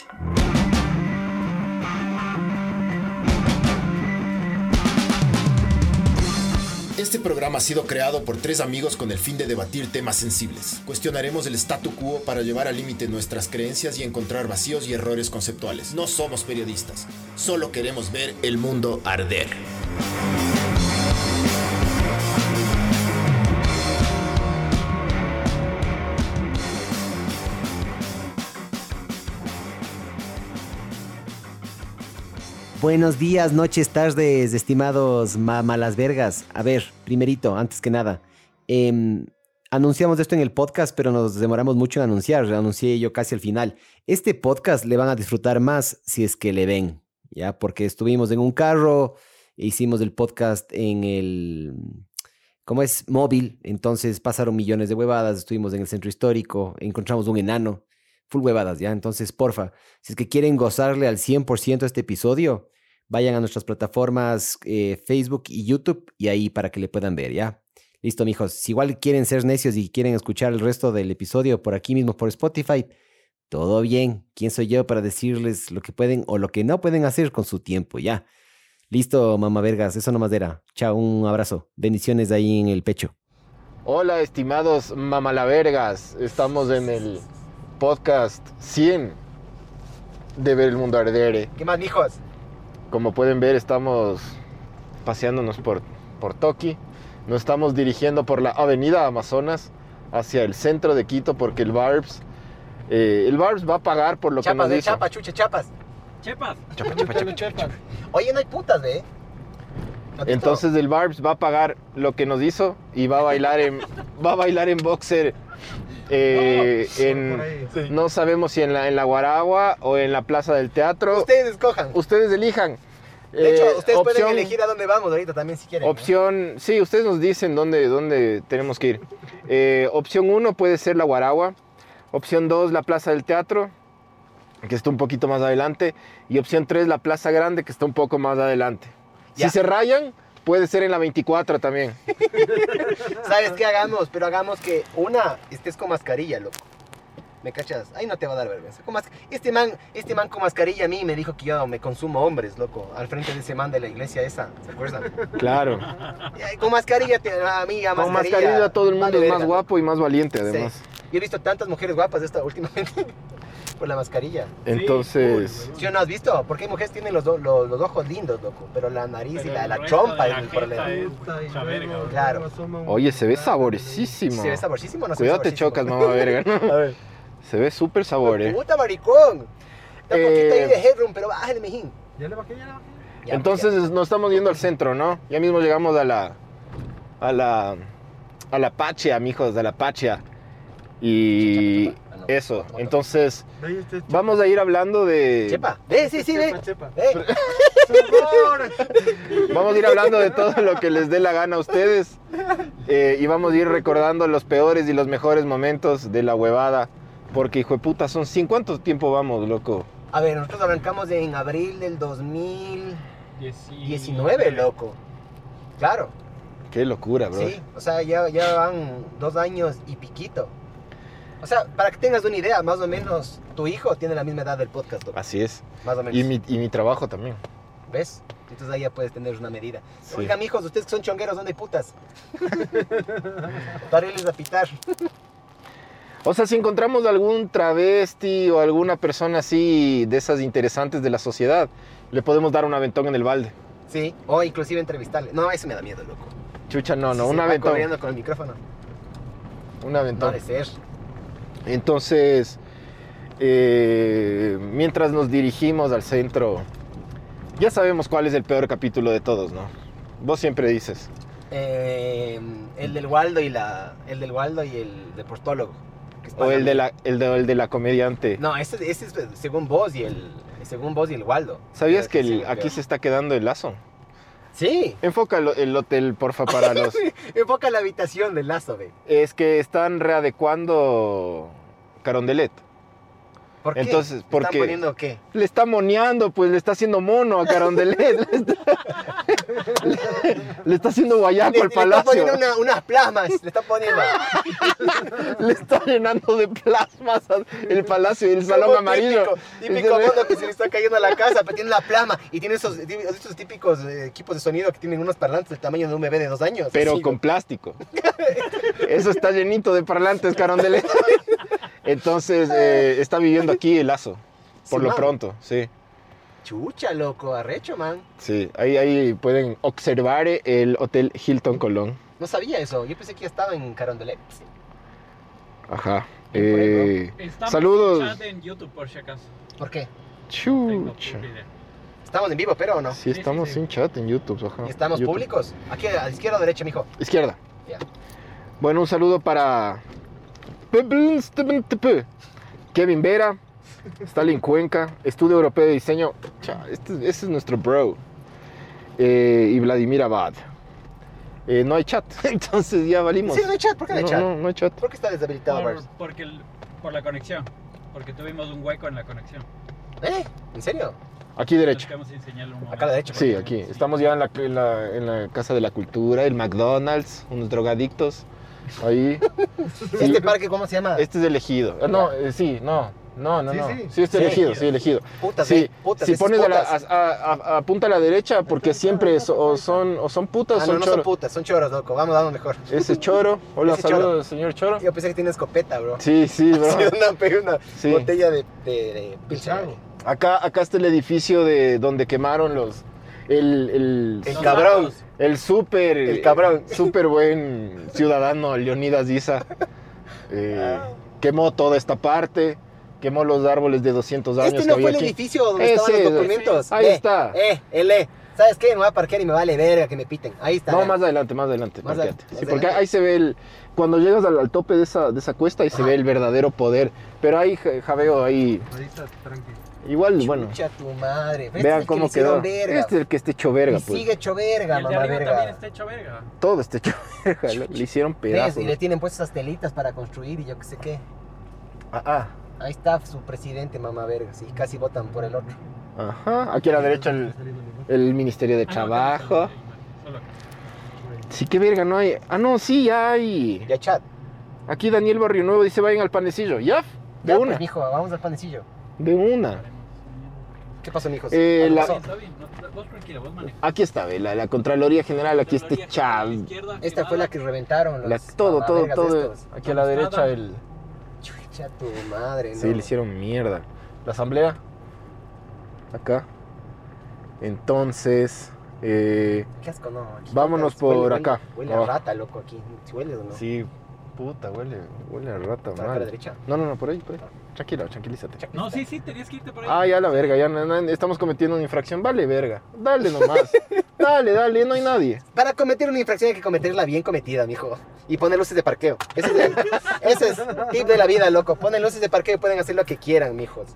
Este programa ha sido creado por tres amigos con el fin de debatir temas sensibles. Cuestionaremos el statu quo para llevar al límite nuestras creencias y encontrar vacíos y errores conceptuales. No somos periodistas, solo queremos ver el mundo arder. Buenos días, noches, tardes, estimados malas vergas. A ver, primerito, antes que nada, anunciamos esto en el podcast, pero nos demoramos mucho en anunciar. Lo anuncié yo casi al final. Este podcast le van a disfrutar más si es que le ven, ¿ya? Porque estuvimos en un carro, hicimos el podcast en el... ¿Cómo es? Móvil. Entonces pasaron millones de huevadas, estuvimos en el centro histórico, encontramos un enano. Full huevadas, ¿ya? Entonces, porfa, si es que quieren gozarle al 100% este episodio, vayan a nuestras plataformas Facebook y YouTube y ahí para que le puedan ver, ¿ya? Listo, mijos. Si igual quieren ser necios y quieren escuchar el resto del episodio por aquí mismo, por Spotify, todo bien. ¿Quién soy yo para decirles lo que pueden o lo que no pueden hacer con su tiempo, ya? Listo, mamá vergas. Eso nomás era. Chao, un abrazo. Bendiciones ahí en el pecho. Hola, estimados mamalavergas. Estamos en el podcast 100 de Ver el Mundo Arder. ¿Qué más, mijos? Como pueden ver, estamos paseándonos por Toki. Nos estamos dirigiendo por la avenida Amazonas hacia el centro de Quito porque el Barbs va a pagar por lo que nos hizo. Chapa, chucha, chapas. Chepas. Chapa. Oye, no hay putas, ¿ve? Entonces el Barbs va a pagar lo que nos hizo y va a bailar en boxer. No sabemos si en la Guaragua o en la Plaza del Teatro. Ustedes escojan. Ustedes elijan. De hecho, ustedes pueden elegir a dónde vamos ahorita también si quieren. Opción, ¿no? Sí, ustedes nos dicen dónde tenemos que ir. Opción 1 puede ser la Guaragua. Opción 2, la Plaza del Teatro, que está un poquito más adelante. Y opción 3, la Plaza Grande, que está un poco más adelante. Ya. Si se rayan, puede ser en la 24 también. ¿Sabes qué hagamos? Pero hagamos que una estés con mascarilla, loco. ¿Me cachas? Ahí no te va a dar vergüenza. Este man con mascarilla a mí me dijo que yo me consumo hombres, loco. Al frente de ese man de la iglesia esa, ¿se acuerdan? Claro. Con mascarilla, Con mascarilla todo el mundo vale es más verga, guapo y más valiente, además. Sí. Yo he visto tantas mujeres guapas últimamente por la mascarilla. Entonces... ¿Sí o no has visto? Porque hay mujeres que tienen los ojos lindos, loco. Pero la nariz y la trompa es el problema. Claro. Oye, se ve saborísimo. ¿Se ve saborísimo o no se ve Cuidado, te saborísimo? chocas, mamá verga, ¿no? A ver. Se ve súper sabor, ¡Puta maricón! Está un poquito ahí de headroom, pero bájale, mijín. Ya le bajé. Ya, Entonces ya. nos estamos yendo al centro, ¿no? Ya mismo llegamos a la Pachia, mijos, a la Pachia. Y eso, entonces vamos a ir hablando de... Chepa, ve, sí, ve. Chepa. Ve. Vamos a ir hablando de todo lo que les dé la gana a ustedes. Y vamos a ir recordando los peores y los mejores momentos de la huevada. Porque, hijo de puta, son 100. ¿Cuánto tiempo vamos, loco? A ver, nosotros arrancamos en abril del 2019, loco. Claro. Qué locura, bro. Sí, o sea, ya van 2 años y piquito. O sea, para que tengas una idea, más o menos, tu hijo tiene la misma edad del podcast, loco. Así es. Más o menos. Y mi trabajo también. ¿Ves? Entonces ahí ya puedes tener una medida. Sí. Oigan, mijos, ustedes que son chongueros, ¿dónde hay putas? Para irles a pitar. O sea, si encontramos algún travesti o alguna persona así de esas interesantes de la sociedad, le podemos dar un aventón en el balde. Sí, o inclusive entrevistarle. No, eso me da miedo, loco. Chucha, no, Si un se va aventón. corriendo con el micrófono. Un No aventón. ha de ser. Entonces, mientras nos dirigimos al centro, ya sabemos cuál es el peor capítulo de todos, ¿no? Vos siempre dices. El del Waldo y el deportólogo. que es O el pana de la comediante. No, ese es según vos y el Waldo. ¿Sabías que Sí, aquí creo. se está quedando el lazo? Sí. Enfoca el hotel, porfa, para los... Enfoca la habitación del lazo, ve. Es que están readecuando Carondelet. ¿Por qué? Entonces, ¿Le porque están poniendo qué? le está moneando, pues le está haciendo mono a Carondelet. Le está haciendo guayaco al Le está palacio. poniendo unas plasmas, le está poniendo. Le está llenando de plasmas el palacio y el salón Como amarillo. Típico mono que se le está cayendo a la casa, pero tiene la plasma y tiene esos típicos equipos de sonido que tienen unos parlantes del tamaño de un bebé de 2 años. Pero así, con plástico. Eso está llenito de parlantes, Carondelet. Entonces, está viviendo aquí el Lazo. Por Sí, lo man. pronto, sí. Chucha, loco, arrecho, man. Sí, ahí pueden observar el Hotel Hilton Colón. No sabía eso, yo pensé que ya estaba en Carondelet. Ajá. Estamos Saludos. en chat en YouTube por si acaso. ¿Por qué? Tengo Chucha. full video. ¿Estamos en vivo, pero o no? Sí, estamos sí. sin chat en YouTube. Ajá. ¿Y estamos YouTube. públicos? Aquí a la izquierda o derecha, mijo. Izquierda. Ya. Bueno, un saludo para Kevin Vera, Stalin Cuenca, Estudio Europeo de Diseño. Ese es nuestro bro. Y Vladimir Abad. No hay chat, entonces ya valimos. Sí, no hay chat, ¿por qué no hay chat? No hay chat. ¿Por qué está deshabilitado, Barbs? Por la conexión. Porque tuvimos un hueco en la conexión. ¿En serio? Aquí derecho. Entonces, vamos a enseñarle un Acá a momento. la derecha. Sí, aquí. Estamos ya en la Casa de la Cultura, el McDonald's, unos drogadictos. Ahí. Sí. ¿Este parque cómo se llama? Este es elegido. No, sí, no. No. Sí. Sí, este Sí, elegido, sí, elegido. Putas, Sí, putas. si esas pones putas. a punta a la derecha, porque siempre o son putas o Ah, son no son choros. putas, son choros, loco. Vamos mejor. Ese es choro. Hola, Ese choro. saludos, señor Choro. Yo pensé que tiene escopeta, bro. Sí, bro. Sí, una Sí. botella de Pilsen. Acá está el edificio de donde quemaron el El cabrón. el súper El cabrón. súper buen ciudadano Leonidas Issa. Quemó toda esta parte, quemó los árboles de 200 años Este que no fue había el aquí. edificio donde estaban Ese, los documentos. ahí está. ¿Sabes qué? Me voy a parquear y me vale verga que me piten. Ahí está. No, vea. más adelante, parquéate. Más Sí, adelante. porque ahí se ve cuando llegas al tope de esa cuesta, ahí se ve el verdadero poder. Pero ahí javeo ahí. Ahorita, tranquilo. Igual, bueno. Chucha tu madre. Este es Vean el que cómo le hicieron quedó. verga. Este es el que está hecho verga, Y pues. sigue hecho Y verga, el de mamá arriba verga. también está hecho verga. Todo está hecho verga. Le hicieron ¿Ves? pedazos. Y le tienen puestas esas telitas para construir y yo qué sé qué. Ahí está su presidente, mamá verga. Sí, casi votan por el otro. Ajá. Aquí a la derecha el Ministerio de Trabajo. Solo acá. Sí, qué verga, no hay. Ah, no, sí, hay. Ya, chat. Aquí Daniel Barrio Nuevo dice vayan al panecillo. Ya, de Ya, una. pues, mijo, vamos al panecillo. De una. ¿Qué pasó, mijos? La- ¿Algo pasó? Está bien, vos tranquilo, vos manejas. Aquí está, ve, la Contraloría General, aquí está chav. Esta fue la que reventaron los Todo, mamavergas todo. estos. Aquí a la derecha Chucha tu madre, ¿no? Sí, le hicieron mierda. La asamblea. Acá. Entonces. Qué asco, no. Aquí Vámonos por acá. Huele Abajo. a rata, loco, aquí. ¿Sí huele o no? Sí, puta, huele a rata, ¿Para acá a la mal. derecha? No, por ahí. Tranquilízate. No, sí, tenías que irte por ahí. Ah, ya la verga, ya estamos cometiendo una infracción. Vale, verga. Dale nomás. dale, no hay nadie. Para cometer una infracción hay que cometerla bien cometida, mijo. Y poner luces de parqueo. Ese es tip de la vida, loco. Ponen luces de parqueo y pueden hacer lo que quieran, mijos.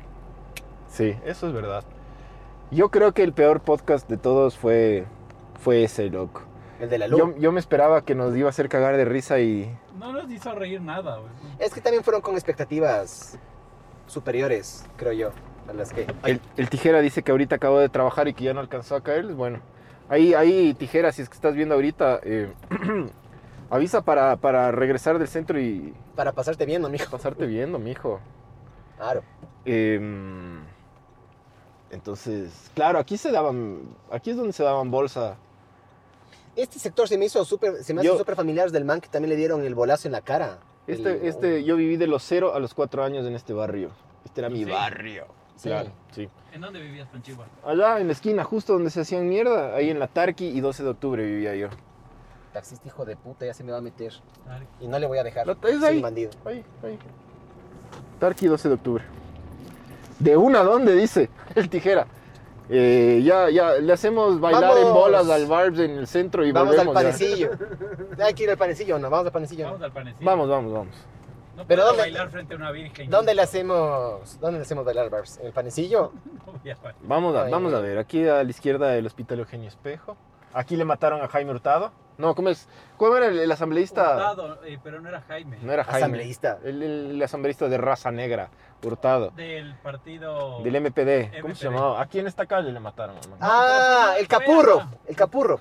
Sí, eso es verdad. Yo creo que el peor podcast de todos fue ese, loco. El de la luz. Yo me esperaba que nos iba a hacer cagar de risa y... No nos hizo reír nada, güey. Es que también fueron con expectativas superiores, creo yo, a las que... El Tijera dice que ahorita acabó de trabajar y que ya no alcanzó a caer. Bueno, ahí Tijera, si es que estás viendo ahorita, avisa para regresar del centro y Para pasarte bien, ¿no, mijo? pasarte viendo, mijo. Claro. Entonces, claro, aquí es donde se daban bolsa. Este sector se me hace súper familiar del man que también le dieron el bolazo en la cara. Yo viví de los 0 a los 4 años en este barrio. Este era mi ¿Sí? barrio. Sí. Claro, sí. ¿En dónde vivías, Panchigua? Allá en la esquina, justo donde se hacían mierda, ahí en la Tarqui y 12 de octubre vivía yo. Taxista hijo de puta, ya se me va a meter. Dale. Y no le voy a dejar. Es Soy ahí. un bandido. Ahí. Tarqui 12 de octubre. ¿De una dónde? Dice el Tijera. Ya le hacemos bailar Vamos. en bolas al Barbs en el centro y Vamos al volvemos ya. panecillo. ¿Hay que ir al panecillo o no? Vamos al panecillo. Vamos al panecillo. Vamos. No Pero puedo ¿dónde- bailar frente a una virgen. ¿Dónde le hacemos bailar, Barbs? ¿En el panecillo? No voy a bailar. Vamos a ver, aquí a la izquierda el Hospital Eugenio Espejo. Aquí le mataron a Jaime Hurtado. No, ¿cómo es? ¿Cómo era el asambleísta? Hurtado, pero no era Jaime. No era Jaime. Asambleísta. El asambleísta de raza negra, Hurtado. Del partido... Del MPD. ¿Cómo se MPD. llamaba? Aquí en esta calle le mataron, hermano. Ah, el Capurro. El Capurro.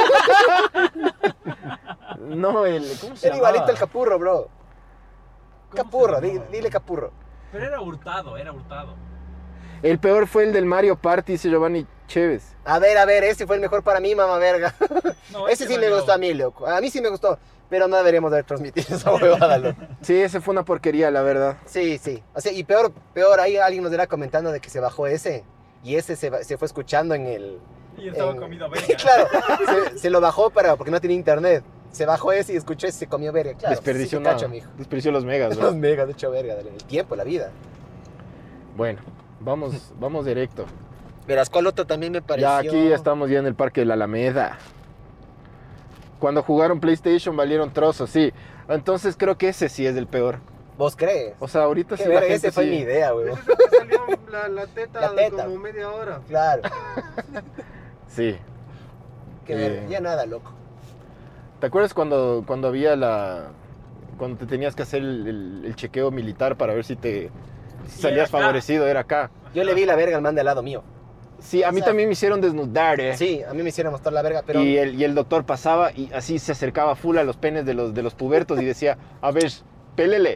No, ¿cómo se Era llamaba? igualito el Capurro, bro. ¿Cómo Capurro, se llamaba? dile Capurro. Pero era Hurtado, era Hurtado. El peor fue el del Mario Party, dice Giovanni Chévez. A ver, ese fue el mejor para mí, mamá verga. No, Ese sí me valió. gustó a mí, loco. A mí sí me gustó, pero no deberíamos haber transmitido esa huevada, loco. Sí, ese fue una porquería, la verdad. Sí, sí. O sea, y peor, ahí alguien nos era comentando de que se bajó ese, y ese se fue escuchando en el... Y estaba en- comido verga. Claro, se lo bajó porque no tenía internet. Se bajó ese y escuchó ese, se comió verga. Claro, Desperdició, sí te cacho, mijo. desperdició los megas, Los ¿no? megas, de hecho, verga, el tiempo, la vida. Bueno, vamos directo. Verás, ¿cuál otro también me pareció? Ya aquí estamos ya en el Parque de la Alameda. Cuando jugaron PlayStation valieron trozos, sí. Entonces creo que ese sí es el peor. ¿Vos crees? O sea, ahorita Qué sí la verga, gente ese fue sí- mi idea, weón. Ese es el que salió la teta, La teta. como media hora. Claro, Sí. qué verga. Ya nada, loco. ¿Te acuerdas cuando había cuando te tenías que hacer el chequeo militar para ver si Sí, salías era acá. favorecido? Era acá. Yo le vi la verga al man de al lado mío. Sí, a mí O sea, también me hicieron desnudar, Sí, a mí me hicieron mostrar la verga, pero... Y el doctor pasaba y así se acercaba full a los penes de los pubertos y decía, a ver, pélele.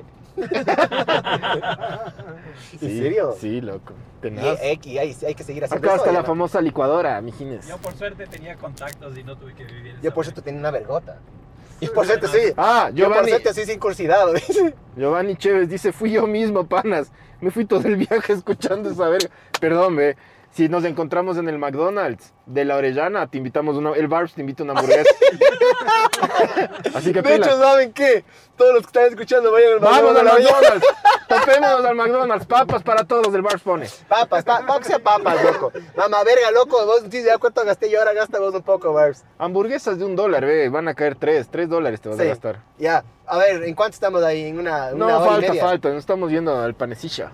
¿En serio? Sí, loco. Y Tenaz. hay que seguir haciendo Acá eso, está ¿ya la no? famosa licuadora, mijines. Yo por suerte tenía contactos y no tuve que vivir esa Yo por cierto vida. tenía una vergota. Y por suerte sí. Ah, Yo por Giovanni, suerte sí circuncidado, dice. Giovanni Chévez dice, fui yo mismo, panas. Me fui todo el viaje escuchando esa verga. Perdón, ve. Si nos encontramos en el McDonald's de la Orellana, te invitamos el Barbs te invita una hamburguesa. Así que De hecho, pilas. ¿saben qué? Todos los que están escuchando vayan al Vamos al McDonald's. McDonald's. Topémonos al McDonald's. Papas para todos, el Barbs pone. Papas, que sea papas, loco. Mamá verga, loco. Vos dices, ya cuánto gasté yo, ahora gasta vos un poco, Barbs. Hamburguesas de $1, ve. Van a caer $3 te vas a Sí. gastar. Ya, a ver, ¿en cuánto estamos ahí? En una No, hora y media. falta. Nos estamos yendo al panecilla.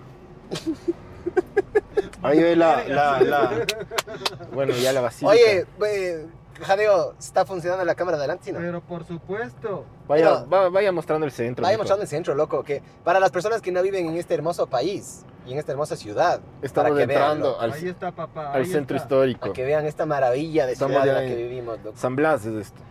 Ahí ve la... Bueno, ya la basílica. Oye, Jadeo, ¿está funcionando la cámara de adelante? Sí, no. Pero por supuesto. Vaya mostrando el centro. Vaya mijo. mostrando el centro, loco, que para las personas que no viven en este hermoso país y en esta hermosa ciudad, Estamos para que vean, entrando loco, Ahí está, papá. al ahí centro está. histórico. para que vean esta maravilla de Estamos ciudad en ya la que en vivimos, loco. San Blas es esto.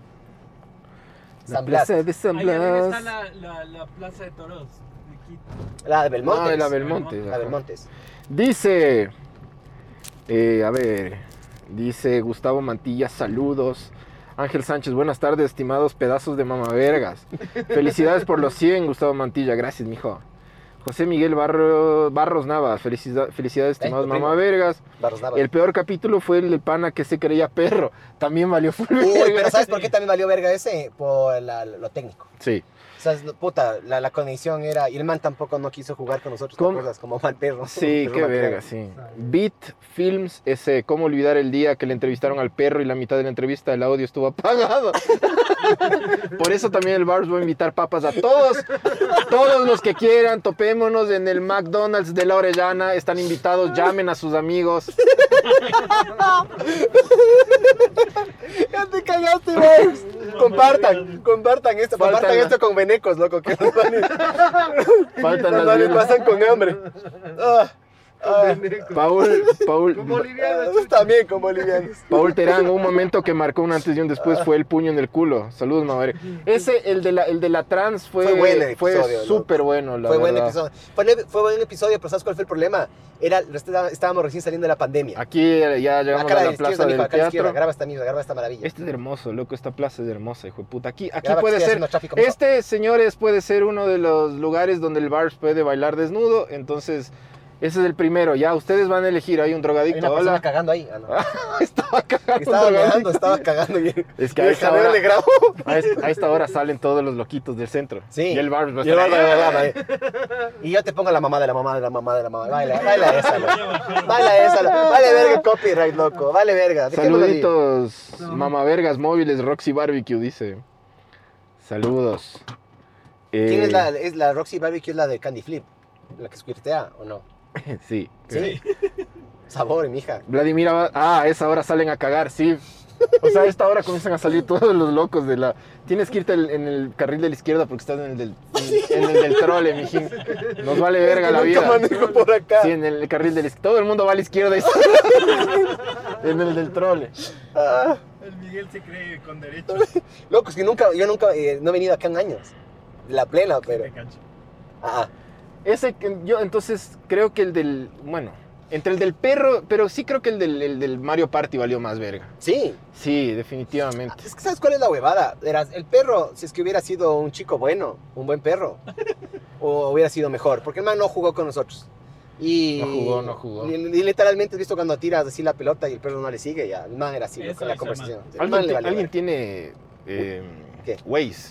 La San Blas. plaza de San Ahí arriba Blas. está la plaza de toros de Quito. La de Belmonte. Ah, la Belmonte. La Belmontes. Dice, a ver, dice Gustavo Mantilla, saludos. Ángel Sánchez, buenas tardes, estimados pedazos de mamavergas. Felicidades por los 100, Gustavo Mantilla, gracias, mijo. José Miguel Barros Nava, felicidades, estimados tu primo. mamavergas. Barros Navas. El peor capítulo fue el de pana que se creía perro. También valió full Uy, verga. pero ¿sabes por qué también valió verga ese? Por lo técnico. Sí. O sea, puta, la conexión era... Y el man tampoco no quiso jugar con nosotros, ¿te ¿Cómo? acuerdas? Como mal perro. Sí, Perro qué mal verga, perro. sí. Beat Films, ese, cómo olvidar el día que le entrevistaron al perro y la mitad de la entrevista el audio estuvo apagado. Por eso también el Barbs va a invitar papas a todos los que quieran, topémonos en el McDonald's de la Orellana, están invitados, llamen a sus amigos. Ya te cagaste, Barbs. Compartan esto, Faltan compartan la- esto con venecos, loco, que nos van Faltan nos las bienes. pasan con hambre. Paul Como bolivianos. También con bolivianos. Paul Terán, un momento que marcó un antes y un después fue el puño en el culo. Saludos, madre. Ese, el de la trans Fue buen episodio, fue loco. súper bueno, la Fue buen verdad. episodio. Fue buen episodio, pero ¿sabes cuál fue el problema? Estábamos recién saliendo de la pandemia. Aquí ya llegamos Acá a a la la izquierda, plaza mijo, del acá a la izquierda. teatro. Graba esta mierda, graba esta maravilla. Este es hermoso, loco, esta plaza es hermosa, hijo de puta. Aquí Graba que puede estoy ser, haciendo tráfico, mijo. este, señores, puede ser uno de los lugares donde el Barbs puede bailar desnudo, entonces, ese es el primero, ya, ustedes van a elegir, hay un Hay drogadicto, una persona hola. cagando ahí. Ah, no. Estaba cagando Estaba un drogadicto. cagando, estaba cagando. Y Es que y a el esta jadeo hora- le grabó. A esta hora salen todos los loquitos del centro. Sí. Y el Barbs va a Y el estar Barbs ahí. va. Y yo te pongo la mamá de la mamá de la mamá de la mamá. Baila esa, loco. Baila esa, loco. Vale verga el copyright, loco. Vale verga. Dejémoslo ahí. Saluditos, mamavergas móviles, Roxy Barbecue, dice. Saludos. ¿Quién es la Roxy Barbecue? ¿Es la de Candy Flip? ¿La que squirtea o no? Sí. Sí. Sabor, mija. Vladimir Abad, a esa hora salen a cagar, sí. O sea, a esta hora comienzan a salir todos los locos de la... Tienes que irte en el carril de la izquierda porque estás en el del trole, mijín. Nos vale verga la vida. Nunca manejo por acá. Sí, en el carril de la izquierda. Todo el mundo va a la izquierda y en el del trole. El Miguel se cree con derecho. Loco, es que yo nunca no he venido acá en años. La plena, pero. Me cancho. Ah, Ese, yo entonces creo que el del... Bueno, entre el del perro, pero sí creo que el del Mario Party valió más verga. sí. Sí, definitivamente. Es que ¿sabes cuál es la huevada? Verás, el perro, si es que hubiera sido un chico bueno, un buen perro, o hubiera sido mejor, porque el man no jugó con nosotros. Y, No jugó. Y literalmente has visto cuando tiras así la pelota y el perro no le sigue, ya. El man era así, Eso loco, en la hizo conversación. El man le valió ¿Alguien verga. tiene ¿Qué? Waze?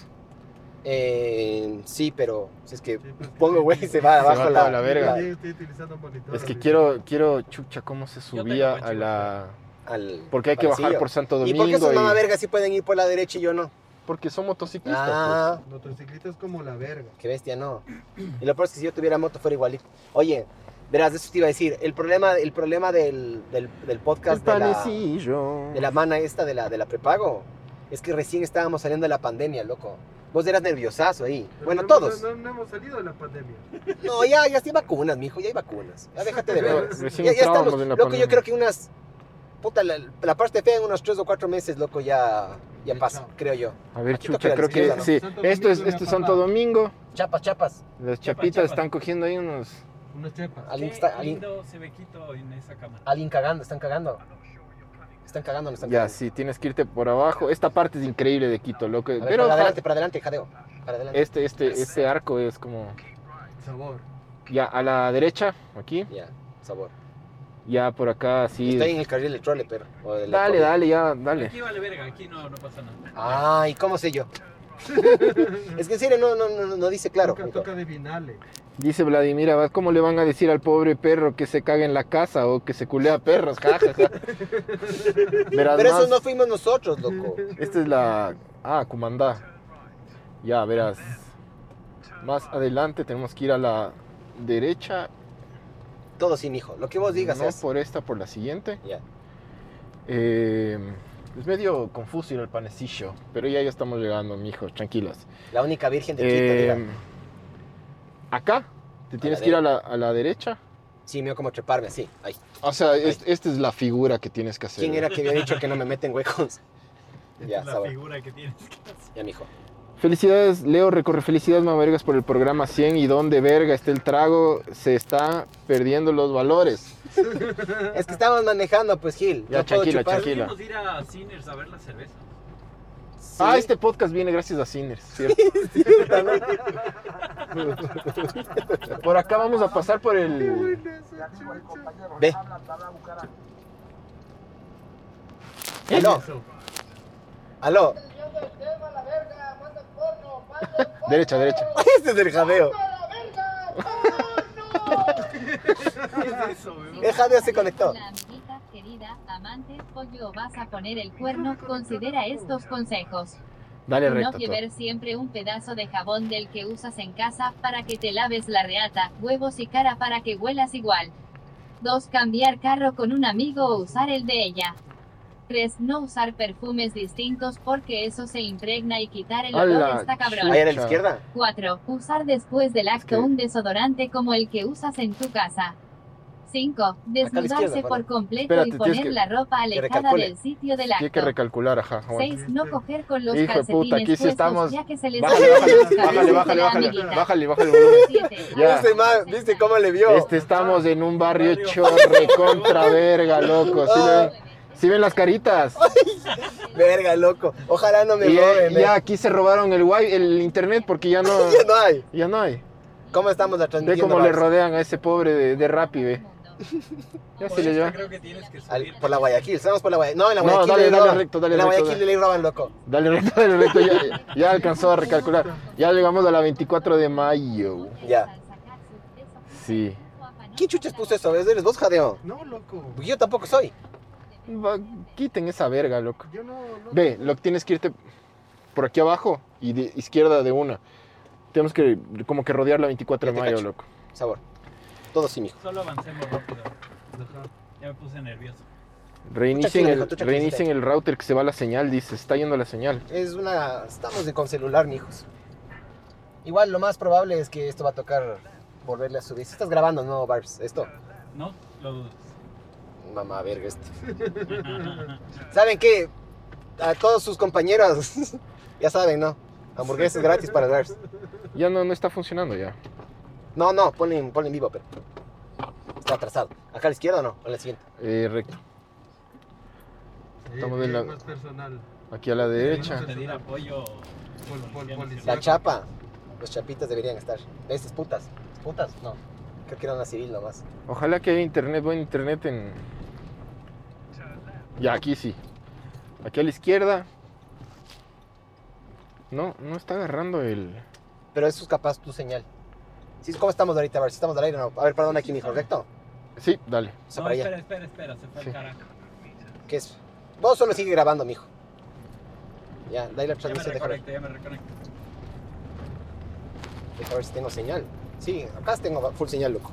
Sí, pero si es que Sí, pues, pongo güey se va abajo va toda la verga. También estoy utilizando un monitor. Es que ahorita. quiero, chucha, cómo se tengo subía buen a chico, la... al Porque hay que bajar pasillo. por Santo ¿Y Domingo. por qué esos mamá verga sí pueden ir por la derecha y yo no? Porque son motociclistas. Ah, Motociclista es como la verga. qué bestia, no. Y lo peor es que si yo tuviera moto fuera igualito. Oye, verás, eso te iba a decir. El problema del pues. podcast El panecillo. de la mana esta de la prepago es que recién estábamos saliendo de la pandemia, loco. Vos eras nerviosazo ahí. Pero Bueno, no- todos. No hemos salido de la pandemia. No, ya hay vacunas, mijo, ya hay vacunas. Ya déjate de ver. Recién Ya entrábamos estamos. en la Loco, pandemia. yo creo que unas. Puta, la parte fea en unos 3 o 4 meses, loco, ya pasa, Chao. creo yo. A ver, Aquí chucha, toca la creo que izquierda, ¿no? sí. Santo Esto es Domingo, Santo Domingo. Chapas. Las Chapas, chapitas chapas. están cogiendo ahí unos... Unas chepas. Alguien Qué está. Alguien, lindo se ve Quito en esa cámara. alguien cagando, están cagando. Están cagando, no están Ya, cagando. sí, tienes que irte por abajo. Esta parte es increíble de Quito, loco. A ver, Pero para adelante, jadeo. Para adelante. este arco es como... Sabor. Ya, a la derecha, aquí. Ya, sabor. Ya por acá, sí. Estoy en el carril del trole, pero. o del Dale, trole. dale, ya, dale. Aquí vale verga, aquí no pasa nada. Ay, ¿cómo sé yo? Es que en serio no dice claro. Toca adivinarle. Dice Vladimir Abad, ¿cómo le van a decir al pobre perro que se caga en la casa o que se culea perros? Ja, ja, ja. Verás Pero más. eso no fuimos nosotros, loco. Esta es la... Ah, Cumandá. Ya, verás. Más adelante tenemos que ir a la derecha. Todo sí, mijo. Lo que vos digas No es. por esta, por la siguiente. Ya. Es medio confuso ir al panecillo, pero ya estamos llegando, mijo, tranquilos. La única virgen de Quito, diga. Acá, te tienes la que ir a la derecha. Sí, me veo como treparme así. Ay. O sea, esta es la figura que tienes que hacer. ¿Quién era que había dicho que no me meten huecos? Esta Ya, es la sabor. figura que tienes que hacer. Ya, mijo. Felicidades, Leo, recorre felicidades, mavergas, por el programa 100 y donde verga está el trago, se está perdiendo los valores. Es que estábamos manejando, pues, Gil. Ya, No puedo tranquila, chupar. tranquila. Podríamos ir a Sinners a ver la cerveza. Sí. Ah, este podcast viene gracias a Sinners, ¿cierto? Por acá vamos a pasar por el... Ve. Aló. Eso. Aló. Derecha, derecha. Este es el jadeo. ¿Qué es eso, weón? El jadeo se conectó. La amiguita querida, amante, pollo, vas a poner el cuerno, considera estos consejos. Dale 1. recto. Llevar siempre un pedazo de jabón del que usas en casa para que te laves la reata, huevos y cara para que huelas igual. 2. Cambiar carro con un amigo o usar el de ella. 3. No usar perfumes distintos porque eso se impregna y quitar el ¡A olor la está cabrón. Ahí era a la izquierda. 4. Usar después del acto que- un desodorante como el que usas en tu casa. 5. Desnudarse izquierda, por completo Espérate, y tienes poner que- la ropa alejada recalcule. del sitio del Tiene que acto. recalcular, ajá. aguanta. 6. No coger con los Hijo de puta, calcetines aquí sí puestos, estamos. ya que se les Bájale, salen bájale, los bájale, cabellos de bájale, la bájale, amiguita. bájale, bájale el volumen. 7. Ya. Este man, ¿viste cómo le vio? Estamos en un barrio chorre contra verga, loco. ¿Sí ven las caritas? Verga, loco. Ojalá no me Y roben. ya aquí se robaron el internet porque ya no, Ya no hay. ya no hay. ¿Cómo estamos Ve transmitiendo? cómo le Vars? rodean a ese pobre de Rappi, ve. Ya Por se le esta lleva. creo que tienes que Al- subir. por la Guayaquil, estamos por la Guayaquil. No, en la No, Guayaquil dale, le dale roban. recto, dale en la recto, Guayaquil le roban, loco. Dale recto, dale recto. Ya alcanzó a recalcular. Ya llegamos a la 24 de mayo. Ya. Sí. ¿Quién chuches puso eso? ¿Eres vos, jadeo? No, loco. Porque yo tampoco soy. Quiten esa verga, loco. Yo no. Ve, lo que tienes que irte por aquí abajo y de izquierda de una. Tenemos que como que rodear la 24 de Ya te mayo, cacho. loco. Sabor. Todo sí, mijo. Solo avancemos rápido. Ajá. Ya me puse nervioso. Reinicien, mijo, tú tranquilo. reinicien el router que se va la señal, dice. Está yendo la señal. Estamos con celular, mijos. Igual lo más probable es que esto va a tocar volverle a subir. Si estás grabando, ¿no, Barbs? Esto. No, lo dudas. Mamá verga esto. ¿Saben qué? A todos sus compañeros, ya saben, ¿no? Hamburguesas gratis para Barbs. Ya no está funcionando ya. No, ponle en vivo, pero está atrasado. ¿Acá a la izquierda o no? ¿O en la siguiente? Recto. Sí, Estamos en la- más personal. Aquí a la derecha. Pedir apoyo. Policía. La chapa. Los chapitas deberían estar. ¿Estas putas? ¿Putas? No. Creo que era una civil nomás. Ojalá que haya internet, buen internet en... Ya, aquí sí. Aquí a la izquierda. No está agarrando el... Pero eso es capaz tu señal. Sí, ¿cómo estamos ahorita? A ver si estamos al aire o no. A ver, perdón, aquí, mijo, ¿recto? Sí, dale. O sea, No, para allá. espera, se fue Sí. el carajo. ¿Qué es? Vos solo sigue grabando, mijo. Ya, dale la Ya me transmisión, deja ver. reconecto. Deja ver si tengo señal. Sí, acá tengo full señal, loco.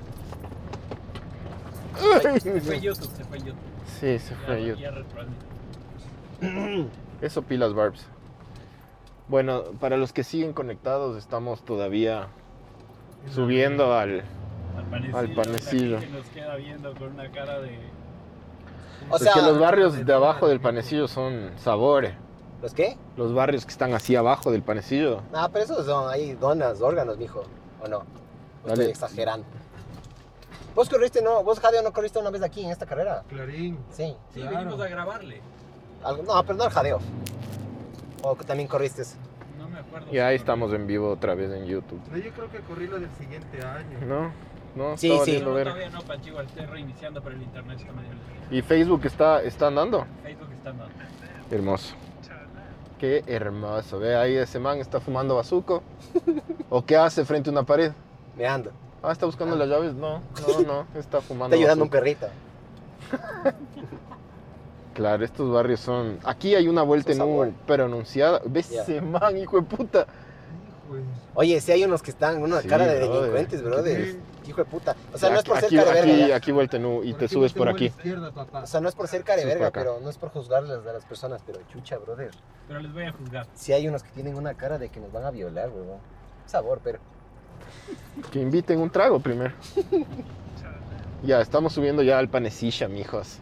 Se fue YouTube. Sí, se fue a YouTube. Ya retrotransmite. Eso pilas, Barbs. Bueno, para los que siguen conectados, estamos todavía subiendo al panecillo. La gente nos queda viendo con una cara de... O Es sea, que los barrios de abajo del panecillo son sabores. ¿los qué? Los barrios que están así abajo del panecillo. Ah, pero esos son ahí donas, órganos, mijo. ¿O no? ¿O Dale. estoy exagerando? ¿Vos corriste, no? ¿Vos, Jadeo, no corriste una vez aquí en esta carrera? Clarín. Sí. Sí, Claro. vinimos a grabarle. No, pero no el Jadeo. ¿O que también corriste? No me acuerdo. Y ahí estamos en vivo otra vez en YouTube. No, yo creo que corrí lo del siguiente año. No, Sí, está sí. valiendo No, ver. todavía no, Panchigo, estoy reiniciando, pero el internet está medio lento. Y Facebook está andando. Facebook está andando. Hermoso. Qué hermoso. Ve ahí ese man está fumando bazuco. ¿O qué hace frente a una pared? Me ando. Ah, está buscando las llaves. No, está fumando. Está ayudando a un bazuco. perrito. Claro, estos barrios son. Aquí hay una vuelta en Son U, sabor. pero anunciada. ¿Ves Ya. ese man, hijo de puta? Pues, Oye, si hay unos que están con una Sí, cara de brother. delincuentes, brother. Sí. Hijo de puta. O sea, no es por ser aquí, cara de verga. aquí, ya. aquí vuelta en U y por te aquí subes me por tengo a la aquí. izquierda, papá. O sea, no es por ser cara de Subes por verga, acá. pero no es por juzgarles a las personas, pero chucha, brother. Pero les voy a juzgar. Si hay unos que tienen una cara de que nos van a violar, huevón. Sabor, pero. Que inviten un trago primero. Ya, estamos subiendo ya al panecilla, mijos.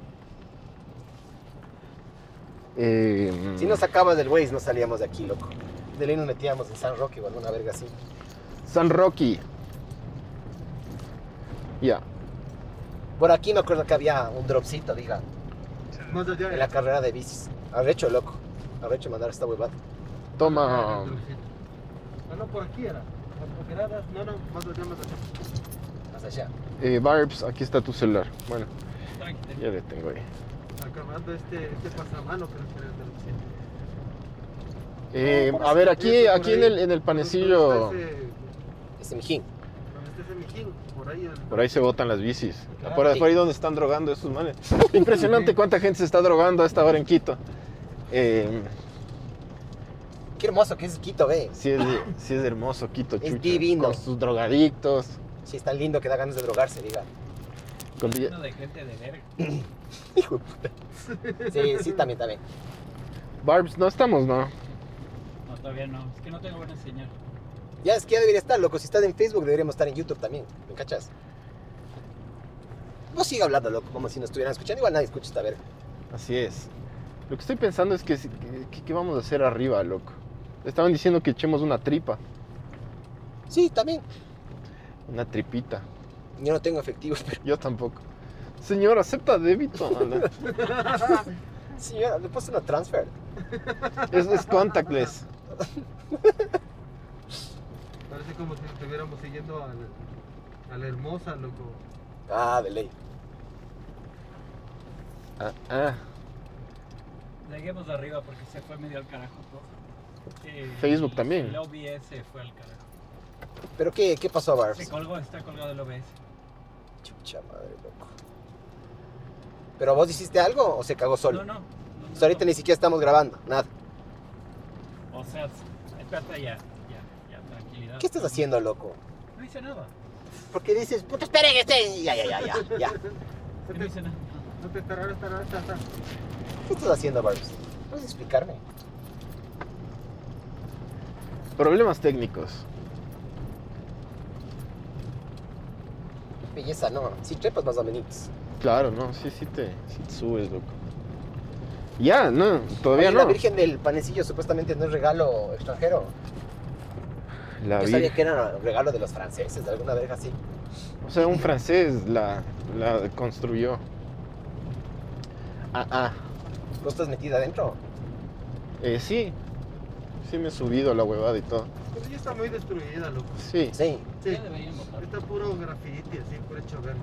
Si nos sacabas del Waze, no salíamos de aquí, loco. De ley nos metíamos en San Roque o alguna verga así. San Rocky. Ya. Por aquí me acuerdo que había un dropcito, diga, Más allá. en la carrera de bicis. Arrecho, loco. Arrecho mandar esta huevada. Toma. No, por aquí era. Las operadas. No, más allá, más allá. Más allá. Barbs, aquí está tu celular. Bueno, Tranqui, ya le tengo ahí. Acabando este pasamano, creo que era el de la opción. A ver, aquí Eso, por en ahí. el panecillo. Donde está Ese mijín. ese mijín, por ahí. Por ahí se botan las bicis. Claro. Por ahí donde están drogando esos manes. Impresionante cuánta gente se está drogando a esta hora en Quito. Qué hermoso que es Quito, ve. Sí es hermoso Quito, Es chucha. divino. Con sus drogadictos. Sí, es tan lindo que da ganas de drogarse, diga. con- lleno de gente de verga. Hijo de puta. Sí, también. Barbs, no estamos, ¿no? No, todavía no. Es que no tengo buena señal. Ya es que ya debería estar, loco. Si estás en Facebook, deberíamos estar en YouTube también. ¿Me cachas? Vos sigue hablando, loco, como si nos estuvieran escuchando. Igual nadie escucha esta verga. Así es. Lo que estoy pensando es que ¿qué vamos a hacer arriba, loco? Estaban diciendo que echemos una tripa. Sí, también. Una tripita. Yo no tengo efectivo, pero... Yo tampoco. Señor, acepta débito. Ana? Señora, le puse una transfer. Es contactless. Parece como si estuviéramos siguiendo a la hermosa, loco. Ah, de ley. Ah. Lleguemos arriba porque se fue medio al carajo todo. Facebook también. El OBS fue al carajo. ¿Pero qué pasó, Se Barbs? colgó, está colgado el OBS. Chucha madre, loco. ¿Pero vos hiciste algo o se cagó solo? No. Hasta ahorita ni siquiera estamos grabando, nada. O sea, espérate ya, tranquilidad. ¿Qué estás haciendo, loco? No hice nada. Porque dices, puta, esperen, ya. No hice nada. No te estará. ¿Qué estás haciendo, Barbs? ¿Puedes explicarme? Problemas técnicos. Belleza, no. Si trepas más o menos. Claro, no, sí te subes, loco. Ya, no, todavía Oye, no. La Virgen del Panecillo supuestamente no es regalo extranjero. La Yo sabía Vir- que era un regalo de los franceses, de alguna verga así. O sea, un francés la construyó. ¿Vos estás metida adentro? Sí me he subido a la huevada y todo. Pero ya está muy destruida, loco. Sí. Sí. Sí. Ya deberían botar. Está puro graffiti, así, por hecho ver.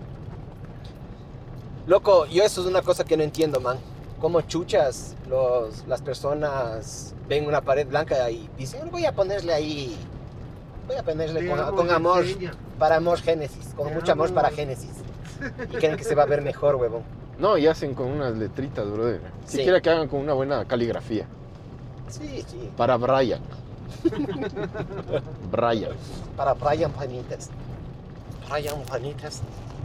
Loco, yo eso es una cosa que no entiendo, man. Cómo chuchas las personas ven una pared blanca y dicen, voy a ponerle ahí, con amor, para amor Génesis, con mucho amor para Génesis. Y creen que se va a ver mejor, huevón. No, y hacen con unas letritas, brother. Sí. Siquiera que hagan con una buena caligrafía. Sí, sí. Para Brian. Brian. Para Brian Panitas. Brian Panitas.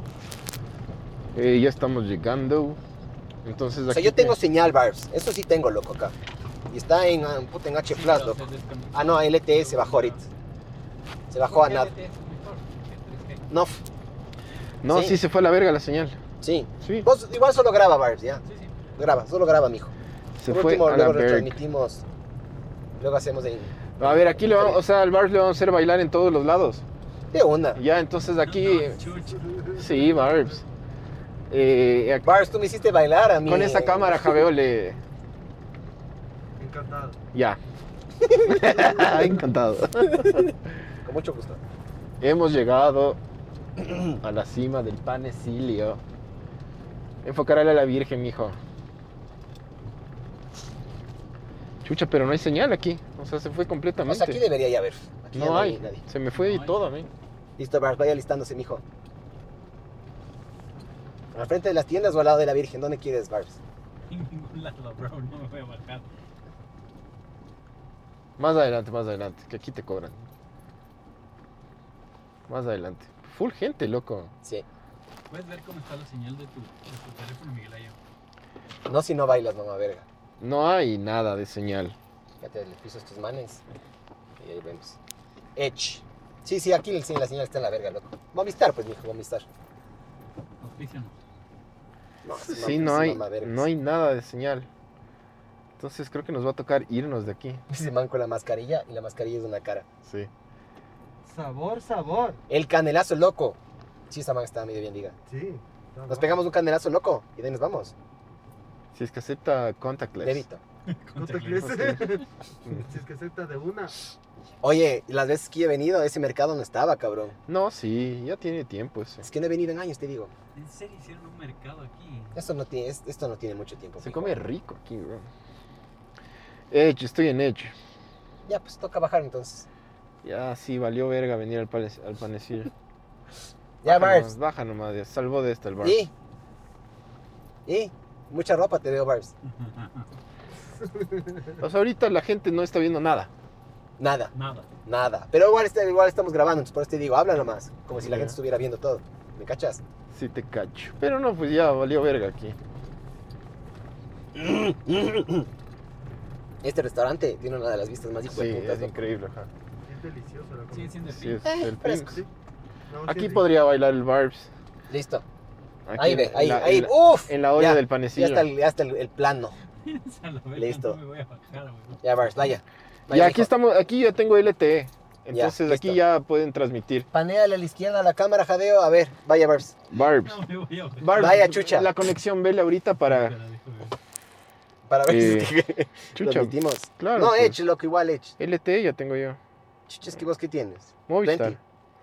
Ya estamos llegando. Entonces O sea, aquí yo tengo señal, Barbs. Eso sí tengo, loco, acá. Y está en H+, Sí, loco. pero se desconectó. Ah, no, LTE se bajó ahorita. Se bajó a nada. LTE es mejor que 3G. No, No, Sí. sí se fue a la verga la señal. sí. Sí. Vos igual solo graba, Barbs, ya. Sí, sí. Graba, solo graba, mijo. Se Por fue último, a la luego verga. retransmitimos. Luego hacemos en... A ver, aquí le vamos, o sea, al Barbs le vamos a hacer bailar en todos los lados. De una. Ya, entonces aquí. No, chucha. Sí, Barbs. Aquí- Barbs, tú me hiciste bailar a mí. con esa cámara, Javeo, le. Encantado. Ya. Encantado. Con mucho gusto. Hemos llegado a la cima del Panecilio. Enfocarle a la Virgen, mijo. Chucha, pero no hay señal aquí. O sea, se fue O completamente. sea, aquí debería ya haber. Aquí ya No hay. nadie. Se me fue y No hay. todo, men. Listo, Barbs, vaya listándose, mijo. ¿Al frente de las tiendas o al lado de la Virgen? ¿Dónde quieres, Barbs? En ningún lado, bro. No me voy a bajar. Más adelante, que aquí te cobran. Más adelante. Full gente, loco. Sí. ¿Puedes ver cómo está la señal de tu teléfono, Miguel Ayo? No si no bailas, mamá verga. No hay nada de señal. Fíjate, le piso a estos manes. Y ahí vemos. Edge. Sí, aquí la señal está en la verga, loco. Movistar, pues, mijo, Movistar. Auspícianos. No, ese Sí, man- no ese hay, mamavergas. no hay nada de señal. Entonces creo que nos va a tocar irnos de aquí. Ese man con la mascarilla y la mascarilla es una cara. Sí. Sabor. El canelazo loco. Sí, esa man está medio bien, diga. Sí. Nos pegamos un canelazo loco y de ahí nos vamos. Si es que acepta contactless. Débito. Contactless. Ok. Si es que acepta de una. Oye, las veces que he venido, ese mercado no estaba, cabrón. No, sí, ya tiene tiempo eso. Es que no he venido en años, te digo. ¿En serio hicieron un mercado aquí? Esto no tiene mucho tiempo. Se mijo. come rico aquí, bro. Edge, estoy en Edge. Ya, pues toca bajar entonces. Ya, sí, valió verga venir al Panecillo. Ya, Baja Barbs. nomás, baja nomás, ya salvó de esta el Barbs. Y mucha ropa te veo, Barbs. O sea, ahorita la gente no está viendo nada. Nada, Nada. nada. Pero igual estamos grabando, entonces por eso te digo, habla nomás. Como si la Ya. gente estuviera viendo todo. ¿Me cachas? Sí te cacho. Pero no, pues ya valió verga aquí. Este restaurante tiene una de las vistas más Sí, hijueputas, es loco. increíble, ajá. Es delicioso la comida. Sigue siendo el Sí, fin. es el fresco. Prince. No, Aquí sí, podría bailar el Barbs. Listo. Aquí Ahí en- ve, en ahí, la- ahí. en la- ¡Uf! En la olla Ya, del Ya Panecillo. está el plano. A la verga, Listo. No me voy a bajar, güey. Ya, Barbs, vaya. Ya, Vaya, aquí mijo. estamos, aquí ya tengo LTE. Entonces listo. aquí ya pueden transmitir. Panéale a la izquierda a la cámara, jadeo. A ver, vaya, Barbs. Barbs. No me voy a bajar. Barbs, Vaya, chucha. La conexión, vele ahorita para. Espera, déjame ver. Para ver Eh, si es que Chucha, transmitimos. claro, No, pues. Edge, loco, igual Edge. LTE ya tengo yo. Chucha, es que vos, ¿qué tienes? Movistar.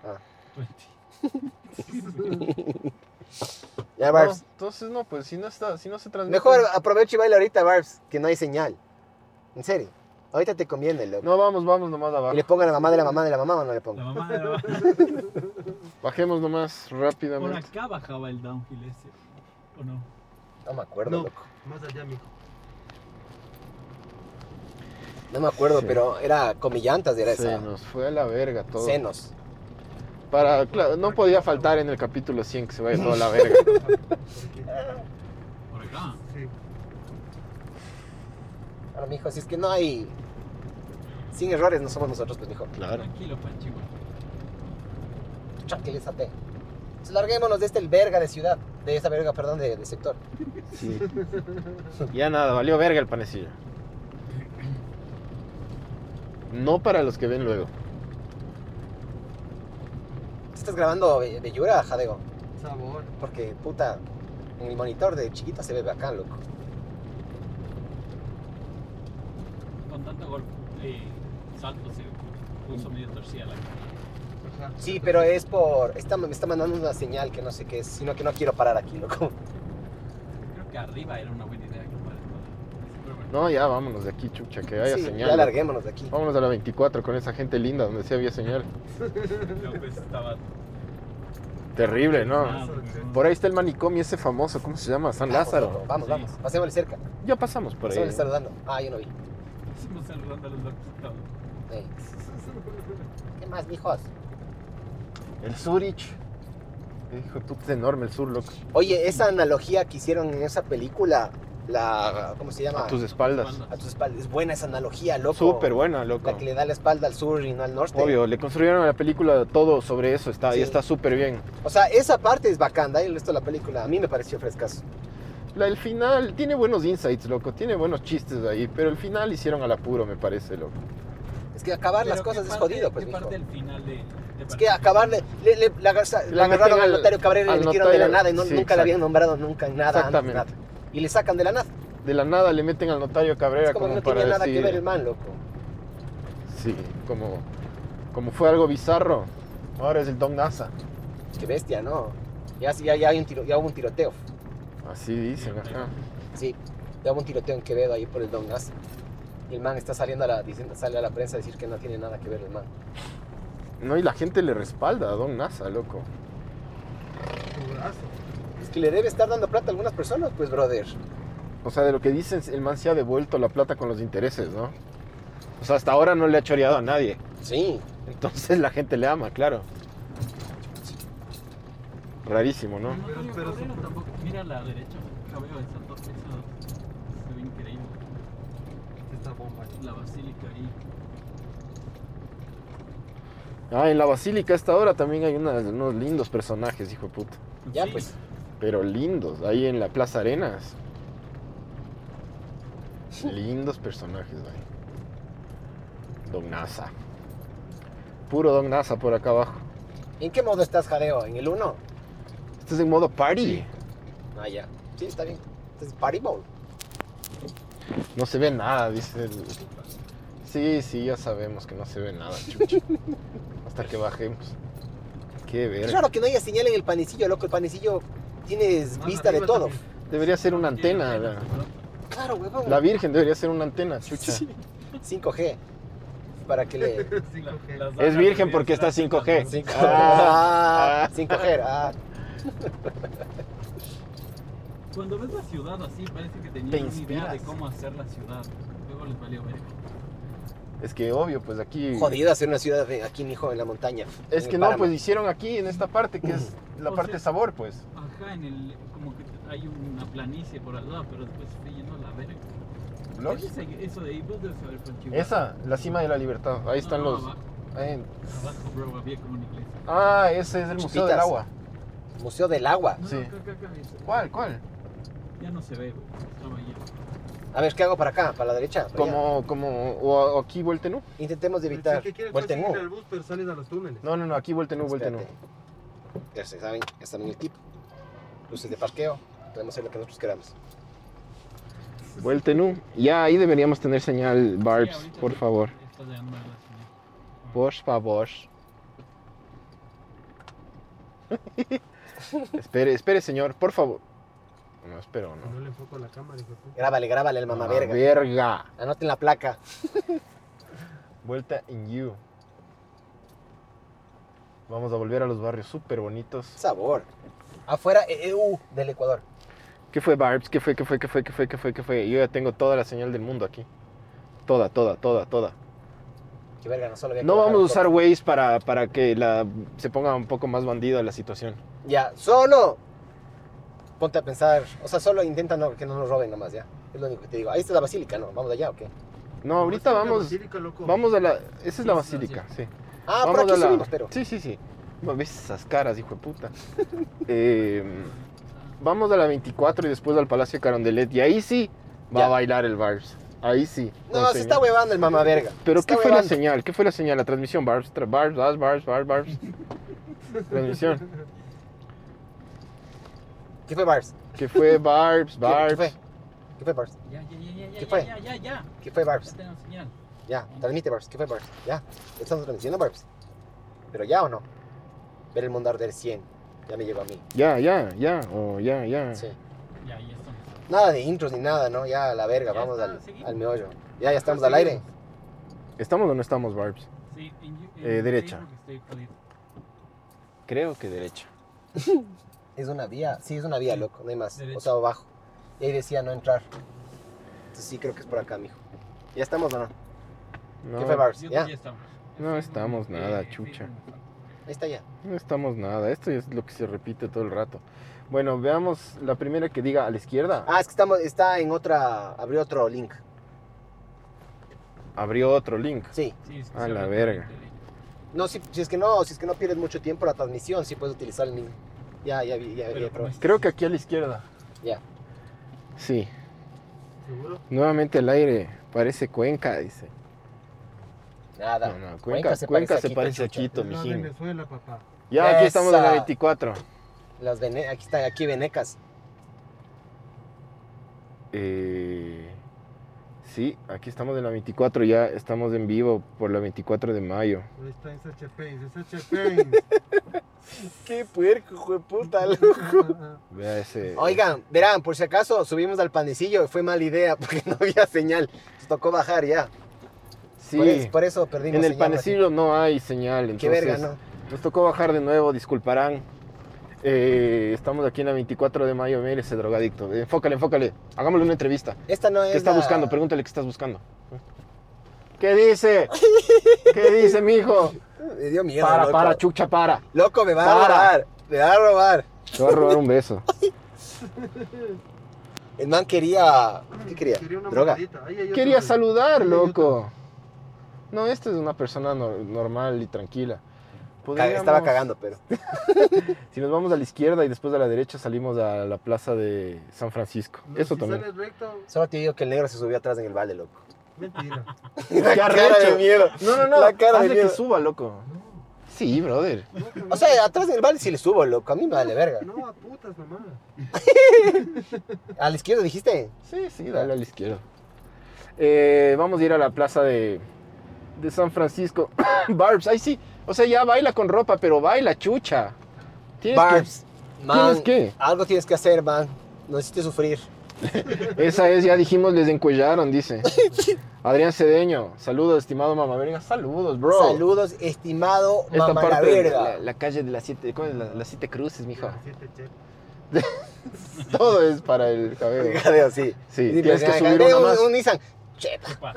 20. Ya, No, Barbs. entonces no, pues si no se transmite. Mejor aprovecha y baila ahorita, Barbs, que no hay señal. En serio. Ahorita te conviene, loco. No, vamos nomás Y abajo. le pongo a la mamá de la mamá de la mamá o no le La pongo. mamá de la mamá. Bajemos nomás Por rápidamente. acá bajaba el downhill ese. ¿O no? No me acuerdo, No, loco. más allá, mijo. No me acuerdo, Sí. pero era comillantas, era Se esa. nos fue a la verga todo. Senos. Claro, no podía faltar en el capítulo 100 que se vaya toda la verga. por acá. Sí. Ahora, mijo, si es que no hay... Sin errores no somos nosotros, pues, mijo. Claro. Tranquilo, Panchi, güey. Tranquilízate. Entonces, larguémonos de el verga de ciudad. De esa verga, perdón, de sector. Sí. Ya nada, valió verga el panecillo. No para los que ven luego. ¿Estás grabando Bellura, Jadeo? Sabor. Porque, puta, en el monitor de chiquita se ve bacán, loco. Con tanto golpe, salto se puso medio torcida la cara. Ajá. Sí, pero es por... me está mandando una señal que no sé qué es, sino que no quiero parar aquí, loco. Creo que arriba era una buena idea. Pero bueno, No, ya vámonos de aquí, chucha, que haya Sí, señal. ya loco. larguémonos de aquí. Vámonos a la 24 con esa gente linda donde sí había señal. creo que estaba... Terrible, ¿no? Ah, Por ahí está el manicomio ese famoso, ¿cómo se llama? San Vamos, Lázaro. loco, vamos, Sí. vamos. Pasémosle cerca. Ya pasamos por ahí. Pasémosle saludando. Ah, yo no vi. Hicimos saludando a los locos y todo. Ey. ¿Qué más, mijos? El Zurich. Hijo de puta, es enorme el sur, loco. Oye, esa analogía que hicieron en esa película, la... ¿Cómo se llama? A tus espaldas. A tus espaldas. Es buena esa analogía, loco. Súper buena, loco. La que le da la espalda al sur y no al norte. Obvio, le construyeron a la película todo sobre eso, está, y Sí. está súper bien. O sea, esa parte es bacán, de ahí el resto de la película a mí me pareció frescazo. El final tiene buenos insights, loco, tiene buenos chistes ahí, pero el final hicieron al apuro, me parece, loco. Es que acabar las Pero cosas ¿qué es parte- jodido, pues, ¿qué mijo. parte del final de Es que acabarle, le agarraron meten al notario Cabrera y al le metieron de la notario, nada y sí, nunca exacto. le habían nombrado nunca en nada antes, Exactamente. nada. Y le sacan de la nada. De la nada le meten al notario Cabrera Es como que no para tenía nada decir... que ver el man, loco. Sí, como fue algo bizarro, ahora es el Don NASA. Qué bestia, ¿no? Ya hay ya hubo un tiroteo. Así dicen, ajá. Sí, ya hubo un tiroteo en Quevedo ahí por el Don Gas. Y el man está saliendo sale a la prensa a decir que no tiene nada que ver el man. No, y la gente le respalda a Don NASA, loco. Tu brazo. Es que le debe estar dando plata a algunas personas, pues, brother. O sea, de lo que dicen, el man se ha devuelto la plata con los intereses, ¿no? O sea, hasta ahora no le ha choreado a nadie. Sí. Entonces la gente le ama, claro. Rarísimo, ¿no? Pero Cabrera tampoco. Mira a la derecha. Cabello de Santo. Eso se ve increíble. esta bomba. La basílica ahí. Ah, en la basílica a esta hora también hay unos lindos personajes, hijo de puta. Ya, Sí. pues. Pero lindos, ahí en la Plaza Arenas. Lindos personajes ahí. Don NASA. Puro Don NASA por acá abajo. ¿En qué modo estás, Jadeo? ¿En el 1? Este es en modo party. Ah, ya. Sí, está bien. Este es Party Mode. No se ve nada, dice el... Sí, ya sabemos que no se ve nada, chucha. Hasta que bajemos. Qué Es verga. raro que no haya señal en el panecillo, loco. El panecillo tienes Más vista de arriba todo. también. Debería ser una antena. Claro, huevón. La Virgen debería ser una antena, chucha. Sí. 5G. Para que le... 5G. Es virgen porque está 5G. 5G. Ah. 5G. Ah. Cuando ves la ciudad así, parece que Te tenían una idea inspiras. de cómo hacer la ciudad. Luego les valió ver. Es que obvio, pues aquí... Jodido hacer una ciudad aquí, mijo, en la montaña. Es en que el no, páramo. pues hicieron aquí en esta parte que es la O parte sea- sabor, pues. Ajá, en el. Como que hay una planicie por al lado, pero después se fue yendo a la verga. ¿Blogs? ¿Qué es eso de ahí? Vos debes saber, Panchi. Esa, la cima de la libertad. Ahí están No, los... Abajo, ahí- abajo, bro, había como una iglesia. Ah, ese es el Museo Chupitas. del Agua. Museo del Agua. No, Sí. acá, ese. ¿Cuál? Ya no se ve, güey. Estaba ahí. A ver, ¿qué hago para acá? ¿Para la derecha? ¿Para allá? O aquí Vueltenú. Intentemos de evitar Si quieres vuelta en seguir U. el bus, pero sales a los túneles. No, aquí Vueltenú. Espérate. Ya se saben, ya saben el tip. Luces de parqueo. Podemos hacer lo que nosotros queramos. Vueltenú. Ya ahí deberíamos tener señal, Sí, Barbs, ahorita por sí. favor. Está llegando la señal. Por favor. espere, señor, por favor. No, espero, No no. le enfoco la cámara, hijo de puta. Grábale el mamá verga. Verga. Anoten la placa. Vuelta en You. Vamos a volver a los barrios súper bonitos. Sabor. Afuera, EU del Ecuador. ¿Qué fue, Barbs? ¿Qué fue? Yo ya tengo toda la señal del mundo aquí. Toda. Qué verga, no solo había que No bajar vamos a un usar poco. Waze para que se ponga un poco más bandida la situación. Ya, solo ponte a pensar, o sea, solo intenta que no nos roben nomás, ya. Es lo único que te digo. Ahí está la basílica, ¿no? ¿Vamos allá o qué? No, ahorita vamos. Basílica, loco. Vamos a la. Esa es la Sí, basílica, sí. Ah, Vamos por aquí a la- subimos, pero. Sí, sí, sí. ¿Ves esas caras, hijo de puta? Vamos a la 24 y después al Palacio de Carondelet. Y ahí sí va Ya. a bailar el Barbs. Ahí sí. No, con se señal. está huevando el mamá verga. Pero Se ¿qué está fue la huevando. señal? ¿Qué fue la señal? La transmisión, Barbs, Barbs. Transmisión. ¿Qué fue, Barbs? ¿Qué fue Barbs, ¿Qué Barbs? fue? ¿Qué fue, Barbs? Ya. ¿Qué fue? Ya. ¿Qué fue, Barbs? Ya tengo señal. Ya, transmite, Barbs. ¿Qué fue, Barbs? Ya. Estamos transmitiendo, Barbs. ¿Pero ya o no? Ver el mundo arder 100. Ya me llegó a mí. Ya. Oh, ya. Sí. Ya estamos. Nada de intros ni nada, ¿no? Ya a la verga, Ya vamos está, seguimos. al meollo. Ya estamos al aire. ¿Estamos o no estamos, Barbs? Sí, Derecha. Facebook estoy jodido. Creo que derecha. Es una vía, sí, es una vía, loco, no hay más. Derecha. O sea, abajo. Y ahí decía no entrar. Entonces sí, creo que es por acá, mijo. ¿Ya estamos o no? No, ¿Qué fue, Barbs? Yo ¿Ya? creo que ya estamos. No estamos nada, Facebook chucha. me falta. Ahí está ya. No estamos nada. Esto es lo que se repite todo el rato. Bueno, veamos la primera que diga a la izquierda. Ah, es que está en otra, abrió otro link. Abrió otro link. Sí. Sí, es que A se la abre verga. por internet. No, si es que no pierdes mucho tiempo la transmisión, sí puedes utilizar el link. Ya Pero probé. Creo que aquí a la izquierda. Ya. Sí. ¿Seguro? Nuevamente el aire. Parece Cuenca, dice. Nada. No, Cuenca se parece a Quito, Es la mijín. Venezuela, papá. Ya, aquí estamos en la Esa. 24. Aquí están, aquí Venecas. Sí, aquí estamos en la 24. Ya estamos en vivo por la 24 de mayo. Ahí está esa Chepains, esa Chepains. Qué puerco, hijo de puta. Vea ese. Oigan, verán, por si acaso subimos al panecillo, fue mala idea porque no había señal. Nos tocó bajar ya. Sí, Por eso perdimos en el señal, panecillo no hay señal. Qué Entonces, verga, ¿no? nos tocó bajar de nuevo, disculparán. Estamos aquí en la 24 de mayo. Mire ese drogadicto. Enfócale. Hagámosle una entrevista. Esta no es ¿Qué estás la- buscando? Pregúntale qué estás buscando. ¿Qué dice? ¿Qué dice, mijo? Me dio miedo, Para, loco. chucha, para. Loco, me va a Para. robar. Me va a robar. Te va a robar un beso. El man quería... ¿Qué quería? una Droga. mamadita. Ahí hay otro. Quería saludar, Ahí hay loco. No, esta es una persona normal y tranquila. Estaba cagando, pero... Si nos vamos a la izquierda y después a la derecha salimos a la plaza de San Francisco. otro. No, Eso si también. sales recto, Solo te digo que el negro se subió atrás en el balde, loco. mentira. La cara arrecho. de miedo. No. La cara de Hazle miedo. que suba, loco. Sí, brother. O sea, atrás en el balde sí le subo, loco. A mí me vale verga. No, a putas nomás. ¿A la izquierda dijiste? Sí, dale a la izquierda. Vamos a ir a la plaza de San Francisco. Barbs, ahí sí. O sea, ya baila con ropa, pero baila, chucha. Tienes Barbs, man, ¿Tienes qué? algo tienes que hacer, man. No necesites sufrir. Esa es, ya dijimos, les encuellaron, dice. Adrián Cedeño, saludos, estimado mamaverga. Saludos, bro. Saludos, estimado Esta mamá la parte de verga. la calle de las siete, ¿cómo es? Las siete cruces, mijo. Siete chepas. Todo es para el cabello. Jadeo, sí. Sí, Sí, tienes que pues, subir ve una más. un Nissan. Chepa.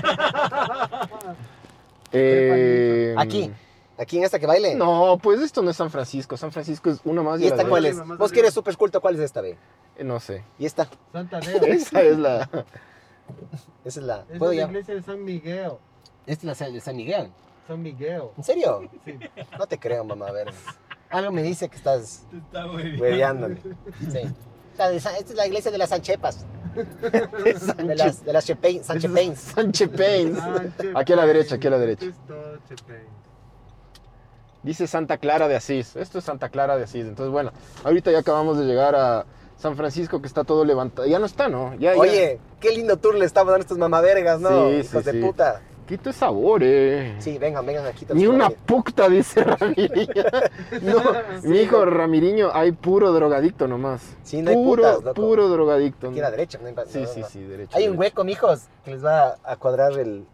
Aquí en esta que baile. No, pues esto no es San Francisco. San Francisco es una más. ¿Y a la esta cuál derecha. es? Más Vos que eres súper culto, ¿cuál es esta, ve? No sé. ¿Y esta? Santa Leo. Esa es la. Esa es la... Esa ¿Puedo es la ya? iglesia de San Miguel. Esta es la de San Miguel. San Miguel. ¿En serio? Sí. No te creo, mamá, a ver. Algo me dice que estás Está muy bien. hueveándome. Sí. Esta es la iglesia de las Sanchepas. De las Sanchepains. Sánchez Pains. Sánchez Aquí a la derecha, Pains. aquí a la derecha. Esto es todo Chepains. Dice Santa Clara de Asís. Esto es Santa Clara de Asís. Entonces, bueno, ahorita ya acabamos de llegar a San Francisco, que está todo levantado. Ya no está, ¿no? Ya. Oye, qué lindo tour le estamos dando a estos mamavergas, ¿no? Sí, Hijos sí, de sí. puta. Quito es sabor, Sí, vengan aquí. Ni una puta, dice Ramiriño. No, mi hijo Ramiriño, hay puro drogadicto nomás. Sí, no hay puro, putas, loco. puro drogadicto. Aquí a la derecha, no hay Sí, no, sí, no. sí, derecho. Hay un derecho. hueco, mijos, que les va a cuadrar el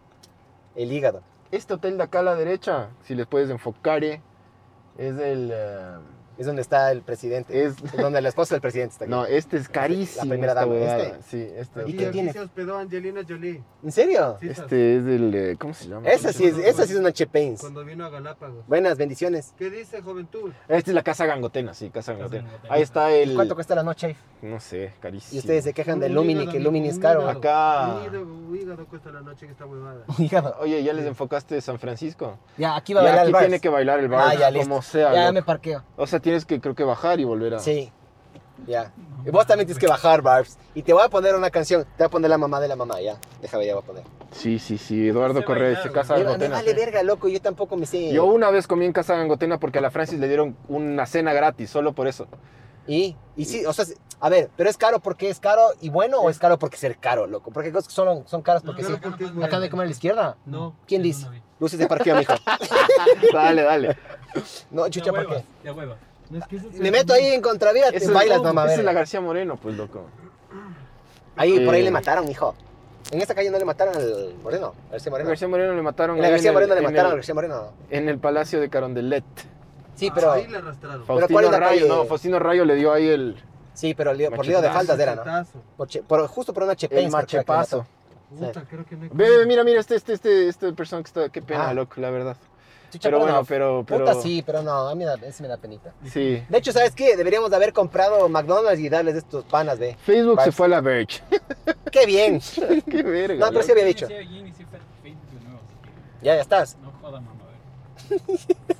hígado. Este hotel de acá a la derecha, si les puedes enfocar, es el Es donde está el presidente. Es donde la esposa del presidente está aquí. No, este es carísimo. La primera esta dama, huevada. este. Sí, este. ¿Y ¿Y qué aquí tiene? se hospedó Angelina Jolie? ¿En serio? Sí, Este es el. ¿Cómo se llama? Esa sí es una Chepains. Cuando vino a Galápagos. Buenas, bendiciones. ¿Qué dice, juventud? Esta es la casa Gangotena, sí, casa Gangotena. Gangotena. Ahí está el. ¿Cuánto cuesta la noche? No sé, carísimo. Y ustedes se quejan del Un Lumini, hígado, que el Lumini es un caro. hígado. Acá. Un hígado cuesta la noche que está huevada. Hígado. Oye, ¿ya les enfocaste San Francisco? Ya, aquí va a Ya, bailar aquí el bar. tiene que bailar el bar, ya, listo. como sea. Ya loco. me parqueo. O sea, tienes que, creo que bajar y volver a. Sí. Ya. Y vos también tienes que bajar, Barbs. Y te voy a poner una canción. Te voy a poner la mamá de la mamá, ya. Déjame, ya voy a poner. Sí, sí, sí. Eduardo Sé Correa, bailar, se casa Me Gangotena. vale verga, loco. Yo tampoco me sé. Yo una vez comí en casa Gangotena porque a la Francis le dieron una cena gratis, solo por eso. Y sí, o sea, a ver, pero es caro porque es caro y bueno o es caro porque ser caro, loco. Porque hay cosas que son caras porque Claro, sí. porque es Acá bueno. de comer a la izquierda. No. ¿Quién yo dice? no vi. Luces de parqueo, mijo. Dale, dale. No, Ya chucha, ¿por hueva, qué? ya hueva. No, es que eso Me meto ahí en contravía, te bailas, mamá. Esa es la verga. García Moreno, pues, loco. Ahí, por ahí Eh. le mataron, mijo. En esta calle no le mataron al Moreno, a García A Moreno. García Moreno le mataron En la ahí García en el- Moreno le en mataron el- a García Moreno. en el Palacio de Carondelet. Sí, pero... Ahí le arrastraron. ¿cuál Faustino es la Rayo, calle? no, Faustino Rayo le dio ahí el Sí, pero por lío de Machetazo. faltas era, ¿no? Machetazo. Justo por una chepensa. machepazo. Puta, creo que no hay Ve, mira, este persona que está, qué pena, Ah. loco, la verdad. Chucha, Pero bueno, no, pero... Puta, sí, pero no, a mí ese me da penita. Sí. De hecho, ¿sabes qué? Deberíamos de haber comprado McDonald's y darles de estos panas, ve. Facebook se Vale. fue a la Verge. ¡Qué bien! Qué verga. No, pero loco. sí había dicho. Sí, Gini, sí, Facebook de nuevo, así que Ya estás. no joda, mamá. a ver.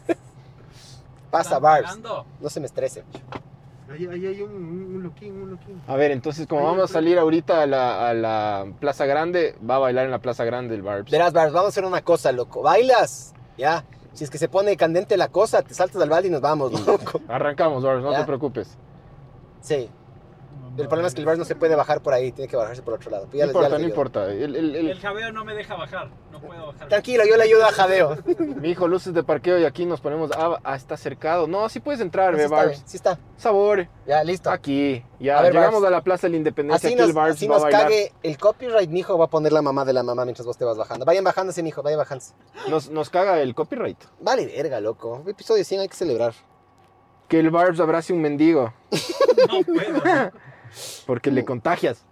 Pasa, ¿Están Barbs. pagando? No se me estrese. Ahí hay un loquín. A ver, entonces como vamos a salir ahorita a la Plaza Grande, va a bailar en la Plaza Grande el Barbs. Verás, Barbs, vamos a hacer una cosa, loco. ¿Bailas? Ya. Si es que se pone candente la cosa, te saltas al balde y nos vamos, loco. Arrancamos, Barbs, no ¿Ya? te preocupes. Sí. El problema es que el Barbs no se puede bajar por ahí, tiene que bajarse por otro lado. Pues No ya importa, les no ayudo. importa. El jabeo no me deja bajar. No puedo bajar. Tranquilo, yo le ayudo a Jadeo. Mi hijo, luces de parqueo y aquí nos ponemos. Está cercado. No, sí puedes entrar, Sí ve, está, Barbs. sí está. Sabor. Ya, listo. Aquí. Ya, A ver, llegamos Barbs. a la Plaza de la Independencia. Así Aquí el nos, Barbs así va a nos bailar. cague el copyright, mijo, va a poner la mamá de la mamá mientras vos te vas bajando. Vayan bajándose, mijo, vayan bajándose. Nos caga el copyright. Vale, verga, loco. Episodio 100 hay que celebrar. Que el Barbs abrace un mendigo. No puedo. Porque le contagias.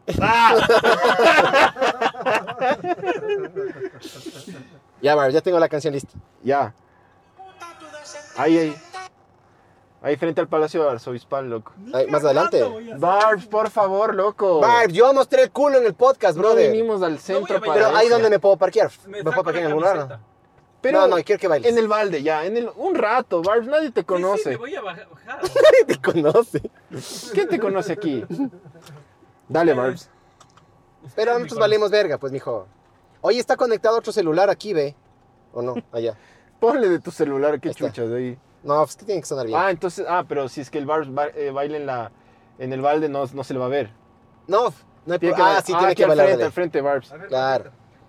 Ya, Barbs, ya tengo la canción lista. Ya. Ahí. Ahí frente al Palacio Arzobispal, loco. Ahí, más adelante. Barbs, por favor, loco. Barbs, yo mostré el culo en el podcast, No brother. vinimos al centro bailar. para Pero ahí eso. donde me puedo parquear. Me ¿Me puedo saco parquear en la algún lado? camiseta. Pero no, quiero que bailes. en el balde, ya. Un rato, Barbs, nadie te Sí, conoce. me voy a bajar. te conoce. ¿Quién te conoce aquí? Dale, Barbs. Pero nosotros valemos verga, pues, mijo. Oye, está conectado otro celular aquí, ve. ¿O no? Allá. Ponle de tu celular, qué Ahí está. chuchas de ahí. No, pues que tiene que sonar bien. Entonces, pero si es que el Barbs baila en el balde, no se le va a ver. No, no hay Tiene problema. bailar- Sí, tiene aquí que al bailar. frente, dale. al frente, Barbs. A ver, Claro.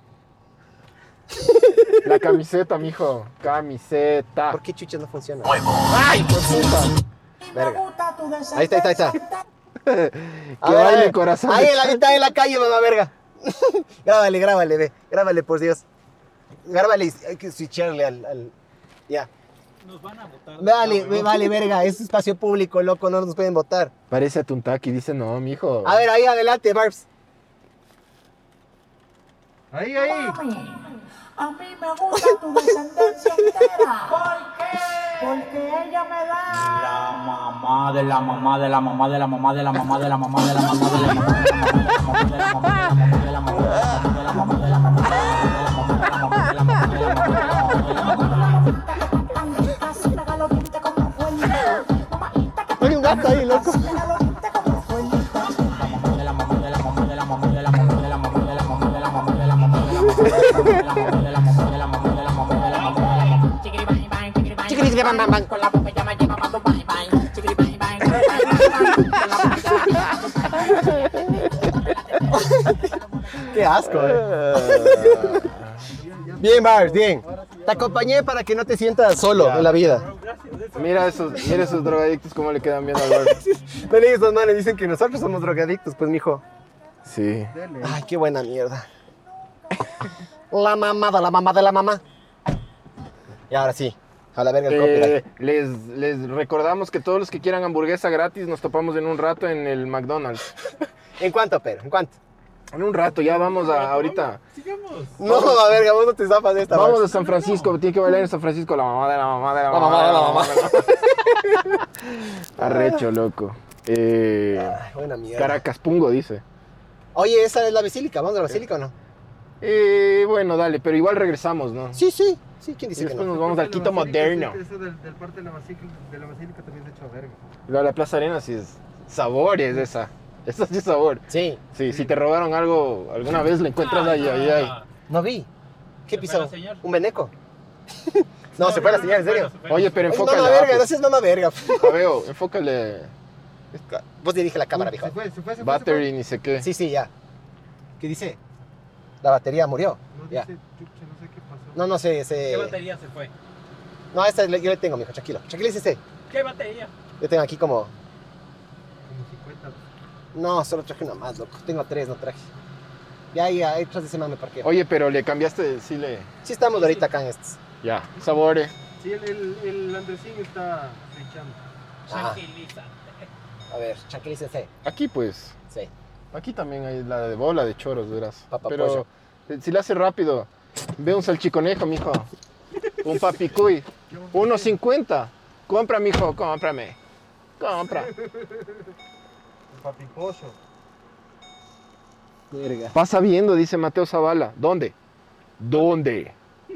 La camiseta, mijo. Camiseta. ¿Por qué chuchas no funciona? ¡Ay, por puta! Verga. Ahí está. Que baile, corazón. Ahí en la mitad de la calle, mamá verga. grábale, ve. Grábale, por Dios. Grábale, hay que switcharle al... Ya. Nos van a botar. Vale, verga. Es espacio público, loco. No nos pueden votar. Parece a Tuntaki, dice no, mijo. A ver, ahí adelante, Barbs. Ahí. A mí me gusta tu descendencia entera. ¿Por qué? Porque ella me da la mamá de la mamá de la mamá de la mamá de la mamá de la mamá de la mamá de la mamá de la mamá de la mamá de la mamá de la mamá de la mamá de la mamá de la Hay un gato ahí, loco. Chiquiriti, bam, bam, bam. Con la boca ya me lleva cuando bye bye. Chiquiriti, bye, bye, bye, bye. Qué asco, Bien, Barbs, bien. Te acompañé para que no te sientas solo en la vida. Mira esos drogadictos cómo le quedan bien al Barbs. No le digas, no, le dicen que nosotros somos drogadictos, pues, mijo. Sí. Ay, qué buena mierda. La mamá de la mamá de la mamá. Y ahora sí. A la verga el copyright. Les recordamos que todos los que quieran hamburguesa gratis nos topamos en un rato en el McDonald's. ¿En cuánto, pero? ¿En cuánto? En un rato, ya vamos ahorita. Sigamos. No, a verga, vos no te zafas de esta. Vamos Max. a San Francisco, tiene que bailar en San Francisco la mamá de la mamá de la La mamá de la mamá. mamá. Arrecho, loco. Ay, buena mierda. Caracas Pungo dice. Oye, esa es la basílica. ¿Vamos a la basílica o no? Bueno, dale, pero igual regresamos, ¿no? Sí, sí. Sí, ¿quién Y dice que después no? nos vamos al Quito moderno. Eso del parte de la basílica también se ha hecho verga. La Plaza Arena sí es sabor, es esa. Esa sí es sabor. Sí. Sí, si te robaron algo, alguna vez le encuentras ahí. No vi. ¿Qué ¿Se fue pisó? la señal? ¿Un veneco? No, se fue la señal, en serio. Oye, pero Oye, enfócale. mamá verga, no seas mamá verga. Veo, enfócale. Vos dirige la cámara, viejo. Se fue. Battery, ni sé qué. Sí, ya. ¿Qué dice? La batería murió. No Ya. dice, chucha, no sé qué pasó. No sé, ¿Qué batería se fue? No, esta yo le tengo, mijo, tranquilo. Tranquilícese. ¿Qué batería? Yo tengo aquí como... Como 50. No, solo traje una más, loco. Tengo 3, no traje. Ya, ahí tras de ese man me parqueo. Oye, pero le cambiaste, sí le. Sí estamos ahorita acá en estos. Ya, sabore. Sí, el Andresín está flechando. Ah, Tranquilízate. a ver, tranquilícese. Aquí pues. Sí. Aquí también hay la de bola de choros, verás. Papa Pero pollo. si le hace rápido, ve un salchiconejo, mijo. Un papicuy. 1.50. Compra, mijo, cómprame. Compra. El papiposo. Verga. Pasa viendo, dice Mateo Zavala. ¿Dónde? ¿Dónde?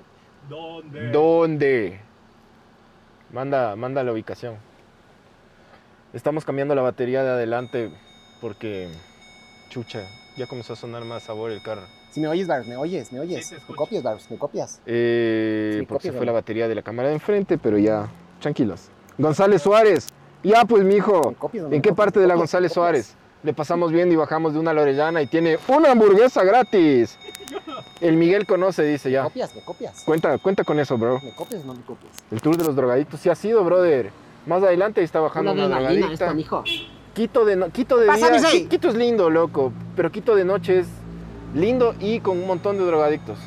¿Dónde? Manda la ubicación. Estamos cambiando la batería de adelante porque, chucha, ya comenzó a sonar más sabor el carro. Si me oyes, Barbs, me oyes. Sí, te ¿Me escucho. copias, Barbs? ¿Me copias? Sí, Porque copia, se fue ¿no? la batería de la cámara de enfrente, pero ya, tranquilos. González Suárez. Ya pues, mijo. ¿Me copias o no ¿En me qué copias? parte de la ¿Me González copias? Suárez? Le pasamos viendo y bajamos de una Lorellana y tiene una hamburguesa gratis. El Miguel conoce, dice ¿Me ya. copias? ¿Me copias? Cuenta con eso, bro. ¿Me copias o no me copias? El tour de los drogadictos sí ha sido, brother. Más adelante está bajando una drogadicta. mijo. Quito de Pásame día. seis. Quito es lindo, loco. Pero Quito de noche es lindo y con un montón de drogadictos.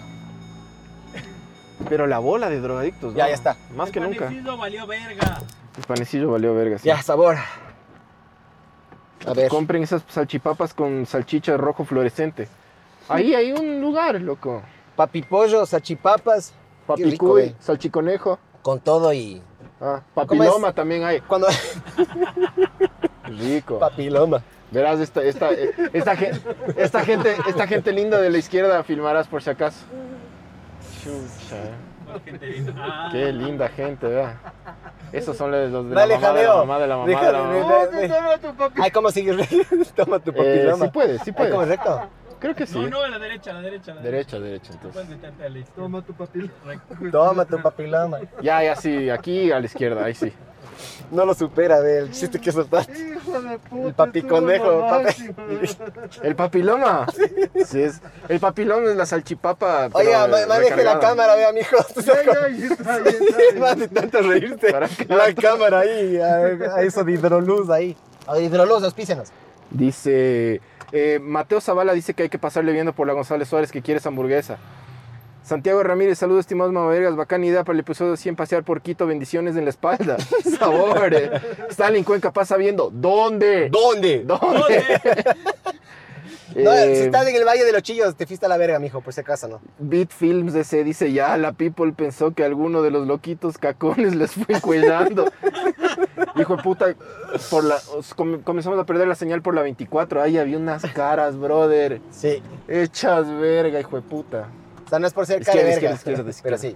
Pero la bola de drogadictos, Ya ¿no? está. Más que El nunca. panecillo valió verga. El panecillo valió verga. Sí. Ya, sabor. A ver. Compren esas salchipapas con salchicha rojo fluorescente. Ahí hay un lugar, loco. Papipollo, salchipapas. Qué rico, Papicuy, ve. salchiconejo. Con todo y... Ah, ¿Cómo papiloma también hay. Cuando... Rico. Papiloma. Verás esta gente linda de la izquierda filmarás por si acaso. Chucha. ¿Cuál gente linda? Ah. Qué linda gente, ¿verdad? Esos son los de Dale, la mamá, de la jaleo. mamá, de la mamá, de la Déjame, mamá. Ay, ¿cómo sigues? Toma tu papiloma. Sí puede, sí Ay, puede. ¿cómo es recto? Creo que sí. No, a la derecha, a la derecha. Derecha, Puedes entonces. meterte a la izquierda. Toma tu papel. Recto. Toma tu papiloma. Ya, sí, aquí a la izquierda, ahí sí. No lo supera, ve, el chiste que soltaste. Hijo de puta. El papiconejo, ¿El papiloma? Sí, el papiloma es la salchipapa. pero, Oiga, maneje la recargada. cámara, ve, mijo. Está bien. Más de tanto reírse. Para La cámara ahí, a eso de hidroluz ahí. A hidroluz, auspícenos. Dice, Mateo Zavala dice que hay que pasarle viendo por la González Suárez que quieres hamburguesa. Santiago Ramírez, saludos estimados mamavergas, bacán idea para el episodio 100 pasear por Quito, bendiciones en la espalda. Sabor. Stalin Cuenca pasa viendo. ¿Dónde? ¿Dónde? ¿Dónde? No, si estás en el Valle de los Chillos, te fuiste a la verga, mijo, por si acaso, ¿no? Beat Films DC dice, ya la people pensó que alguno de los loquitos cacones les fue cuellando. Hijo de puta, comenzamos a perder la señal por la 24. Ahí había unas caras, brother. Sí. Hechas verga, hijo de puta. O sea, no es por ser cara de verga, Izquierda. pero sí.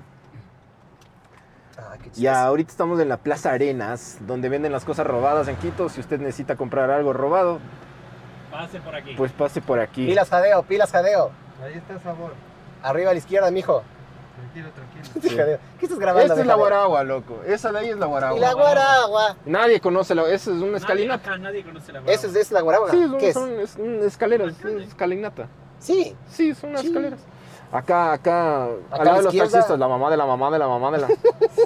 Ah, qué chistoso. Ya, ahorita estamos en la Plaza Arenas, donde venden las cosas robadas en Quito. Si usted necesita comprar algo robado, Pase por aquí. pues pase por aquí. Pilas jadeo, pilas jadeo. Ahí está sabor. Arriba a la izquierda, mijo. Tranquilo. Jadeo. ¿Qué estás grabando? Esta es la jadeo? guaragua, loco. Esa de ahí es la guaragua. Y la guaragua. Nadie conoce la... Esa es una Nadie- escalinata. Acá nadie conoce la ¿Eso es la guaragua? Sí, ¿Qué es? son escaleras, es una escalinata. Sí. Sí, son unas Sí. escaleras. Acá, a al la lado de los izquierda. taxistas, la mamá de la mamá de la mamá de la...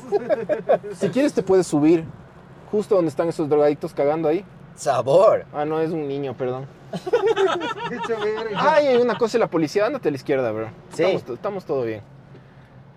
Si quieres te puedes subir, justo donde están esos drogadictos cagando ahí. Sabor. Ah, no, es un niño, perdón. Hecho verga. Ay, hay una cosa de la policía, ándate a la izquierda, bro. Sí. Estamos todo bien.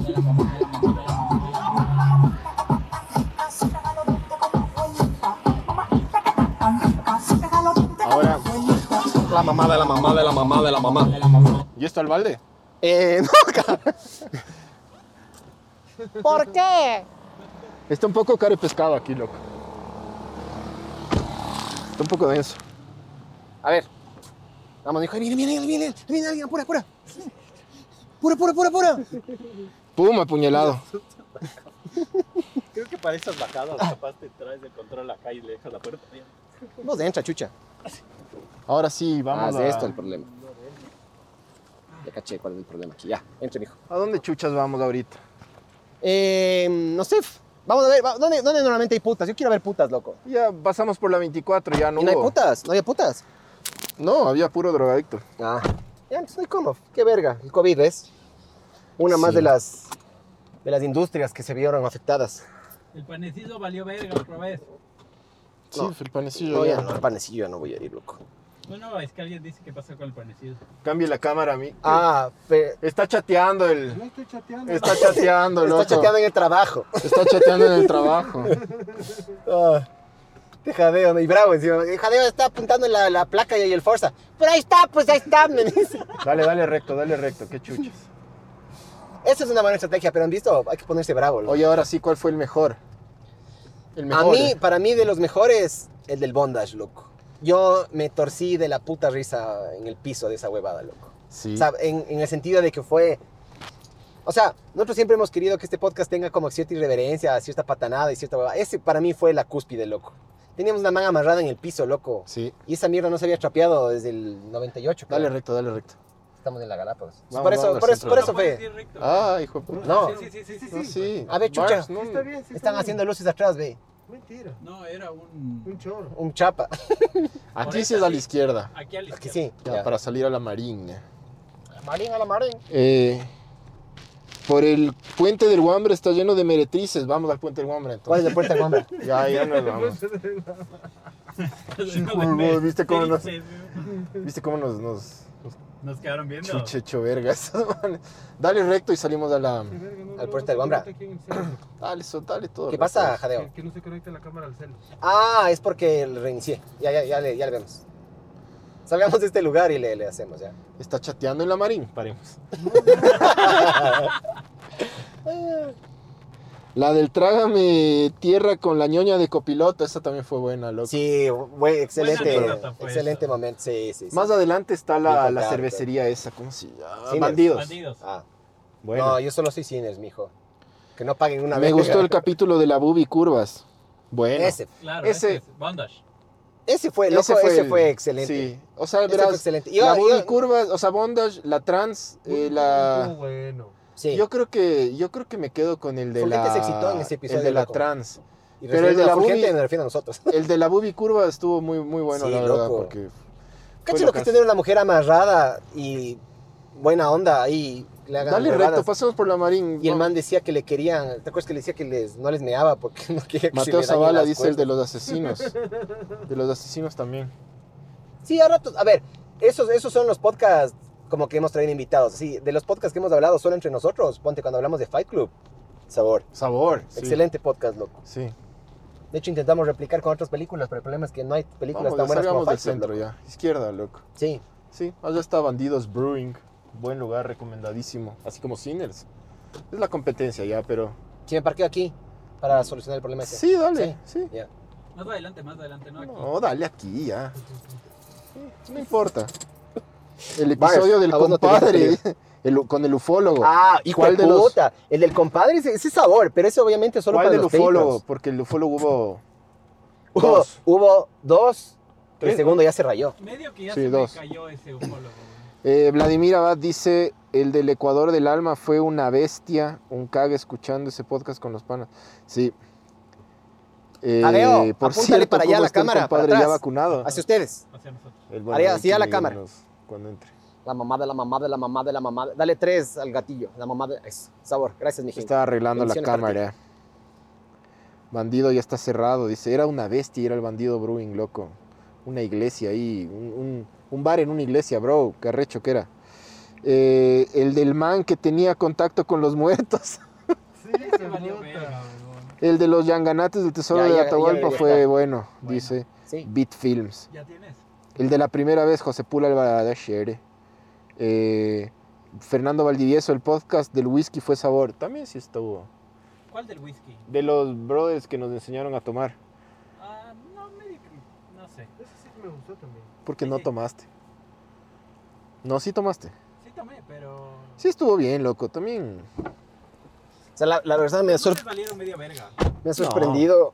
Ahora, La mamá de la mamá de la mamá de la mamá. ¿y esto al balde? No, ¿por qué? Está un poco caro el pescado aquí, loco. Está un poco denso. A ver. Vamos, dijo, viene alguien, apura. Pura. ¡Pum! Apuñalado. Creo que para estas bajadas capaz te traes el control acá y le dejas la puerta abierta. Vos entra, chucha. Ahora sí, vamos de a... esto el problema. Ya caché cuál es el problema aquí. Ya, entre, mijo. ¿A dónde chuchas vamos ahorita? No sé. Vamos a ver, ¿dónde normalmente hay putas? Yo quiero ver putas, loco. Ya pasamos por la 24, ya no ¿Y no hay hubo. putas? ¿No había putas? No, había puro drogadicto. Ah. Ya, entonces no hay cómo. Qué verga. El COVID, ¿ves? Una más Sí. de las industrias que se vieron afectadas. El panecillo valió verga otra vez. Sí, el panecillo No, ya. ya no, al panecillo ya no voy a ir, loco. No, es que alguien dice que pasó con el parecido. Cambie la cámara a mí. Está chateando No estoy chateando. Está chateando, loco. Está chateando en el trabajo. Está chateando en el trabajo. Te jadeo, ¿no? Y bravo encima. El jadeo está apuntando en la placa y el Forza. Pero ahí está, pues ahí está, me dice. Dale recto, qué chuchas. Esa es una buena estrategia, pero han visto, hay que ponerse bravo. ¿No? Oye, ahora sí, ¿cuál fue el mejor? Para mí, de los mejores, el del bondage, loco. Yo me torcí de la puta risa en el piso de esa huevada, loco. Sí. O sea, en el sentido de que fue... O sea, nosotros siempre hemos querido que este podcast tenga como cierta irreverencia, cierta patanada y cierta huevada. Ese para mí fue la cúspide, loco. Teníamos una manga amarrada en el piso, loco. Sí. Y esa mierda no se había trapeado desde el 98. Dale creo. recto. Estamos en la Galápagos. Vamos, por eso No puedes fue... decir recto. Ah, hijo de puta. No. No, sí. A ver, chucha. Bars, no. Sí, está bien, sí Están haciendo luces atrás, ve. Mentira. No, era un... Un chorro. Un chapa. Aquí sí es a la izquierda. Aquí a la Aquí izquierda. sí. Ya, Ya. para salir a la marina. Marín a la marín. Por el puente del Guambre está lleno de meretrices. Vamos al puente del Guambre entonces. ¿Cuál es la puerta de Guambra? Ya nos vamos. ¿Viste cómo Nos quedaron viendo. chuchecho verga esos manes? Dale recto y salimos a la... Al puerto del Guambra. Dale todo. ¿Qué recto. pasa, jadeo? Que no se conecte la cámara al celu. Ah, es porque le reinicié. Ya le vemos. Salgamos de este lugar y le hacemos, ya. Está chateando en la marín. Paremos. La del trágame tierra con la ñoña de copiloto, esa también fue buena, loco. Sí, excelente. Buena anécdota fue Excelente esa. momento, sí. Más adelante está Bien la contado, cervecería esa, ¿cómo se llama? Sinners. Bandidos. Ah, Bueno, no, yo solo soy Sinners, mijo. Que no paguen una me vez. gustó el capítulo de la bubi curvas. Bueno. Claro, Ese- ese es Bondage. Ese fue, loco, ese fue excelente. Sí, o sea, Ese fue verás, excelente. la bubi curvas, o sea, bondage, la trans, Estuvo bueno. Sí. Yo creo que me quedo con el de Fulgente la... se excitó en ese episodio, el de la loco. trans. Y pero el de la Fulgente bubi- me refiero a nosotros. El de la bubi curva estuvo muy bueno, Sí, la verdad, loco. porque... Cacho lo que es tener una mujer amarrada y buena onda ahí. Le hagan Dale huevadas. recto, pasemos por la marín. Y el man decía que le querían, ¿te acuerdas que le decía que no les meaba porque no quería que se Mateo le dañen Zavala las dice el de cuerdas? los asesinos. De los asesinos también. Sí, a ratos, a ver, esos son los podcasts como que hemos traído invitados. Sí, de los podcasts que hemos hablado solo entre nosotros, ponte cuando hablamos de Fight Club. Sabor. Sabor. Sí. Excelente podcast, loco. Sí. De hecho, intentamos replicar con otras películas, pero el problema es que no hay películas Vamos, tan buenas como salgamos del Fight Club. centro loco. ya. Izquierda, loco. Sí. Sí, allá está Bandidos Brewing. Buen lugar, recomendadísimo. Así como Sinners. Es la competencia ya, pero... Sí, me parqueo aquí para solucionar el problema ese. Sí, dale. Sí. Ya. Más adelante, no aquí. No, dale aquí ya. Sí, no importa. El episodio del a vos no te compadre. gusta Con el ufólogo. Ah, hijo ¿Cuál de de los- puta. El del compadre, ese sabor, pero ese obviamente solo ¿Cuál para del los ufólogo? Patreons. Porque el ufólogo hubo... Hubo dos. El ¿Tres, segundo ya se rayó. Medio que ya Sí, se dos. me cayó ese ufólogo. Vladimir Abad dice, el del Ecuador del Alma fue una bestia, un cague escuchando ese podcast con los panas. Sí. Tadeo, apúntale para allá ¿cómo la está el cámara, compadre para ya atrás. vacunado? Hacia ustedes. Hacia nosotros. El Haría así a la que cámara. cuando entre. La mamá de la mamá de la mamá de la mamá. Dale 3 al gatillo. La mamá de... Eso. Sabor. Gracias, mi gente. Está arreglando la Bendiciones para cámara. Bandido ya está cerrado, dice. Era una bestia, era el Bandido Brewing, loco. Una iglesia ahí, un bar en una iglesia, bro. Qué arrecho que era. El del man que tenía contacto con los muertos. Sí, Se valió puta. verga, weón. El de los Yanganates del Tesoro Ya, de ya, Atahualpa ya fue está. bueno, Bueno. dice Sí. Beat Films. Ya tienes. El de la primera vez, José Pula Alvarado. Fernando Valdivieso, el podcast del whisky fue sabor. También sí estuvo. ¿Cuál del whisky? De los brothers que nos enseñaron a tomar. Ah, no, medio que... No sé. Ese sí que me gustó también. Porque Sí, no sí. tomaste. No, sí tomaste. Sí tomé, pero... Sí estuvo bien, loco. También. O sea, la verdad me ha, No les valieron medio verga. me ha sorprendido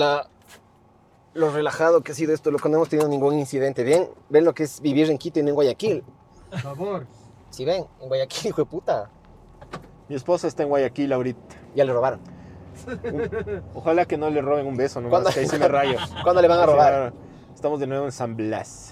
lo relajado que ha sido esto, lo que no hemos tenido ningún incidente. Bien, ven lo que es vivir en Quito y no en Guayaquil. Por favor. Si ven, en Guayaquil, hijo de puta, Mi esposa está en Guayaquil ahorita. ya le robaron. Ojalá que no le roben un beso nomás, ¿Cuándo? que ahí sí me rayo. ¿Cuándo le van a Sí, robar? ahora estamos de nuevo en San Blas.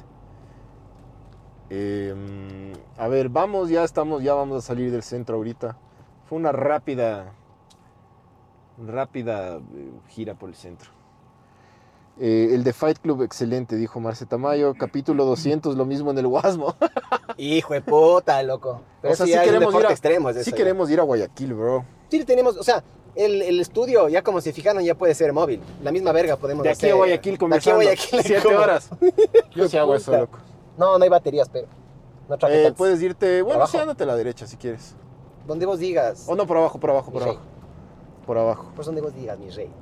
A ver, ya vamos a salir del centro ahorita. Fue una rápida gira por el centro. El de Fight Club, excelente, dijo Marce Tamayo. Capítulo 200, lo mismo en el Guasmo. Hijo de puta, loco. Pero O sea, eso sí ya es un queremos deporte ir a- extremo. Es Sí eso, ya. queremos ir a Guayaquil, bro. Sí, tenemos, o sea, el estudio, ya como se fijaron, ya puede ser móvil. La misma verga podemos De hacer. aquí a Guayaquil De conversando. aquí a Guayaquil. 7 ¿cómo? horas. Yo sí hago eso, puta. loco. No, no hay baterías, pero. No traje tantas. Puedes irte, bueno, Abajo. sí, ándate a la derecha si quieres. Donde vos digas. O no, por abajo, por abajo, por Mi abajo. Por abajo. Pues donde vos digas, mi rey.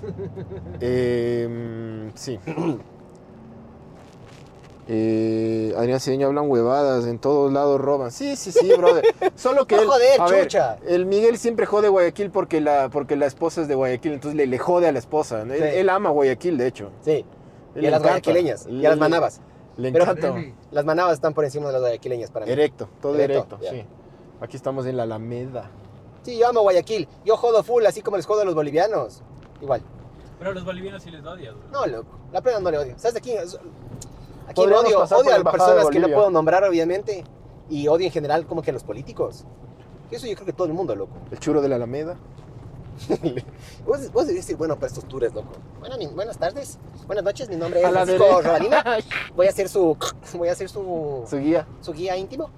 Sí. Adrián Cedeño hablan huevadas, en todos lados roban. Sí, brother. Solo que No él, joder, a ver, chucha. el Miguel siempre jode Guayaquil porque la esposa es de Guayaquil, entonces le jode a la esposa. Él, Sí. él ama Guayaquil, de hecho. Sí. Él Y a le las encanta. guayaquileñas. Y a las manabas. Le Pero- encanta. Las manabas están por encima de las guayaquileñas para mí. Erecto, todo Erecto, erecto, ya. sí. Aquí estamos en la Alameda. Sí, yo amo Guayaquil. Yo jodo full, así como les jodo a los bolivianos. Igual. Pero a los bolivianos sí les odias, bro. No, loco. La plena no le odio. ¿Sabes de quién? Aquí Podríamos odio, pasar por odio la a embajada personas de que no Bolivia. puedo nombrar, obviamente. Y odio en general como que a los políticos. Eso yo creo que todo el mundo, loco. El churo de la Alameda. Vos debes decir, bueno, para estos tours, loco. Buenas tardes. Buenas noches, mi nombre es A la Francisco derecha. Rodalina. Voy a hacer su Su guía. su guía íntimo.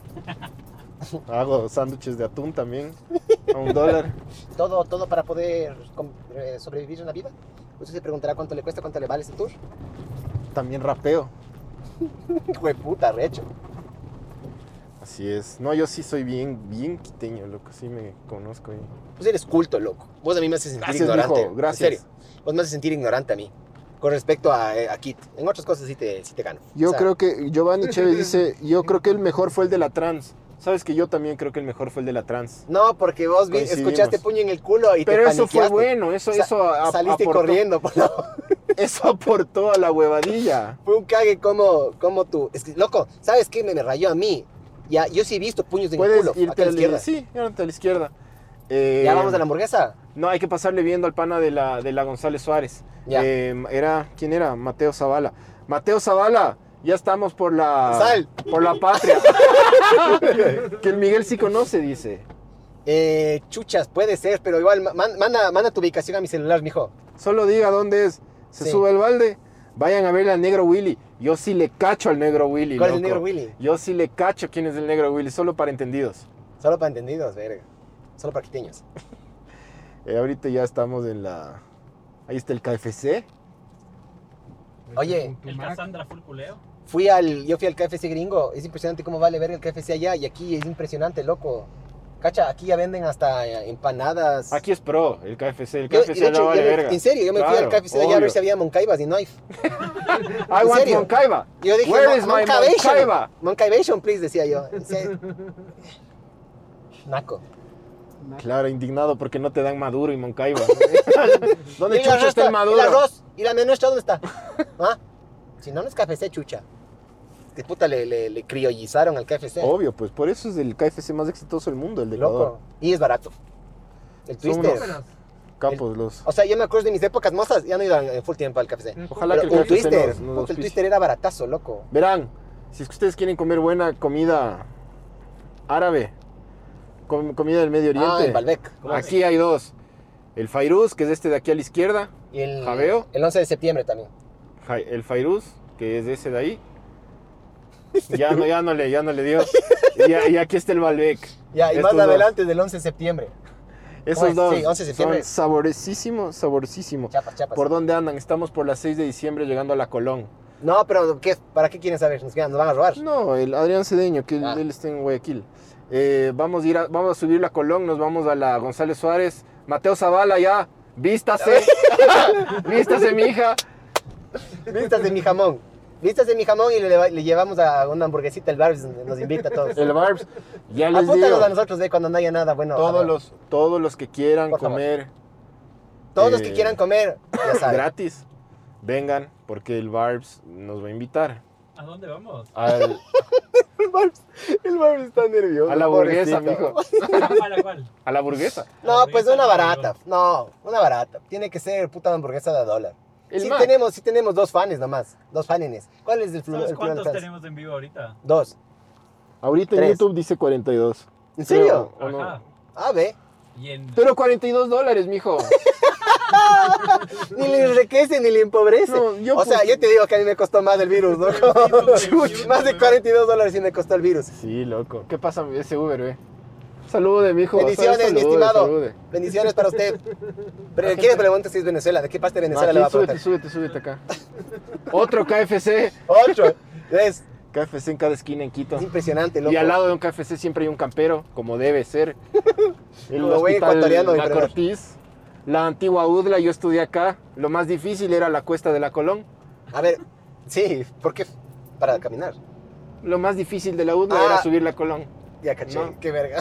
Hago sándwiches de atún también. A $1. Todo para poder sobrevivir en la vida. Usted se preguntará cuánto le cuesta, cuánto le vale ese tour. También rapeo. Hijo de puta, recho. Así es. No, yo sí soy bien quiteño, loco. Sí me conozco. Vos eres culto, loco. Vos a mí me haces sentir Gracias, ignorante. mijo, gracias. En serio. Vos me haces sentir ignorante a mí. Con respecto a Kit. En otras cosas sí te gano. Yo O sea, creo que Giovanni Chévez dice, yo creo que el mejor fue el de la trans. Sabes que yo también creo que el mejor fue el de la trans. No, porque vos Coincidimos. escuchaste puño en el culo y Pero te eso fue paniqueaste. bueno, eso Saliste aportó, corriendo por la... eso aportó a la huevadilla. Fue un cague como tú. Es que, loco, ¿sabes qué? Me rayó a mí. Ya, yo sí he visto puños en el Puedes culo. irte Acá a la izquierda. Sí, irte a la izquierda. Ya vamos a la hamburguesa. No, hay que pasarle viendo al pana de la González Suárez. Ya. ¿Quién era? Mateo Zavala. Mateo Zavala, ya estamos por la Sal. por la patria. Que el Miguel sí conoce, dice. Chuchas, puede ser, pero igual manda tu ubicación a mi celular, mijo. Solo diga dónde es. Se Sí. sube al balde. Vayan a ver al negro Willy. Yo sí le cacho al negro Willy. ¿Cuál es el loco. negro Willy? Yo sí le cacho quién es el negro Willy, solo para entendidos. Solo para entendidos, verga. Solo para quiteños. Ahorita ya estamos en la... Ahí está el KFC. Oye, El Cassandra full culeo. yo fui al KFC gringo. Es impresionante cómo vale ver el KFC allá. Y aquí es impresionante, loco. Cacha, aquí ya venden hasta empanadas. Aquí es pro, el KFC. El Yo- KFC y de hecho, no vale yo me- verga. en serio, yo me fui al Claro, KFC de allá a ver obvio. si había moncaibas y knife. I want serio? Moncaiba. Yo dije, Where is my Moncaiba? Moncaibation, please, decía yo. Naco. Claro, indignado porque no te dan Maduro y Moncaiba. ¿Dónde ¿Y el chucha arroz está el Maduro? El arroz. ¿Y la menuestra dónde está? ¿Ah? Si no, no es KFC, chucha. Que puta le criollizaron al KFC. Obvio, pues por eso es el KFC más exitoso del mundo, el de Ecuador. Loco. Y es barato. El Son Twister. unos capos los... O sea, yo me acuerdo de mis épocas mozas, ya no he ido en full tiempo al KFC. Ojalá Pero que el un KFC Twister, nos puta, el auspicie. Twister era baratazo, loco. Verán, si es que ustedes quieren comer buena comida árabe, comida del Medio Oriente, Ah, en Balbec. ¿Cómo es? aquí hay dos. El Fairuz, que es este de aquí a la izquierda. Y el, Javeo. el 11 de septiembre también. El Fairuz, que es de ese de ahí. Ya no le dio. Y aquí está el Balbec. Ya, y Estos más dos. adelante del 11 de septiembre. Esos es? dos Sí, 11 de septiembre. son saborosísimos. Chapas. ¿Por dónde andan? Estamos por la 6 de diciembre llegando a la Colón. No, pero ¿para qué quieren saber? ¿Nos van a robar? No, el Adrián Cedeño, que Ah. él está en Guayaquil. Vamos a subir la Colón, nos vamos a la González Suárez. Mateo Zavala ya, vístase. Vístase, mija. Vistas de mi jamón. Vistas de mi jamón y le llevamos a una hamburguesita, el Barbs nos invita a todos. El Barbs, ya les Apúntanos digo. a nosotros cuando no haya nada bueno. Todos los que quieran Por favor. comer Todos los que quieran comer, ya saben. gratis, vengan, porque el Barbs nos va a invitar. ¿A dónde vamos? Al- El Barbs está nervioso. a la burguesa, pobrecito. mijo. ¿A la cual? A la burguesa. No, pues Hamburguesa una no, barata. No, una barata. Tiene que ser puta hamburguesa de $1. El Sí Mac. tenemos dos fans nomás. Dos fanines. ¿Cuál es el ¿Sabes plural cuántos fans? tenemos en vivo ahorita? Dos. Ahorita en 3. YouTube dice 42. ¿En serio? Pero, ¿o no? Ajá. Ah, ve. Y en... Pero $42, mijo. Ni les enriquece ni le empobrece. No, O sea, yo te digo que a mí me costó más el virus, ¿no? Más de $42 sí me costó el virus. Sí, loco. ¿Qué pasa ese Uber, ve? Salude, mijo. Bendiciones, mi Salude, estimado. salude. Bendiciones para usted. Pero ¿quién le pregunta si es Venezuela? ¿De qué parte de Venezuela le va a preguntar? Súbete acá. Otro KFC. Otro. ¿Ves? KFC en cada esquina en Quito. Es impresionante, loco. Y al lado de un KFC siempre hay un campero, como debe ser. El Como buen hospital ecuatoriano, mi La primer. Cortiz, la antigua UDLA, yo estudié acá. Lo más difícil era la Cuesta de la Colón. A ver, sí, ¿por qué? Para caminar. Lo más difícil de la UDLA Ah. era subir la Colón. Ya caché, No. qué verga.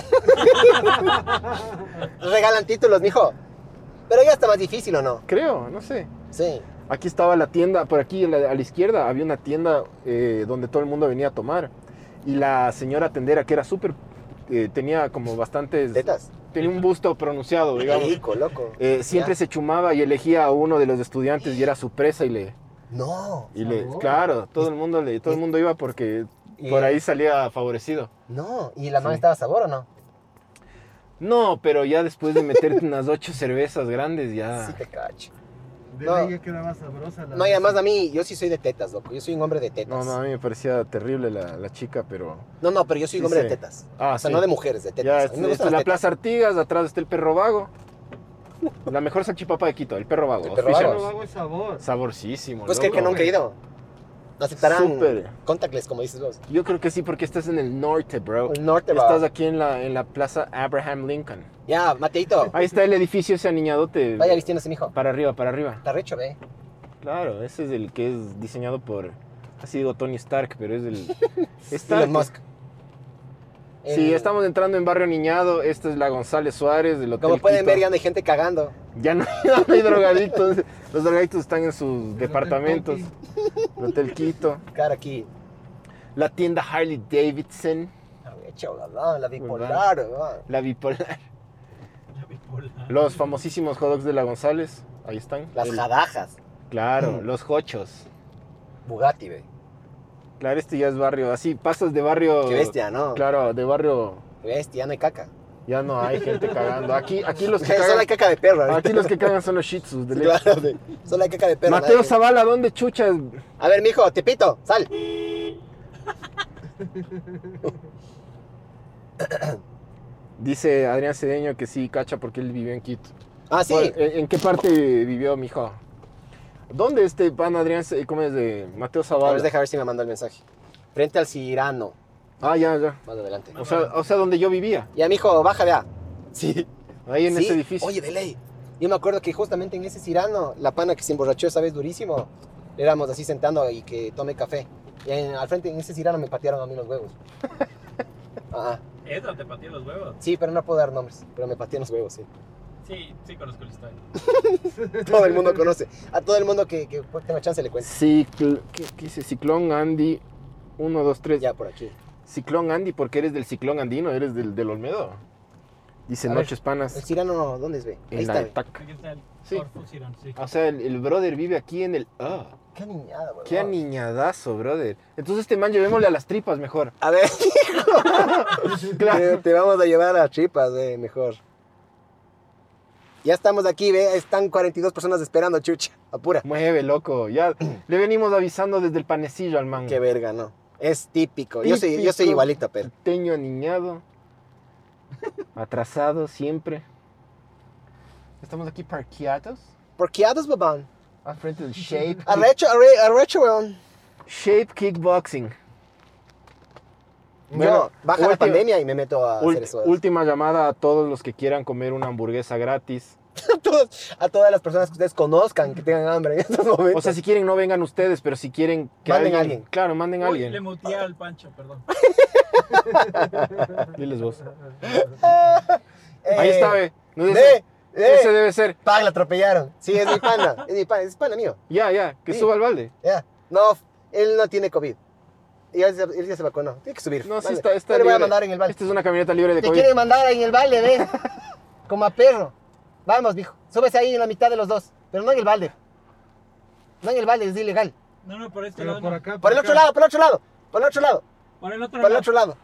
Regalan títulos, mijo. Pero ya está más difícil, ¿o no? Creo, no sé. Sí. Aquí estaba la tienda, por aquí a la izquierda había una tienda donde todo el mundo venía a tomar. Y la señora tendera, que era súper, tenía como bastantes... ¿Tetas? Tenía un busto pronunciado, digamos. Rico, loco. Siempre Ya. se chumaba y elegía a uno de los estudiantes y era su presa No. claro, todo el mundo iba porque Y- por ahí salía favorecido. No. ¿Y la man Sí. estaba a sabor o no? No, pero ya después de meterte unas 8 cervezas grandes ya... Sí te cacho. De No. ley ya queda más sabrosa la... No, y además a mí, yo sí soy de tetas, loco. Yo soy un hombre de tetas. No, a mí me parecía terrible la chica, pero... No, pero yo soy un Sí hombre sé. de tetas. Ah, O sea, sí. no de mujeres, de tetas. Ya, A esta mí me es gustan la las tetas. Plaza Artigas, atrás está el Perro Vago. La mejor salchipapa de Quito, el Perro Vago. El Perro oficial. Vago. Pero hago el sabor. Saborcísimo, Pues que loco. nunca he ido. No aceptarán Súper. contactless, como dices vos. Yo creo que sí, porque estás en el norte, bro. El norte, bro. Estás aquí en la Plaza Abraham Lincoln. Ya, Mateito. Ahí está el edificio ese aniñadote. Vaya vistiéndose, mijo. Para arriba, para arriba. Está recho, ve. Claro, ese es el que es diseñado por... Así digo Tony Stark, pero es el... Elon Musk. Sí, estamos entrando en Barrio Niñado. Esta es la González Suárez del Hotel Como pueden Quito. ver, ya no hay gente cagando. Ya no, ya no hay drogadictos. Los drogadictos están en sus departamentos. El Hotel Quito. Cara aquí. La tienda Harley Davidson. Recho, la bipolar. ¿verdad? La bipolar. La bipolar. Los famosísimos hot dogs de la González. Ahí están. Las jadajas. Claro, los hochos. Bugatti, ve. Claro, este ya es barrio. Así, pasas de barrio... Qué bestia, ¿no? Claro, de barrio... Qué bestia, ya no hay caca. Ya no hay gente cagando. Aquí los que Solo cagan... hay caca de perro. ahorita. Aquí los que cagan son los shih tzus. de ley. Claro, solo hay caca de perro. Mateo nadie- Zavala, ¿dónde chuchas? A ver, mijo, te pito, sal. Dice Adrián Cedeño que sí, cacha, porque él vivió en Quito. Ah, sí. Bueno, ¿en qué parte vivió, mijo? ¿Dónde este pan Adrián, cómo es de Mateo A Zavala? ver, deja ver si me mandó el mensaje. Frente al Cirano. Ah, ya. Más adelante. O sea, donde yo vivía. Ya, mijo, baja, vea. Sí. Ahí en Sí. ese edificio. Oye, de ley. Yo me acuerdo que justamente en ese Cirano, la pana que se emborrachó esa vez durísimo, éramos así sentando y que tome café. Y al frente, en ese Cirano me patearon a mí los huevos. Ajá. Edra te pateó los huevos. Sí, pero no puedo dar nombres. Pero me patearon los huevos, sí. Sí, conozco la historia. Todo el mundo conoce. A todo el mundo que tenga chance le cuento. ¿Qué dice? Ciclón Andy 1, 2, 3. Ya, por aquí. Ciclón Andy, porque eres del ciclón andino, eres del Olmedo. Dice A ver, Noches Panas. El Cirano, ¿dónde es, ve? Ahí En está, la ve. etaca. Aquí está el Sí. Corfu Cirón, sí. O sea, el brother vive aquí en el... Qué niñada, weón. Qué aniñadazo, brother. Entonces este man llevémosle a las tripas mejor. A ver, Claro. te vamos a llevar a tripas, mejor. Ya estamos aquí, ve. Están 42 personas esperando, chucha. Apura. Mueve, loco. Ya le venimos avisando desde el panecillo al man. Qué verga, ¿no? Es típico. Yo soy Típico. igualito, pero. Teño aniñado. Atrasado siempre. Estamos aquí parqueados. ¿Por qué haces, babán? Al frente del Shape. Arrecho, weón. Shape Kickboxing. Yo baja la última- pandemia y me meto a hacer eso. Última llamada a todos los que quieran comer una hamburguesa gratis. A todas las personas que ustedes conozcan que tengan hambre en estos momentos. O sea, si quieren no vengan ustedes, pero si quieren que Manden a alguien. Claro, manden a Uy, le alguien. muteé al Pancho, perdón. Diles vos. Eh, Ahí está, ve. No es Ve, ese debe ser. Pag, la atropellaron. Sí, es mi pana. Es pana mío. Ya, que Sí. suba al balde. Ya. No, él no tiene COVID. Y él ya se vacunó. Tiene que subir. No, sí Vale. está Yo le voy a libre. mandar en el balde. Esta es una camioneta libre de Te COVID. quieren mandar en el balde, ve. Como a perro. Vamos, mijo. Súbese ahí en la mitad de los dos. Pero no en el balde. No en el balde, es ilegal. No, por este Pero lado. por no. acá. Por el otro lado, por el otro lado. Por el otro lado. Por el otro Por el lado. otro lado.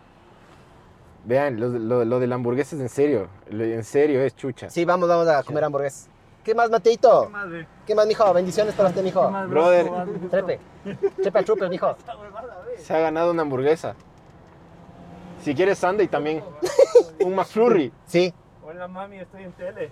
Vean, lo de la hamburguesa es en serio. En serio es chucha. Sí, vamos a comer hamburguesas. ¿Qué más, Mateito? ¿Qué más, ve? ¿Qué más, mijo? Bendiciones para usted, mijo. más, Brother. Trepe. Trepe al trupe, mijo. Se ha ganado una hamburguesa. Si quieres Sunday también. Un McFlurry. Sí. Hola, mami, estoy en tele.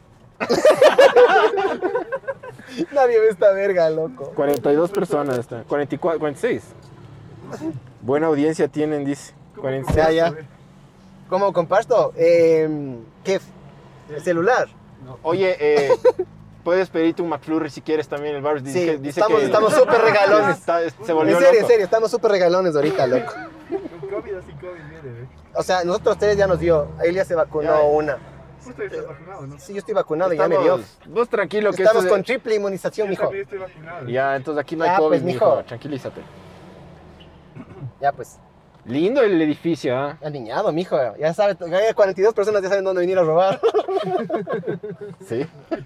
Nadie ve esta verga, loco. 42 personas están. 44, 46. Buena audiencia tienen, dice. 46. Ya, ya. ¿Cómo comparto? ¿Qué? ¿El celular? Oye, puedes pedirte un McFlurry si quieres también. El Barbs dice, Sí, que, dice estamos súper regalones. se volvió En serio, loco. estamos súper regalones ahorita, loco. Con COVID o sin COVID, viene, ve. O sea, nosotros tres ya nos dio. Él ya se vacunó Ya. una. Justo estás vacunado, ¿no? Sí, yo estoy vacunado y ya me dio. Vos tranquilo que Estamos esto con triple inmunización, Yo mijo. también estoy vacunado. Ya, entonces aquí no hay Ya, COVID, pues, mijo. mijo. Tranquilízate. Ya, pues. Lindo el edificio, ¿ah? Alineado, mijo. Ya sabes, ya hay 42 personas ya saben dónde venir a robar. Sí.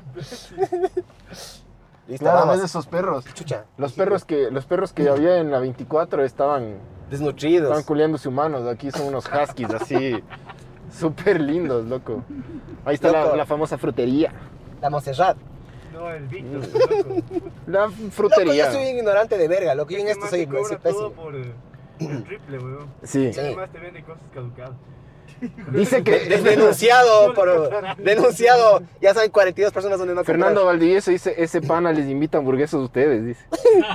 Listo, Claro, vamos. ves esos perros. Chucha. Los perros que había en la 24 estaban Desnutridos. culiándose humanos. Aquí son unos huskies así, súper lindos, loco. Ahí está Loco. la famosa frutería. La Montserrat. No, el Víctor, loco. La Loco, yo frutería. soy un ignorante de verga, loco. Yo en Ese esto man soy te cobra todo pésimo. por el triple, weón. Sí. Sí. Además te vende cosas caducadas. Dice que Denunciado por... Denunciado. Ya saben 42 personas donde no Fernando comprar. Valdivieso dice, ese pana les invita hamburguesas a ustedes, dice.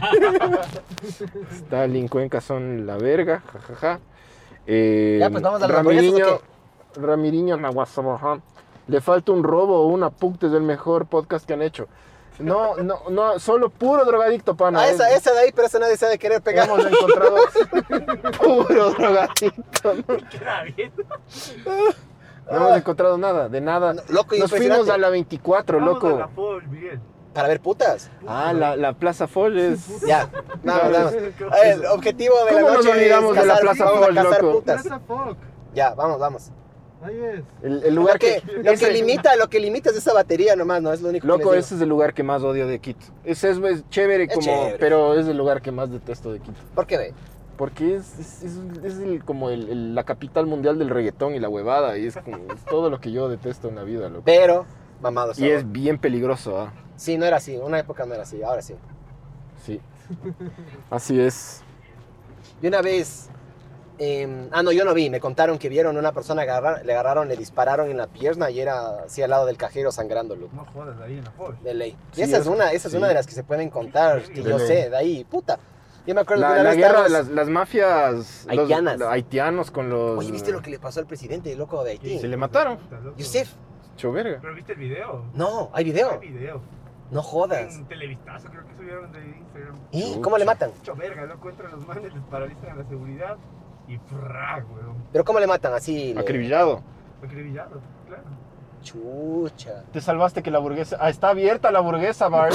Stalin, Cuenca son la verga, jajaja. Ya, pues vamos a las hamburguesas, Ramiriño Nahuazabajá. Le falta un robo o una puc desde el mejor podcast que han hecho. No, solo puro drogadicto, pana. Ah, esa de ahí, pero esa nadie se ha de querer pegar. Hemos encontrado puro drogadicto. Queda bien. No hemos encontrado nada, de nada. No, loco, Nos fuimos impresionante. a la 24, Vamos loco. a la Ford, Miguel. Para ver putas. Ah, la Plaza Foll es... Ya, vamos. A ver, el objetivo de la ¿Cómo nos noche olvidamos es de la cazar- Plaza vamos a Foll, cazar loco? putas. Plaza Fog. Ya, vamos. Ahí es. El lugar Lo que limita es esa batería nomás, no es lo único Loco, que les ese es el lugar que más odio de Quito. Ese es chévere, Es como, chévere. pero es el lugar que más detesto de Quito. digo. ¿Por qué ve? Porque es como la capital mundial del reggaetón y la huevada. Y es como es todo lo que yo detesto en la vida, loco. Pero, mamado. Y es bien peligroso, ¿ah? Sí, no era así. Una época no era así, ahora sí. Sí. Así es. Y una vez... no, yo no vi. Me contaron que vieron a una persona, le agarraron, le dispararon en la pierna y era así al lado del cajero sangrando, loco. No jodas ahí en la Ford. De ley. Y Sí, esa es sí. una de las que se pueden contar, que De yo ley. sé, de ahí, puta. Yo me acuerdo que La una vez guerra de estábamos- las mafias Haitianas. los haitianos con los... Oye, ¿viste lo que le pasó al presidente, loco, de Haití? Se le mataron. Yusef. Choverga. ¿Pero viste el video? No, ¿hay video? Hay video. No jodas. En Televistazo creo que subieron de Instagram. ¿Y cómo le matan? Mucho verga, loco, entran los manes, les paralizan a la seguridad y ¡frag, weón! ¿Pero cómo le matan? Así. Acribillado. Acribillado, claro. Chucha. Te salvaste que la hamburguesa... Ah, está abierta la hamburguesa, Bart.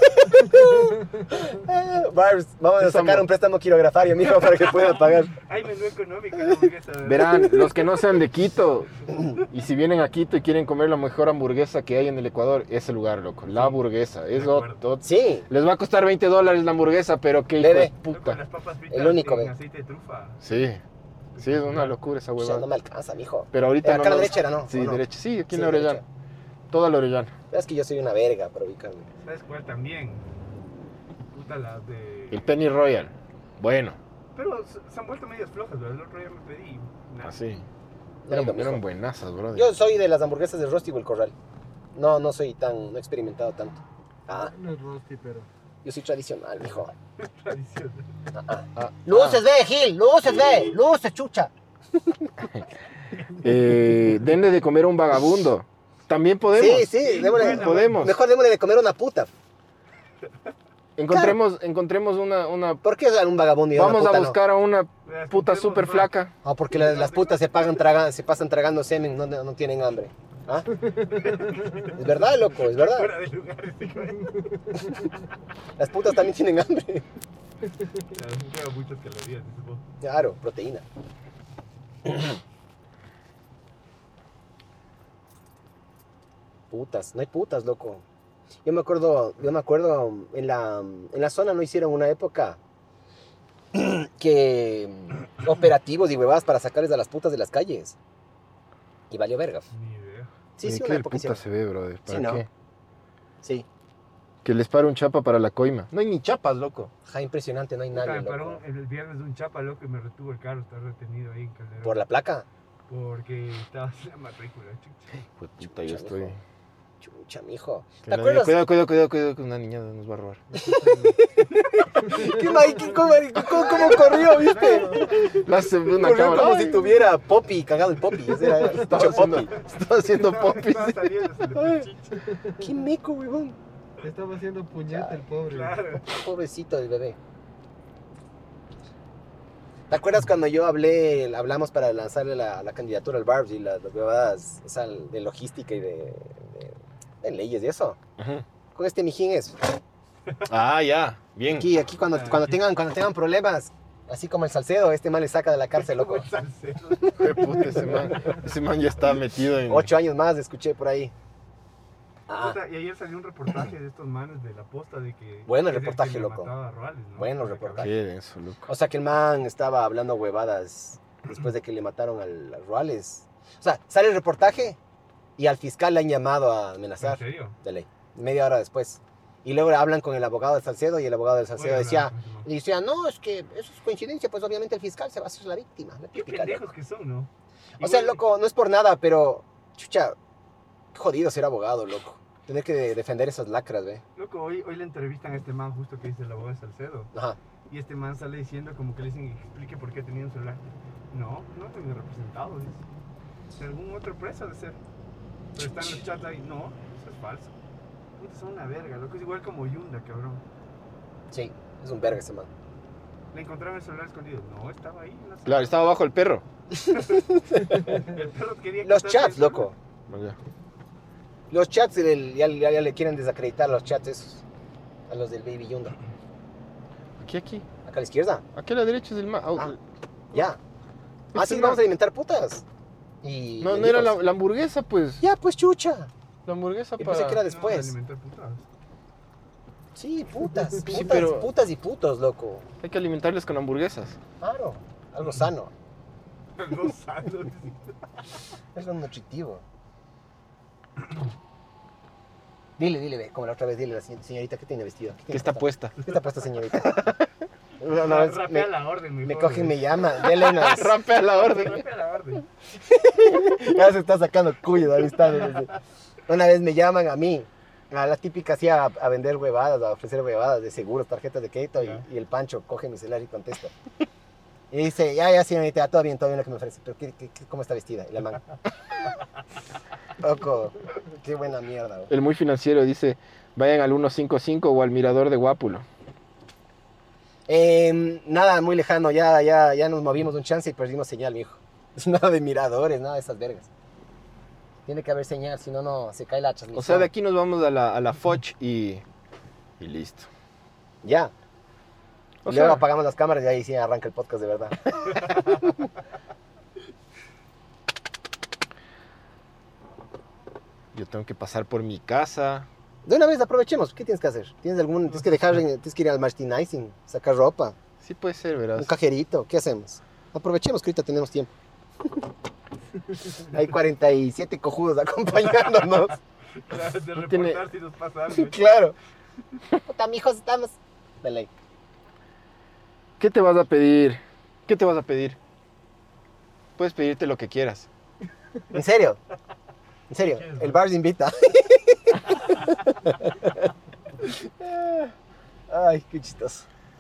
Barbs, vamos a sacar un préstamo quirografario, mijo, para que pueda pagar. Hay menú económico en la hamburguesa, ¿verdad? Verán, los que no sean de Quito, y si vienen a Quito y quieren comer la mejor hamburguesa que hay en el Ecuador, ese lugar, loco. La hamburguesa. Es De acuerdo. Sí, les va a costar $20 la hamburguesa, pero qué hijo Bebe. de Loco, puta. las papas fritas El único, en ve. aceite de trufa. Sí. Sí, es una locura esa ya no huevada. me alcanza, mijo. Pero ahorita Acá a la nos- derecha era, ¿no? Sí, ¿O no? derecha. Sí, aquí en Sí, la Orellana. derecha. Toda la Orellana. Es que yo soy una verga para ubicarme. ¿Sabes cuál también? Puta, las de... El Penny Royal. Bueno, Pero se han vuelto medias flojas, ¿verdad? El otro día me pedí. Nada. así. No, Eran, mijo. eran buenazas, brother. Yo soy de las hamburguesas de Rusty o el Corral. No soy tan, no he experimentado tanto. Ah, No es rosti, pero... yo soy tradicional, mijo. Tradición. Luces, ve, Gil, luces, chucha. Denle de comer a un vagabundo. También podemos. Sí, démosle. Podemos. Mejor démosle de comer a una puta. Encontremos una... ¿Por qué un vagabundo y una Vamos puta a no? buscar a una Las puta compremos, súper va. flaca. Ah, porque las putas se pasan tragando semen, no tienen hambre. ¿Ah? Es verdad, loco, es verdad. Fuera de lugar este güey. Las putas también tienen hambre. Lleva muchas calorías, supongo. Claro, proteína. Putas, no hay putas, loco. Yo me acuerdo en la zona no hicieron una época que operativos y huevadas para sacarles a las putas de las calles. Y valió verga. Ni idea. Sí, ¿En sí, qué una del época puta hicieron. se ve, brother? ¿Para Sí, ¿no? qué? Sí. Que les para un chapa para la coima. No hay ni chapas, loco. Ja, impresionante, no hay nadie, Me paró loco. el viernes un chapa, loco, y me retuvo el carro, está retenido ahí en Calderón. ¿Por la placa? Porque estaba sin la matrícula, chucha. Pues puta, yo estoy... Chucha, mijo. Que ¿Te la- acuerdas? Cuidado, que una niña nos va a robar. ¿Cómo corrió, viste? La hace una Corrió cámara. como Ay, si tuviera Poppy, cagado el Poppy. Ese era estaba haciendo, estaba haciendo popis. Estaba saliendo, se le fue chicha. Qué meco, huevón. Estaba haciendo puñete el pobre. Claro. Pobrecito del bebé. ¿Te acuerdas cuando hablamos para lanzarle la candidatura al Barbs y las huevadas, o sea, de logística y de leyes y eso? Ajá. Con este mijín es. Ah, ya, bien. Aquí cuando tengan problemas, así como el Salcedo, este man le saca de la cárcel, loco. Qué puta, ese man ya está metido en... 8 años más, escuché por ahí. Ah, Puta, y ayer salió un reportaje de estos manes de la posta de que... Bueno el que es reportaje, que le loco. mataba a Ruales, ¿no? Bueno O sea, reportaje. Qué denso, loco. o sea que el man estaba hablando huevadas después de que le mataron al Ruales. O sea, sale el reportaje y al fiscal le han llamado a amenazar. ¿En serio? De ley. Media hora después. Y luego hablan con el abogado de Salcedo y el abogado de Salcedo Voy a decía, hablar con ese man. y decía, no, es que eso es coincidencia, pues obviamente el fiscal se va a hacer la víctima. La Qué típica, pendejos loco. que son, ¿no? O sea, Igual- loco, no es por nada, pero, chucha, qué jodido ser abogado, loco. Tener que defender esas lacras, ve. Loco, hoy le entrevistan a este man justo que dice el abogado de Salcedo. Ajá. Y este man sale diciendo como que le dicen que explique por qué tenía un celular. No tengo representado, dice. De algún otro preso de ser. Pero están los chats ahí. No, eso es falso. Puta, son una verga, loco. Es igual como Yunda, cabrón. Sí, es un verga ese man. Le encontraron el celular escondido. No, estaba ahí. En la sala. Claro, estaba bajo el perro. El perro quería Los quitarse chats, el celular. loco. Ya. Los chats, ya le quieren desacreditar los chats esos. A los del Baby Yunda. Aquí. Acá a la izquierda. Aquí a la derecha es el man. Ah. Ya. Ah, Este sí, man. vamos a alimentar putas. Y No, no mendigos. era la hamburguesa, pues. Ya, pues chucha. La hamburguesa Yo para... pensé que era No, después. de alimentar putas. Sí, putas. Sí, Putas, pero- putas y putos, loco. Hay que alimentarles con hamburguesas. Claro. Algo sano. Los santos. Algo nutritivo. Dile, ve, como la otra vez, dile a la señorita que tiene vestido. Que está puesta. ¿Qué está puesta, señorita? Una vez Rapea la orden, me mejor, coge y güey. me llama. Dele unas. Rapea la orden. Rapea la orden. Ya se está sacando cuyo, ahí está. Una vez me llaman a mí, a la típica así a vender huevadas, a ofrecer huevadas de seguros, tarjetas de crédito, Ya. y el Pancho coge mi celular y contesta. Y dice, ya, señorita, todo bien lo que me ofrece, pero ¿cómo está vestida? Y la man. Loco, qué buena mierda. Güey. El muy financiero dice, vayan al 155 o al mirador de Guápulo. Nada, muy lejano, ya nos movimos un chance y perdimos señal, mijo. Nada de miradores, nada de esas vergas. Tiene que haber señal, si no, no, se cae la transmisión. O sea, de aquí nos vamos a la Foch y listo. Ya. O Y luego sea, apagamos las cámaras y ahí sí arranca el podcast de verdad. yo tengo que pasar por mi casa. De una vez aprovechemos, ¿qué tienes que hacer? Tienes que ir al merchandising, sacar ropa, Sí puede ser, verás. un cajerito, ¿qué hacemos? Aprovechemos que ahorita tenemos tiempo. Hay 47 cojudos acompañándonos. Claro, de No tiene- reportar si nos pasa algo. Claro. Puta, mijos, estamos. De ley. ¿Qué te vas a pedir? ¿Qué te vas a pedir? Puedes pedirte lo que quieras. ¿En serio? En serio, el Bars invita. Ay, qué chistoso.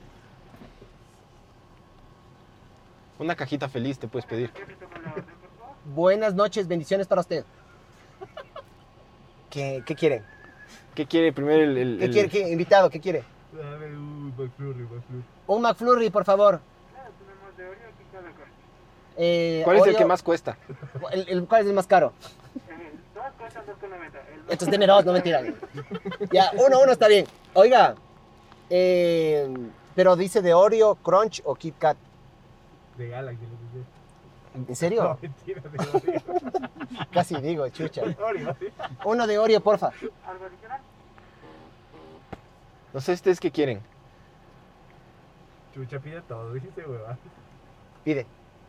Una cajita feliz te puedes pedir. Buenas noches, bendiciones para usted. ¿Qué quieren? ¿Qué quiere primero el- ¿Qué quiere? Invitado, ¿qué quiere? Dame un McFlurry. Un McFlurry, por favor. ¿Cuál es el Oreo- que más cuesta? ¿Cuál es el más caro? Entonces deme dos, no mentira. Ya, uno está bien. Oiga, pero dice de Oreo, Crunch o Kit Kat. De Galaxy, lo que sea. ¿En serio? No, mentira, de Oreo. Casi digo, chucha. Oreo. Uno de Oreo, porfa. No sé ustedes qué quieren. Chucha, pide todo, dijiste, hueva. Pide.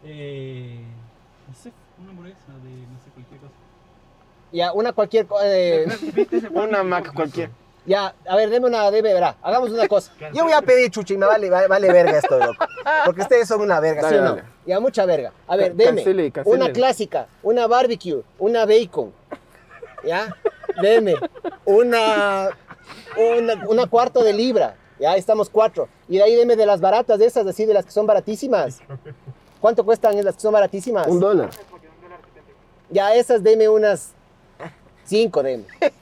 No sé, una hamburguesa de no sé, cualquier cosa. Ya, una cualquier... Una Mac cualquier. Ya, a ver, verá, hagamos una cosa. Yo voy a pedir chucha y me vale verga esto, loco. Porque ustedes son una verga, Dale, ¿sí o no? dale. Ya, mucha verga. A ver, deme Cancele. una clásica, una barbecue, una bacon. ¿Ya? Deme una cuarto de libra. Ya, estamos 4. Y de ahí deme de las baratas, de esas, así, de las que son baratísimas. ¿Cuánto cuestan las que son baratísimas? $1. Ya, esas deme unas 5, deme.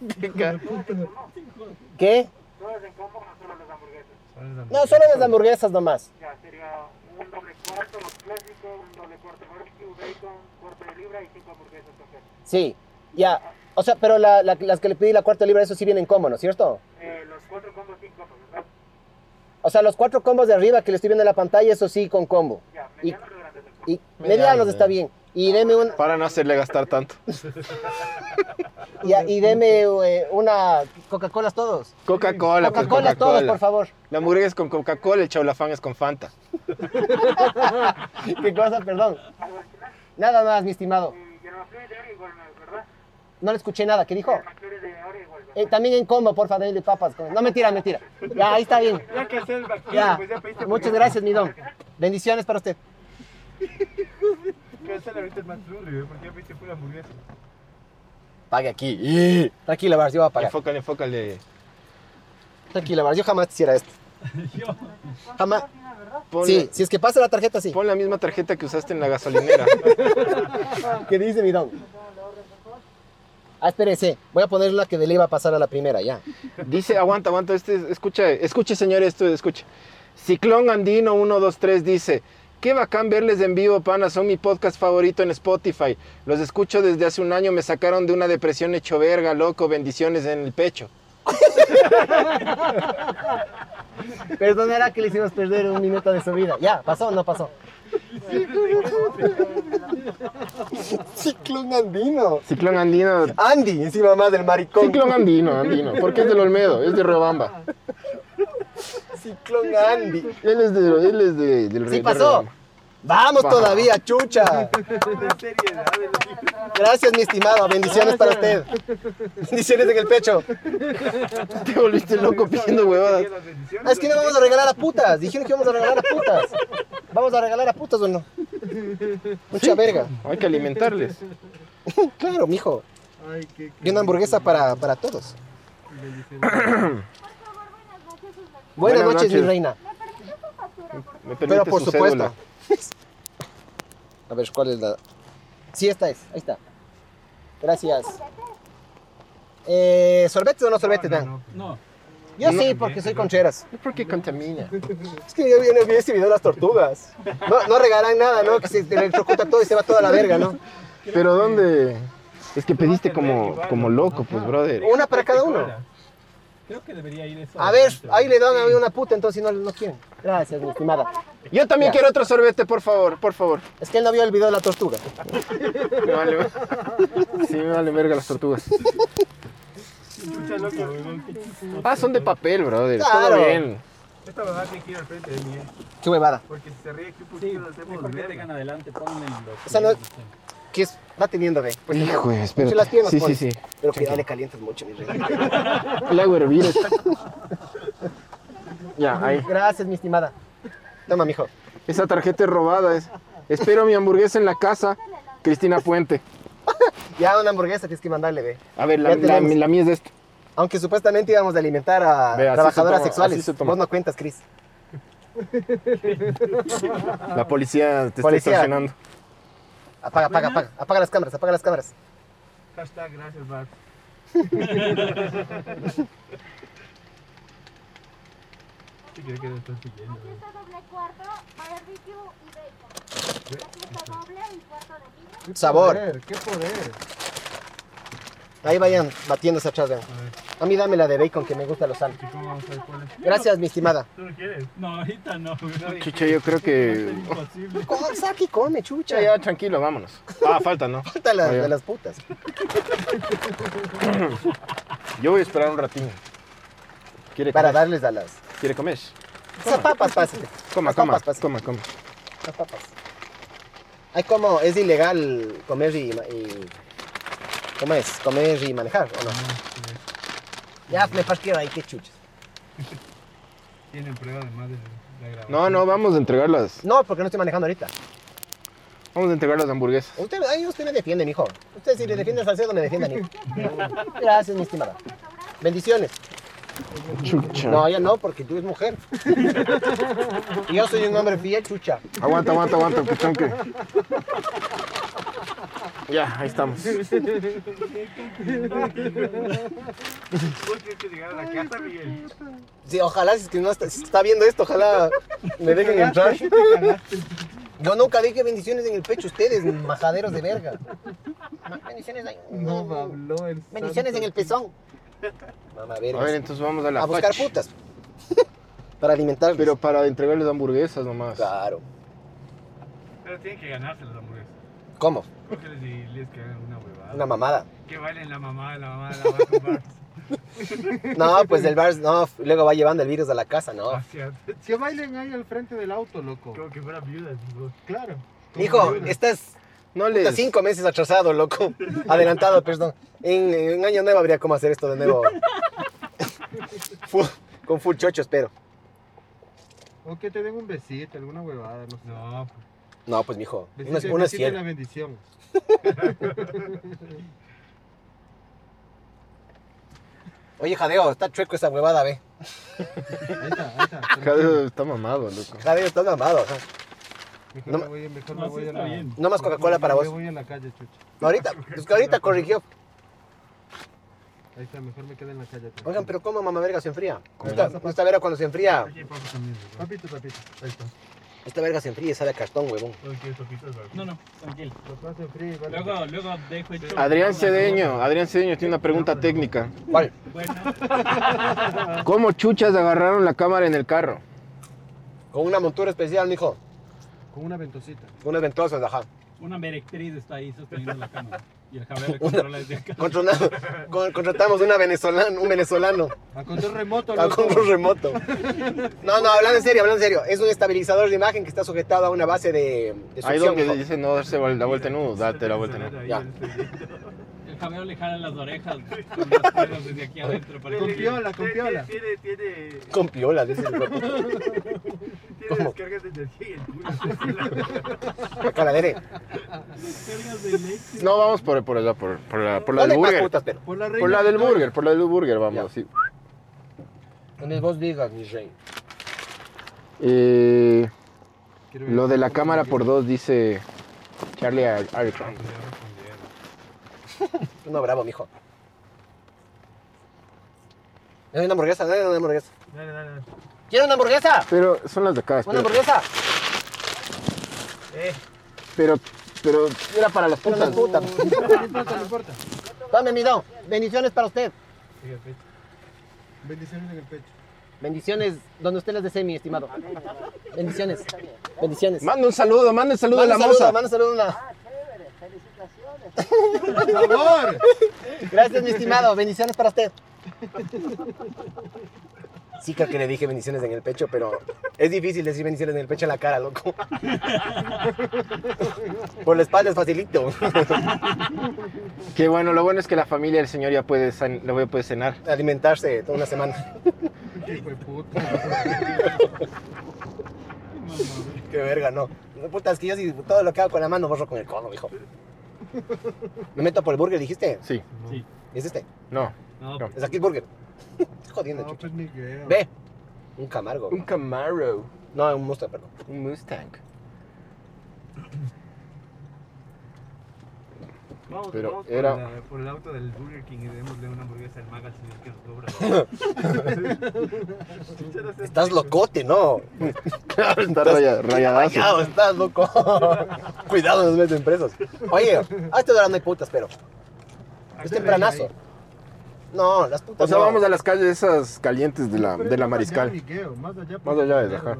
¿Qué? No, solo las hamburguesas nomás. Ya, sería un doble cuarto, los clásicos, un doble cuarto barbecue, bacon, cuarto de libra y 5 hamburguesas café. Sí, ya. O sea, pero las que le pedí la cuarta libra, eso sí vienen combo, ¿no es cierto? Los 4 combos sin combos, ¿verdad? O sea, los 4 combos de arriba que le estoy viendo en la pantalla, eso sí con combo. Ya, Y, medianos o grandes. y medianos está bien. Y deme un... Para no hacerle gastar tanto. Y deme una Coca-Cola todos. Coca-Cola, pues, Coca-Cola todos, por favor. La hamburguesa es con Coca-Cola, el chaulafán es con Fanta. ¿Qué cosa? Perdón. Nada más, mi estimado. Y el McFlurry de Oreo igual, ¿verdad? No le escuché nada. ¿Qué dijo? El McFlurry de Oreo igual, ¿verdad? También en combo, porfa, denle papas. No, mentira. Ya, ahí está bien. Ya que hacer el vaquero, Ya. pues ya pediste. Muchas gracias, mi don. Bendiciones para usted. ¿Qué hacer ahorita el McFlurry, porque ya pediste pura hamburguesa? Pague aquí. Tranquila, Bars, yo voy a pagar. Enfócale. Tranquila, Bars, yo jamás hiciera esto. Yo, Jamás. Ponle- Sí, si es que pasa la tarjeta, sí. Pon la misma tarjeta que usaste en la gasolinera. ¿Qué dice mi don? Espérese. Voy a poner la que le iba a pasar a la primera, ya. Dice, aguanta, escuche señor, escuche. Ciclón Andino 123 dice, qué bacán verles en vivo, pana, son mi podcast favorito en Spotify. Los escucho desde hace un año, me sacaron de una depresión hecho verga, loco, bendiciones en el pecho. Perdonará que le hicimos perder un minuto de su vida. Ya, ¿pasó o no pasó? Ciclón andino. Ciclón Andino, Andy, encima más del maricón. Ciclón Andino, porque es del Olmedo, es de Riobamba. Ciclón Andy. Él es del Sí de pasó. Riobamba. Vamos todavía, chucha. Gracias, mi estimado. Bendiciones para usted. Bendiciones en el pecho. Te volviste loco pidiendo huevadas. Ah, es que no vamos a regalar a putas. Dijeron que íbamos a regalar a putas. ¿Vamos a regalar a putas o no? Mucha verga. Hay que alimentarles. Claro, mijo. Y una hamburguesa para todos. Buenas noches, mi reina. Me permite Pero por su supuesto. cédula. A ver, ¿cuál es la...? Sí, esta es. Ahí está. Gracias. ¿Sorbetes o no sorbetes, Dan? no. Yo sí, porque soy concheras. ¿Por qué contamina? Es que yo vi este video de las tortugas. No regalan nada, ¿no? Que se electrocuta todo y se va toda la verga, ¿no? ¿Pero dónde? Es que pediste como loco, pues, brother. Una para cada uno. Creo que debería ir eso. A ver, ahí le dan a mí una puta, entonces no quieren. Gracias, mi estimada. Yo también Ya. quiero otro sorbete, por favor. Es que él no vio el video de la tortuga. Me vale. Sí, me vale verga las tortugas. Son de papel, brother. Claro. Todo bien. Esta verdad tiene que ir al frente de mí, Qué huevada. porque si se ríe aquí un Sí, poquito nos hacemos mejor que verga. tengan adelante, ponle los... O sea, no- ¿Qué es? Va teniendo, ve. Pues, Hijo, no. espérate. Se las piernas, Sí, pon. sí, sí. Pero que ya le calientas mucho, mi reina. El agua hervir. Ya, ahí. Gracias, mi estimada. Toma, mijo. Esa tarjeta es robada. Espero mi hamburguesa en la casa. Cristina Puente. Ya una hamburguesa tienes que mandarle, ve. A ver, Ya tenemos. la mía es de esto. Aunque supuestamente íbamos a alimentar a Ve, así trabajadoras se toma, sexuales. así se toma. Vos no cuentas, Cris. La policía te Policía. está estacionando. Apaga las cámaras. Hashtag gracias, Bart. Sí, creo que lo estás siguiendo. Fiesta doble cuarto, barbecue y bacon. La fiesta doble y cuarto de libra. Sabor. ¡Qué poder! Ahí vayan batiéndose atrás, vean. A mí dame la de bacon, que me gusta los salos. ¿Cómo vamos a ver cuál es? Gracias, mi estimada. ¿Tú lo quieres? No, ahorita no. Chucha, yo creo que... Imposible. Saki, come, chucha. Ya, tranquilo, vámonos. Falta, ¿no? Falta la Oye. de las putas. Yo voy a esperar un ratín. ¿Quiere Para comer? darles a las... ¿Quiere comer? Esas papas, pásate. Coma, Las coma, papas, pásate. coma. Las papas. Hay como... Es ilegal comer y... ¿Cómo es? Comer y manejar, ¿o no? Ya me parqueo ahí, qué chuchas. Tienen prueba además de la grabación. No, no, vamos a entregarlas. No, porque no estoy manejando ahorita. Vamos a entregar las hamburguesas. Usted me defiende, mijo. Usted si le defiende al Salcedo, me defiende a mí. Gracias, mi estimada. Bendiciones. Chucha. No, ya no, porque tú eres mujer. Y yo soy un hombre fiel, chucha. Aguanta, puchonque. Ya, ahí estamos. Vos tienes que llegar a la casa, Miguel. Sí, ojalá, si es que no está, si está viendo esto, ojalá me dejen entrar. Yo nunca dije bendiciones en el pecho, ustedes, majaderos de verga. Bendiciones ahí. No, habló el Bendiciones en el pezón. Mamá, A ver, entonces vamos a la buscar Pach. putas. Para alimentarlos. Pero para entregarles hamburguesas nomás. Claro. Pero tienen que ganarse las hamburguesas. ¿Cómo? Porque les que hagan una huevada. Una mamada. Que bailen la mamá, la Bars. No, pues del bar, no, luego va llevando el virus a la casa, no. Que bailen ahí al frente del auto, loco. Como que fueran viudas, bro. Claro. Hijo, estás No les... 5 meses atrasado, loco. Adelantado, perdón. En año nuevo habría cómo hacer esto de nuevo. Con full chochos, pero. O que te den un besito, alguna huevada, no sé. No, No, pues mijo, besito, uno es besito y la fiel. bendición. Oye, Jadeo, está chueco esa huevada, ve. Ahí está. Jadeo está mamado, loco. Jadeo, está mamado, ajá. Mejor No, me voy a la... No más Coca-Cola para vos. Me voy a la calle, chucha. Ahorita, es que ahorita corrigió. Ahí está, mejor me quedo en la calle. Oigan, pero ¿cómo mamá verga se enfría? Esta verga cuando se enfría, Papito. Ahí está. esta verga se enfría y sale a cartón, huevón. No, tranquilo. Lo paso frío, vale. Luego dejo hecho. Adrián Cedeño tiene una pregunta técnica. ¿Cuál? Bueno, ¿Cómo chuchas agarraron la cámara en el carro? Con una montura especial, mijo. Con una ventosita. Con unas ventosas, ajá. una merectriz está ahí sosteniendo la cámara. Y el Javier le controla desde acá. Contratamos un venezolano. A control remoto, A loco. control remoto. No, hablando en serio. Es un estabilizador de imagen que está sujetado a una base de Ahí succión. donde mijo. dice no darse la vuelta en U, date la vuelta en U. Ya. El Javier le jala las orejas con las cuerdas desde aquí adentro. Para Con que- piola. Tiene Con piola, dice el guapo. ¿Cómo? descargas de energía y el culo. Caladere. Descargas de eléctrico. No, vamos por allá, por la del ¿Dónde hay más burger. putas, pero? Por la Por la del burger, vamos. Sí. Donde vos digas, mi rey. Lo de la cámara por 2 dice Charlie Aricon. Uno bravo, mijo. Dame una hamburguesa, dale una hamburguesa. Dale. ¿Quiero una hamburguesa? Pero son las de acá, ¿Una espera. hamburguesa? Pero era para las Pero no putas. es puta. No importa. Dame mi don. Bendiciones para usted. Bendiciones en el pecho. Bendiciones donde usted las desee, mi estimado. Bendiciones. Manda un saludo a la Manda moza. un saludo. Una. Por favor. Gracias, mi estimado. Bendiciones para usted. Sí, creo que le dije bendiciones en el pecho, pero es difícil decir bendiciones en el pecho en la cara, loco. Por la espalda es facilito. Qué bueno, lo bueno es que la familia del señor ya puede cenar. Alimentarse toda una semana. Qué hijo de puta. Qué verga, no. No, puta, es que yo si todo lo que hago con la mano borro con el cono, hijo. Me meto por el burger, dijiste. Sí. Sí. ¿Es este? No. No, No. Es aquí el burger. Jodiendo, No, chucha. pues Miguel. Ve. Un Camargo. Un Camaro. No, un Mustang, perdón. Un Mustang. Vamos Pero por, era- por el auto del Burger King y démosle una hamburguesa al maga al señor que nos cobra. Estás locote, ¿no? Claro, está rayadazo. Rayado, estás loco. Cuidado, nos meten presos. Oye, a este hora no hay putas, pero. Es tempranazo. No, las putas O sea, no. vamos a las calles esas calientes de la Mariscal. Más allá, Más allá es, ajá.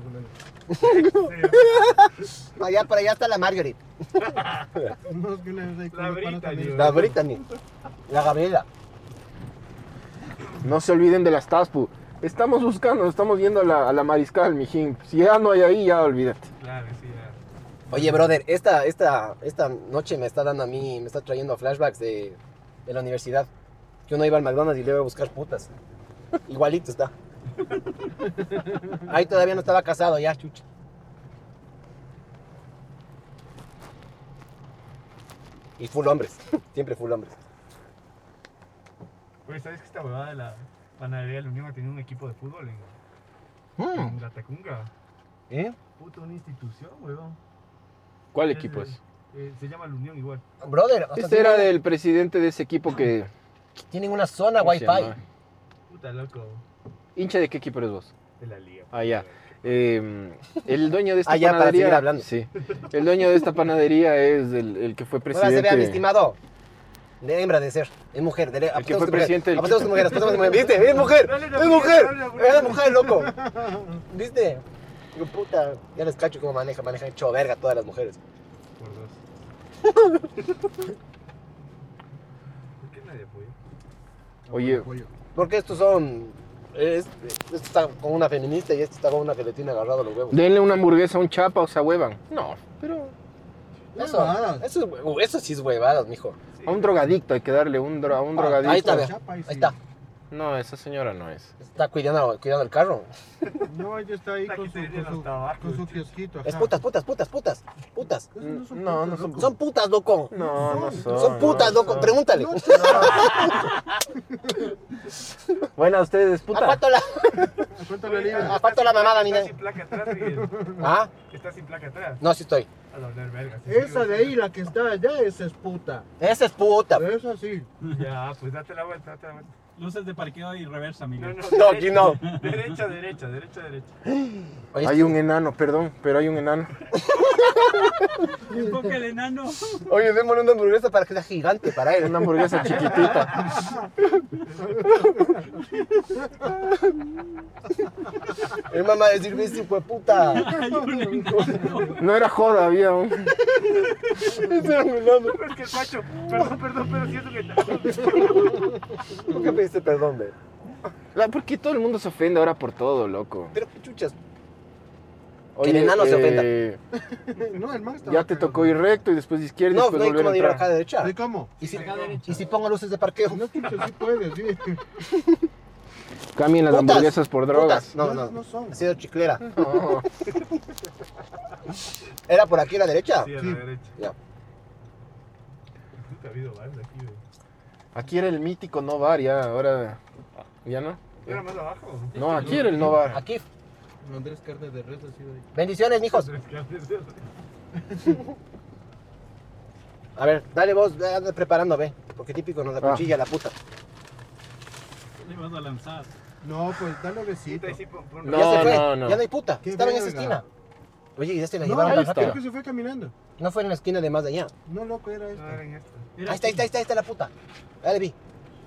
Allá para allá está la Marguerite. No, es que le La Brittany. La Brittany. La Gabriela. No se olviden de las Taspu. Estamos yendo a la Mariscal, mijín. Si ya no hay ahí, ya olvídate. Claro, sí, ya. Oye, brother, esta noche me está dando a mí, me está trayendo flashbacks de la universidad. Que uno iba al McDonald's y le iba a buscar putas. Igualito está. Ahí todavía no estaba casado, ya, chucha. Y full hombres, siempre full hombres. Oye, ¿sabes que esta huevada de la panadería de la Unión ha tenido un equipo de fútbol en Gatacunga? Puta, una institución, huevón. ¿Cuál equipo es? Se llama la Unión igual. Brother, Este era del presidente de ese equipo que... tienen una zona ¿Cómo se wifi. llama? Puta, loco. ¿Hincha de qué equipo eres vos? De la liga. Ah, ya. El dueño de esta ya, para seguir panadería... hablando. Sí. El dueño de esta panadería es el que fue Ahora se vea, mi presidente... estimado. De hembra de ser, es mujer. El que fue presidente del Apostemos con mujeres, apostemos con mujeres. ¿Viste? Es mujer, es mujer. Es mujer, loco. ¿Viste? Digo, puta, ya les cacho cómo manejan hecho verga todas las mujeres. Por dos. ¿Por qué nadie apoya? Oye, Porque estos son... Este está con una feminista y este está con una que le tiene agarrado los huevos. denle una hamburguesa a un chapa o se huevan. No, pero... Eso sí es huevadas, mijo. A un drogadicto hay que darle a un drogadicto. Ahí está, vea. Ahí está. No, esa señora no es. Está cuidando el carro. No, ella está ahí con su kiosquito. Es putas. No, no son... Son putas, loco. No son. Son putas, loco. Pregúntale. Bueno, ustedes, ¿A puta. cuánto ¿A cuánto la mamada, Está mira? sin placa atrás, Miguel. ¿Ah? Está sin placa atrás. No, sí estoy. A doblar verga. Esa de ahí, la que está allá, esa es puta. Esa es puta. Esa sí. Ya, pues date la vuelta. Luces de parqueo y reversa, Miguel. No, aquí no. Derecha. Oye, Hay un enano, perdón, pero hay un enano. Enfoca el enano. Oye, démosle una hamburguesa para que sea gigante para él. Una hamburguesa chiquitita. El mamá decir, ¿viste, hijo de puta? No era joda, había un... Es que el Pacho, perdón, pero siento que... ¿Por qué pediste perdón, ve? ¿Por qué todo el mundo se ofende ahora por todo, loco? Pero, chuchas. Oye, el enano se ofenda. No, el man está. Ya te tocó ir recto y después izquierda y No, después no hay volver como a de ir entrar. acá a derecha. ¿De cómo? ¿Y si pongo luces de parqueo? No, chucha, sí puedes, sí. Cambien las Putas, hamburguesas por drogas. putas. No No. son. Ha sido chiclera. No. ¿Era por aquí a la derecha? Sí, a la derecha. Ya. Puta, ha habido varios aquí, güey. Aquí era el mítico no bar, ya, ahora... ¿Ya no? ¿Era más abajo? No, aquí era el no bar. Aquí. Andrés Carne de Res ha sido ahí. Bendiciones, mijos. A ver, dale vos, anda preparando, ve. Porque típico nos da cuchilla la puta. Le vas a lanzar. No, pues dale besito. No, Ya se fue, no. ya no hay puta. Qué Estaba en esa verga. esquina. Oye, y ya se la No, llevaron ahí tan está. rápido. creo que se fue caminando. No fue en la esquina de más de allá. No, loco, era No, esta. era en esta. Ahí está la puta. Dale, vi.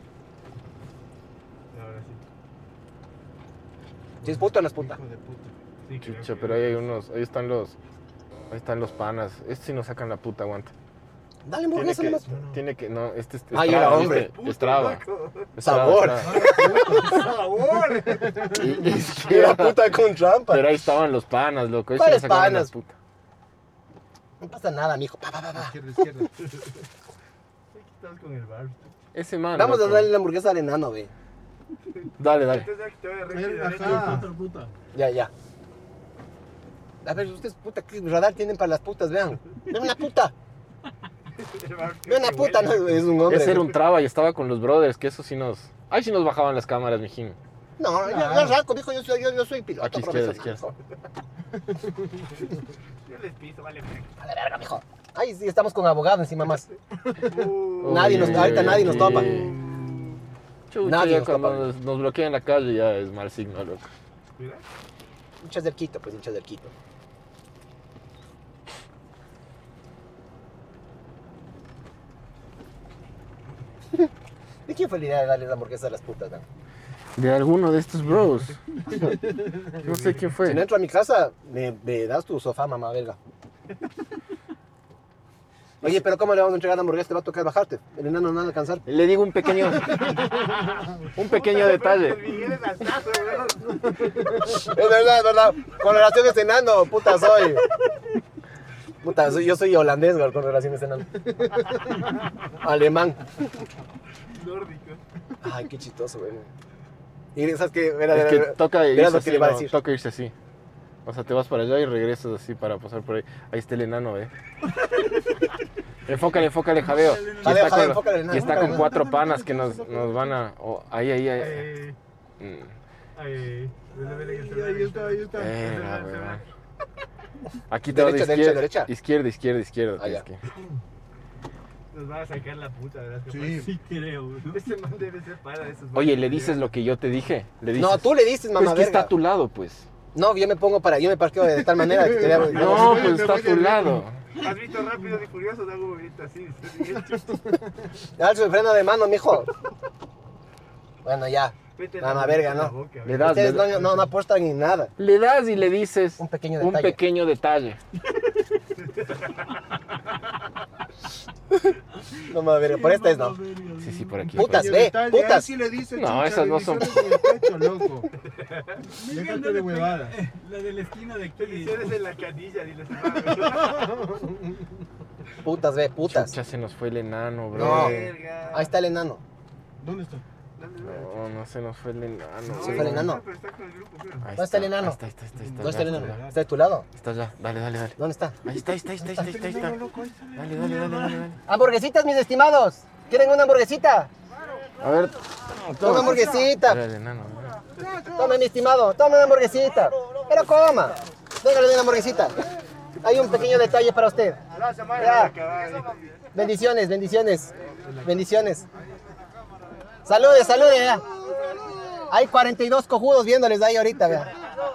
Ahora sí. Si es puta o no es puta. Hijo de puta. Sí, creo Chucha, que- pero ahí hay unos... Ahí están los panas. Estos sí nos sacan la puta, aguanta. Dale hamburguesa nomás. Tiene que... No, este es... Ay, era hombre. Es traba. Sabor. ¡Sabor! Era puta con trampa. Pero ahí estaban los panas, loco. Ahí sí ¿Cuáles nos sacaban la panas? puta. No pasa nada, mijo. Pa. Izquierda. ¿Qué estás con el bar? Ese man, Vamos a loco. darle la hamburguesa al enano, ve. Dale. Entonces ya que te voy a recibir Ajá. Puta. Ya. A ver, ustedes, puta, ¿qué radar tienen para las putas? Vean. Ven una puta. Ven una puta, no, es un hombre. Ese era un traba y estaba con los brothers, que eso sí nos... Ahí sí nos bajaban las cámaras, mijín. No, yo rasco, dijo, yo soy piloto. Aquí, profesional, izquierda. Yo les piso, vale. A la verga, mijo. Ay, sí, estamos con abogado encima más. Ahorita nadie nos topa. Chucha, Nadie ya nos cuando topa. nos bloquean la calle ya es mal signo, loco. Hinchas del Quito, pues, hinchas del Quito. ¿De quién fue la idea de darle la hamburguesa a las putas, no? De alguno de estos bros. No sé quién Si fue. no entro a mi casa, me das tu sofá, mamá, verga. Oye, pero ¿cómo le vamos a entregar la hamburguesa? Te va a tocar bajarte. El enano no va a alcanzar. Le digo un pequeño detalle. Es verdad. Con relación a este enano, puta soy. Yo soy holandés, güey, con relación a este enano. Alemán. Nórdico. Ay, qué chistoso, güey. Y sabes que Es que toca verás irse lo que así, le va a no, decir. toca irse así. O sea, te vas para allá y regresas así para pasar por ahí. Ahí está el enano, Enfócale, Javeo. Y está con 4 panas que nos van a... ahí. Ahí está. Weón. Aquí te vas de Derecha. izquierda. Ya. Nos van a sacar la puta, ¿verdad? Sí. Sí creo, ¿no? Este man debe ser para esos. Oye, ¿le dices lo que yo te dije? ¿Le dices? No, tú le dices, mamá Pues que está verga. a tu lado, pues. No, yo me parqueo de tal manera que te vea. No, pues está a tu lado. ¿Has visto Rápidos y Furiosos? Hago ahorita así. Dale su freno de mano, mijo. Bueno, ya. Vete Mamá la verga, boca, ¿no? la boca, Le das, Ustedes no apuestan ni nada. le das y le dices Un pequeño detalle. No, mamá verga, por esta es no. Sí, por aquí. Putas, por ve, Detalle, putas. ahí sí le dice, No, chucha, esas no son- bendiciones en el pecho, loco. Miguel, Déjate no de le huevadas. pega- La de la esquina de aquí. Bendiciones en la canilla, diles. Putas, ve, putas. Ya se nos fue el enano, bro. No. Verga. Ahí está el enano. ¿Dónde está? No se nos fue el enano. Se fue el enano. Pero está con el grupo, creo. Ahí ¿Dónde está el enano? Ahí está. ¿Dónde está el ya, enano? ya. ¿Está de tu lado? Está ya. Dale. ¿Dónde está? Ahí está. Dale. Hamburguesitas, mis estimados. ¿Quieren una hamburguesita? A ver. Toma hamburguesita. Era el enano. Tome, mi estimado. Tome una hamburguesita. Pero coma. Déjale una hamburguesita. Hay un pequeño detalle para usted. Ya. Bendiciones. Salude. Ya. Hay 42 cojudos viéndoles ahí ahorita, vea.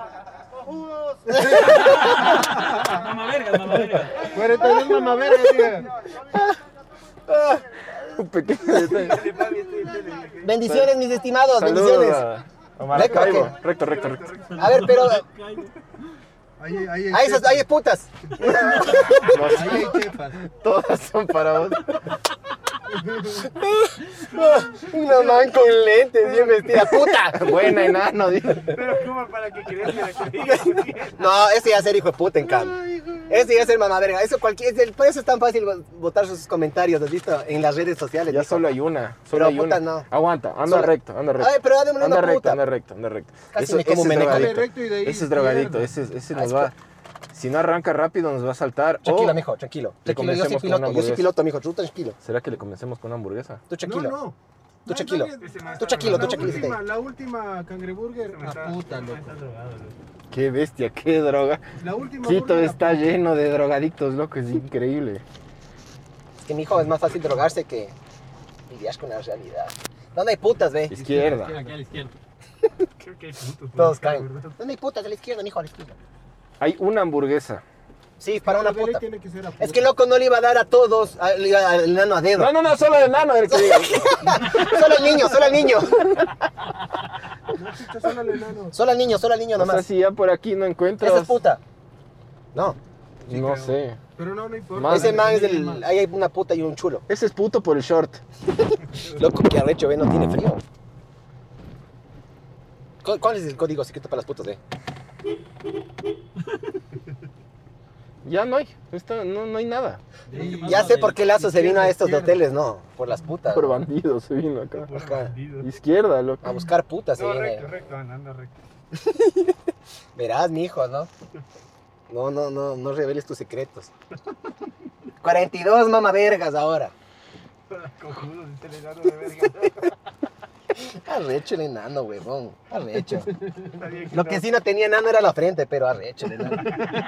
Mamá verga. 42 mamaveras, tío. Un pequeño detalle. Bendiciones, mis estimados. Saludos Bendiciones. a Maracaibo. Recto. A ver, pero Ahí ahí es putas. Ahí hay chefas. Todas son para vos. Una man con lentes, bien vestida. ¡Puta! Buena, enano. Pero ¿cómo para que crees que la No, ese ya es ser hijo de puta en cambio. Ese ya es ser mamá verga. Por eso es tan fácil votar sus comentarios, ¿has visto? En las redes sociales. Ya mijo. solo hay una. Pero Hay puta, una. no. Aguanta, anda Sola. recto. A ver, pero dame una puta. Anda recto. Casi me como meneco. Dale recto y de ahí Ese es drogadicto, izquierda. ese nos va. Si no arranca rápido, nos va a saltar. Tranquilo, o mijo, tranquilo. le Tranquilo, yo soy comencemos con una piloto, hamburguesa. mijo, tú tranquilo. ¿Será que le comencemos con una hamburguesa? Tú tranquilo. No. Tú tranquilo. Dale, Tú tranquilo, tú tranquilo. La última cangreburger, a puta, loco. Qué bestia, qué droga. La última Quito burger, está lleno de drogadictos, loco, es increíble. Es que, mijo, es más fácil drogarse que lidiar con la realidad. ¿Dónde hay putas, ve? Izquierda. Aquí a la izquierda. Creo que hay putos. Todos caen. ¿Dónde hay putas? A la izquierda, mijo, a la izquierda. Hay una hamburguesa. Sí, para una de ley puta. tiene que ser a Es que loco no le iba a dar a todos, le iba al enano a dedo. No, solo el enano el que diga. Solo al niño. No, chucha, solo al enano. Solo al niño O sea, nomás. si ya por aquí no encuentras. Esa es puta. No. Sí, No creo. sé. Pero no importa. Más- Ese man es Más. del. Ahí hay una puta y un chulo. Ese es puto por el short. Loco, que arrecho, ve, no tiene frío. ¿Cuál es el código secreto para las putas, ve? Ya no hay. No hay nada. Ya sé por qué Lazo se vino a estos hoteles, no. Por las putas. Por bandido se vino acá. Ajá. Izquierda, loco. A buscar putas se No, viene. recto, anda recto. Verás, mijo, ¿no? No reveles tus secretos. 42 mamavergas ahora. Cojudos, este enano de verga. Arrecho el enano, huevón. Arrecho. Está bien Lo que sí no tenía enano era la frente, pero arrecho el enano.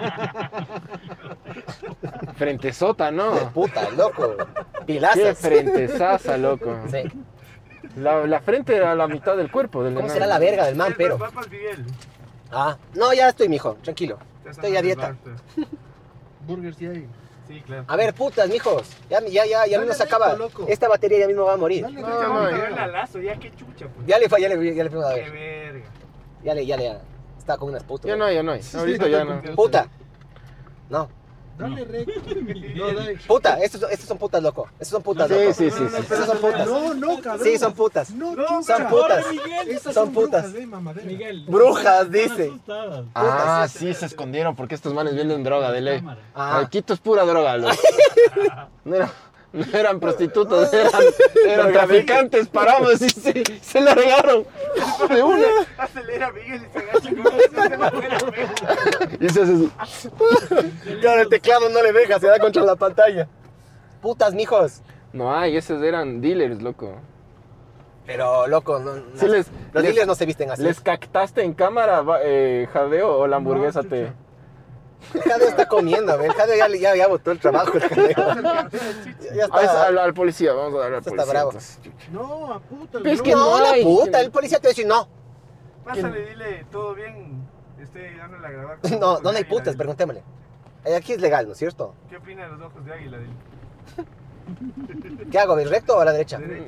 Frentezota, De ¿no? puta, loco. Qué Pilazas. frentezaza, loco. Sí. La frente a la mitad del cuerpo del ¿Cómo enano. será la verga del man, pero? Papas, Miguel. Ah, no, ya estoy, mijo. Tranquilo. Estoy a dieta. Burgers sí hay. Sí, claro. A ver, putas, mijos. Ya Dale mismo se acaba. recto, loco. Esta batería ya mismo va a morir. Dale, No, recto, vamos a no, ver la lazo, ya qué chucha, pues. Ya le fuimos a Qué ver. verga. Ya. Está con unas putas. Ya no hay. Ahorita ya no. Puta. No. Dale recto. No, dale. Puta, estos son putas, loco. Estos son putas, loco. Sí. Estos son putas. No, cabrón. Sí, son putas. No, Son chucha. putas. Estas Son putas. brujas, ve, mamadera. Miguel. Brujas, están dice. asustadas. Ah, sí, se escondieron porque estos manes venden droga de ley. Cámara. Ah. Quito es pura droga, loco. No No eran prostitutas, eran traficantes. Paramos y se largaron. De una. Acelera Miguel y se agacha con eso, se va fuera. Y se hace así. Claro, el teclado no le deja, se da contra la pantalla. Putas, mijos. No hay, esos eran dealers, loco. Pero, loco, Sí, los dealers no se visten así. ¿Les captaste en cámara, Jadeo, o la hamburguesa No, te...? El Jadeo está comiendo, el Jadeo ya botó el trabajo. El Jadeo. Ya está. Al policía, vamos a darle al Está policía. bravo. entonces. No, a puta. Pero es no. que no la hay. puta, el policía te va a decir no. Pásale, dile, todo bien. Estoy dándole a grabar. con No, los ojos ¿dónde hay de águila, putas? dile. Preguntémosle. Aquí es legal, ¿no es cierto? ¿Qué opina de los ojos de águila? Dile. ¿Qué hago? ¿Ver recto o a la derecha? Derecho.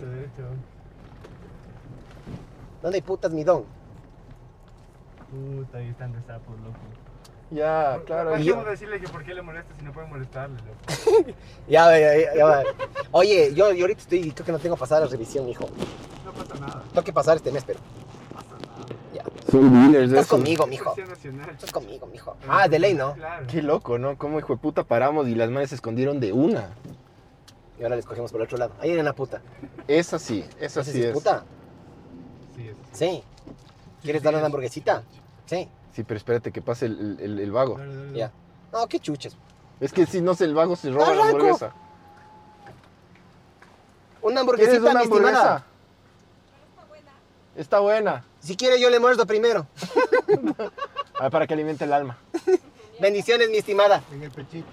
¿Dónde hay putas, mi don? Puta, ahí están de sapos, loco. Ya, claro. Vamos a decirle que por qué le molesta si no puede molestarle, loco. Ya va. Oye, yo ahorita creo que no tengo pasada la revisión, hijo. No pasa nada. Tengo que pasar este mes, pero. Ya. Son dealers Estás esos. conmigo, mijo. Policía Nacional. Estás conmigo, mijo. Ah, de ley, ¿no? Claro. Qué loco, ¿no? Cómo hijo de puta paramos y las manes se escondieron de una. Y ahora les cogemos por el otro lado. Ahí viene la puta. Esa sí ¿Esa sí es. puta? Sí, es. Sí. ¿Quieres darle una hamburguesita? Sí. Sí, pero espérate que pase el vago. Dale, dale. Ya. No, qué chuches. Es que si no se el vago se roba la Arranco. hamburguesa. Una ¿Quieres hamburguesita, una mi estimada. hamburguesa? Está buena. Si quiere, yo le muerdo primero. A ver, para que alimente el alma. Bendiciones, mi estimada. En el pechito.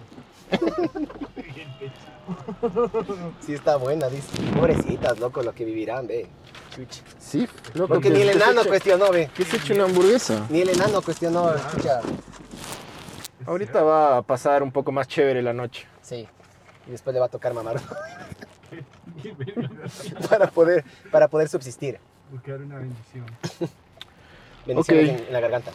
Sí, está buena, dice. Pobrecitas, loco, lo que vivirán, ve. Chucha. Sí, loco. Porque ni el enano cuestionó, ve. ¿Qué se hecho una hamburguesa? Ni el enano cuestionó, chucha. Ahorita va a pasar un poco más chévere la noche. Sí. Y después le va a tocar mamar Qué verga. para poder subsistir. Buscar una bendición. Bendiciones Ok. en la garganta.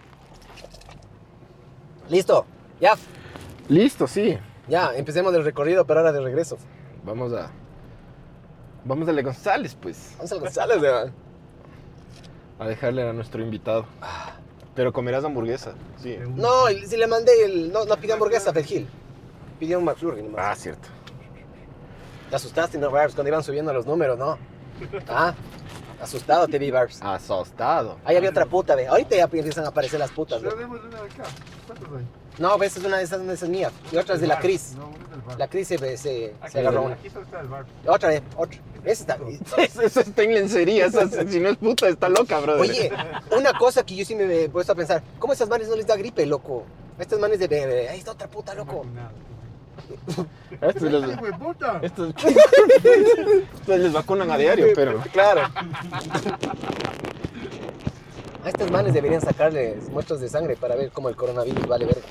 Listo. Ya. Listo, sí. Ya, empecemos el recorrido, pero ahora de regreso. Vamos a darle González, pues. Vamos al González, weón. A dejarle a nuestro invitado. Pero comerás hamburguesa, sí. No, si le mandé no pidió hamburguesa, Fergil. Pidió un McFlurry nomás. Ah, cierto. Te asustaste, ¿no, Barbs? Cuando iban subiendo los números, ¿no? Ah, asustado te vi, Barbs. Asustado. Ahí había otra puta, ve. Ahorita ya empiezan a aparecer las putas, Pero ve. demos una de acá. ¿Cuántos hay? No, ves, es una de esas mía. Y otra es de la Cris. No, una es del bar. La Cris se Aquí agarró una. Aquí solo está el bar. Otra. Esa está. Eso está en lencería. Si no es puta, está loca, brother. Oye, una cosa que yo sí me he puesto a pensar. ¿Cómo a esas manes no les da gripe, loco? A estas manes de bebé. Ahí está otra puta, loco. Estos les, ¡Hijo de puta! estos les vacunan a diario, pero... Claro. A estas manes deberían sacarles muestras de sangre para ver cómo el coronavirus vale verga.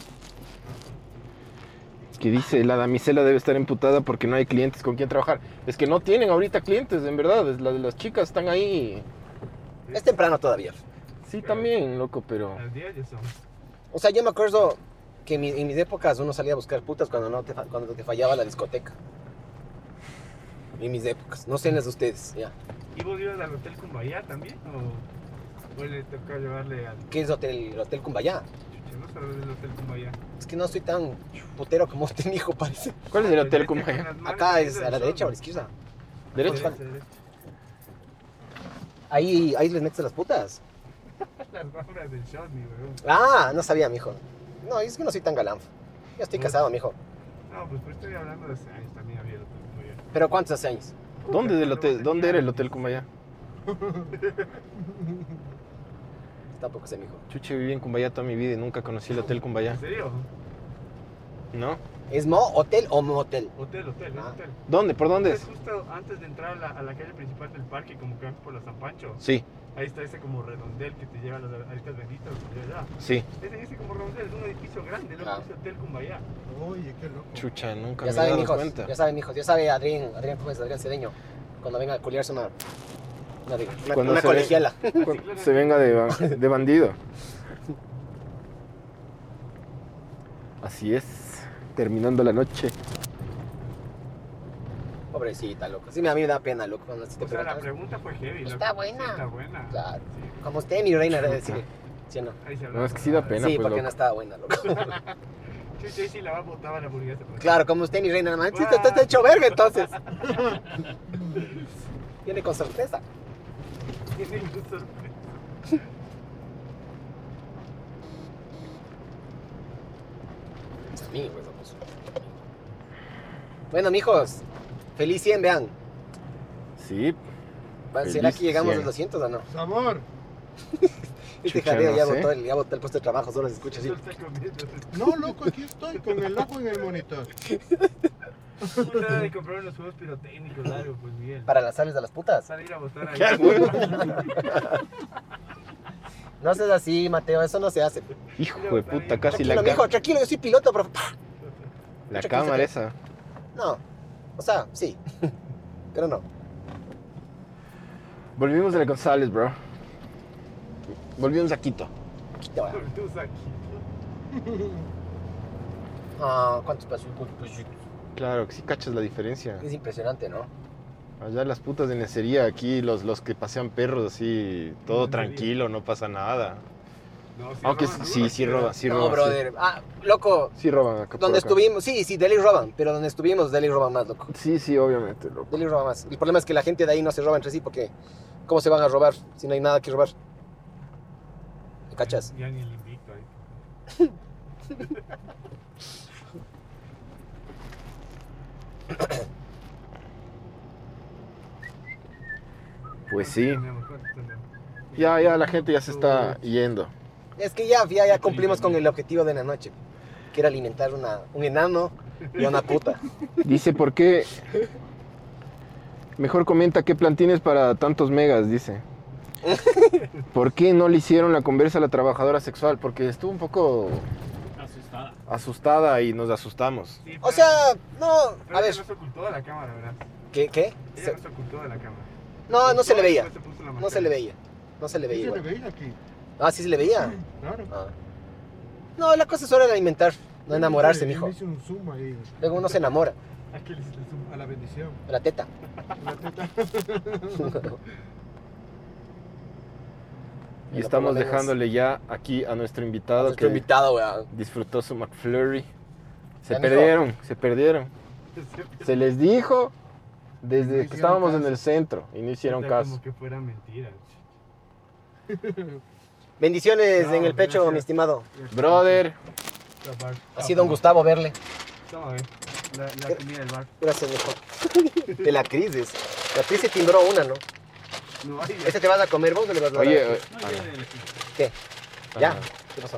Que dice, la damisela debe estar emputada porque no hay clientes con quien trabajar. Es que no tienen ahorita clientes, en verdad. Las chicas están ahí. Es temprano todavía. Sí, también, loco, pero... Las 10 ya son. O sea, yo me acuerdo que en mis épocas uno salía a buscar putas cuando te fallaba la discoteca. En mis épocas. No sé en las de ustedes, ya. ¿Y vos ibas al Hotel Cumbayá también? ¿O le tocó llevarle al... ¿Qué es el Hotel Cumbayá? Chucha, no sabes del Hotel Cumbayá? Es que no soy tan putero como usted, mi hijo, parece. ¿Cuál es el hotel Con Cumbayá? las manos Acá es del a la sol, derecha o a ¿no? la izquierda. ¿Derecha? Derecha. Ahí les metes a las putas. Las bambas del shot, mi weón. Ah, no sabía, mijo. No, es que no soy tan galán. Ya estoy casado, mijo. No, pues estoy hablando de hace años también había el Hotel Cumbayá. ¿Pero cuántos hace años? ¿Dónde, del hotel? ¿Dónde era el hotel Cumbayá? Tampoco sé, mijo. Chuche, viví en Cumbayá toda mi vida y nunca conocí el hotel Cumbayá. ¿En serio? ¿No? ¿Es hotel o motel? Hotel, es Ah. hotel. ¿Dónde? ¿Por dónde Es es? justo antes de entrar a la calle principal del parque, como que vas por la San Pancho. Sí, Ahí está ese como redondel que te lleva a las aritas benditas. Allá. sí. Ese como redondel es un edificio grande, loco, Ah. ese Hotel Cumbayá. Oye, qué loco. Chucha, nunca Ya me he saben, dado mijos. cuenta. Ya saben, mijos. Ya sabe Adrián, ¿cómo es? Adrián Cedeño. Cuando venga a culiarse Cuando una se ve- colegiala. Cuando se venga de bandido. Así es, terminando la noche. Pobrecita, loco. Sí, a mí me da pena, loco. Cuando así te O sea, la preguntas. pregunta fue heavy, loco. Está Sí, buena. está buena. Claro. Sí. Como usted, mi reina, era decir. ¿Sí o no? Ahí se habla. No, es que sí da pena, Sí, pues, porque loco. no estaba buena, loco. Chucha, sí la va a botar a la hamburguesa. Pues. Claro, como usted ni reina, man. Sí, te está hecho verga entonces. Viene con sorpresa. Tiene un sorpresa. Amigos, pues. Bueno, mijos, feliz 100, vean. Sí. ¿Será que llegamos 100. a 200 o no? Sabor. Este Chucha, jadeo no ya sé. botó el puesto de trabajo, solo se escucha así. No, loco, aquí estoy con el ojo en el monitor. Puta de comprar unos juegos pirotécnicos, algo, pues Miguel. Para las sales de las putas. Salir a botar ahí. No seas así, Mateo, eso no se hace. Hijo de puta, casi Tranquilo, la mijo, tranquilo, yo soy piloto, pero... La Mucha cámara cosa esa. No, o sea, sí, pero no. Volvimos de la González, bro. Volvimos a Quito. Quito, Tú aquí. ¿Cuántos pasos? Claro, que sí cachas la diferencia. Es impresionante, ¿no? Allá las putas de necería, aquí los que pasean perros así, todo tranquilo, no pasa nada. No, sí Aunque roban sí, duro, sí roban, sí No, roban. brother. Loco, Sí roban acá. por donde acá. estuvimos, sí, Delhi roban, pero donde estuvimos, Delhi roban más, loco. Sí, obviamente, loco. Delhi roba más. El problema es que la gente de ahí no se roba entre sí porque ¿cómo se van a robar si no hay nada que robar? ¿Me cachas? Ya ni el invicto ahí. Pues sí. ¿Cuánto tenemos? Ya la gente ya se está yendo. Es que ya cumplimos con el objetivo de la noche, que era alimentar un enano y a una puta. Dice, ¿por qué? Mejor comenta qué plan tienes para tantos megas, dice. ¿Por qué no le hicieron la conversa a la trabajadora sexual? Porque estuvo un poco asustada y nos asustamos. Sí, O sea, no, pero a ver, ella no se ocultó de la cámara, ¿verdad? ¿qué? Ella no se ocultó de la cámara. No se le veía, Después se puso la no se le máscara. veía, no se le ¿Qué veía se le igual. veía aquí? Ah, sí se le veía. Claro. Ah. No, la cosa es hora de alimentar, no enamorarse, Yo mijo. le hice un zoom ahí. Luego uno se enamora, ¿A qué le hiciste zoom? A la bendición. de la teta. La teta. Y estamos dejándole ya aquí a nuestro invitado Nuestro que invitado, weón. disfrutó su McFlurry. Ya, mijo. Se perdieron. Se les dijo desde que hicieron estábamos caso. en el centro y no hicieron O sea, caso. Como que fuera mentira. Bendiciones No, en el pecho, gracias. mi estimado. Brother, Ha sido un Gustavo verle. Toma, ve. La comida del bar. Gracias, mijo. De la crisis. La crisis se timbró una, ¿no? No hay. ¿Ese te vas a comer vos o le vas a dar? oye, ¿Qué? ¿Ya? ¿Qué pasó?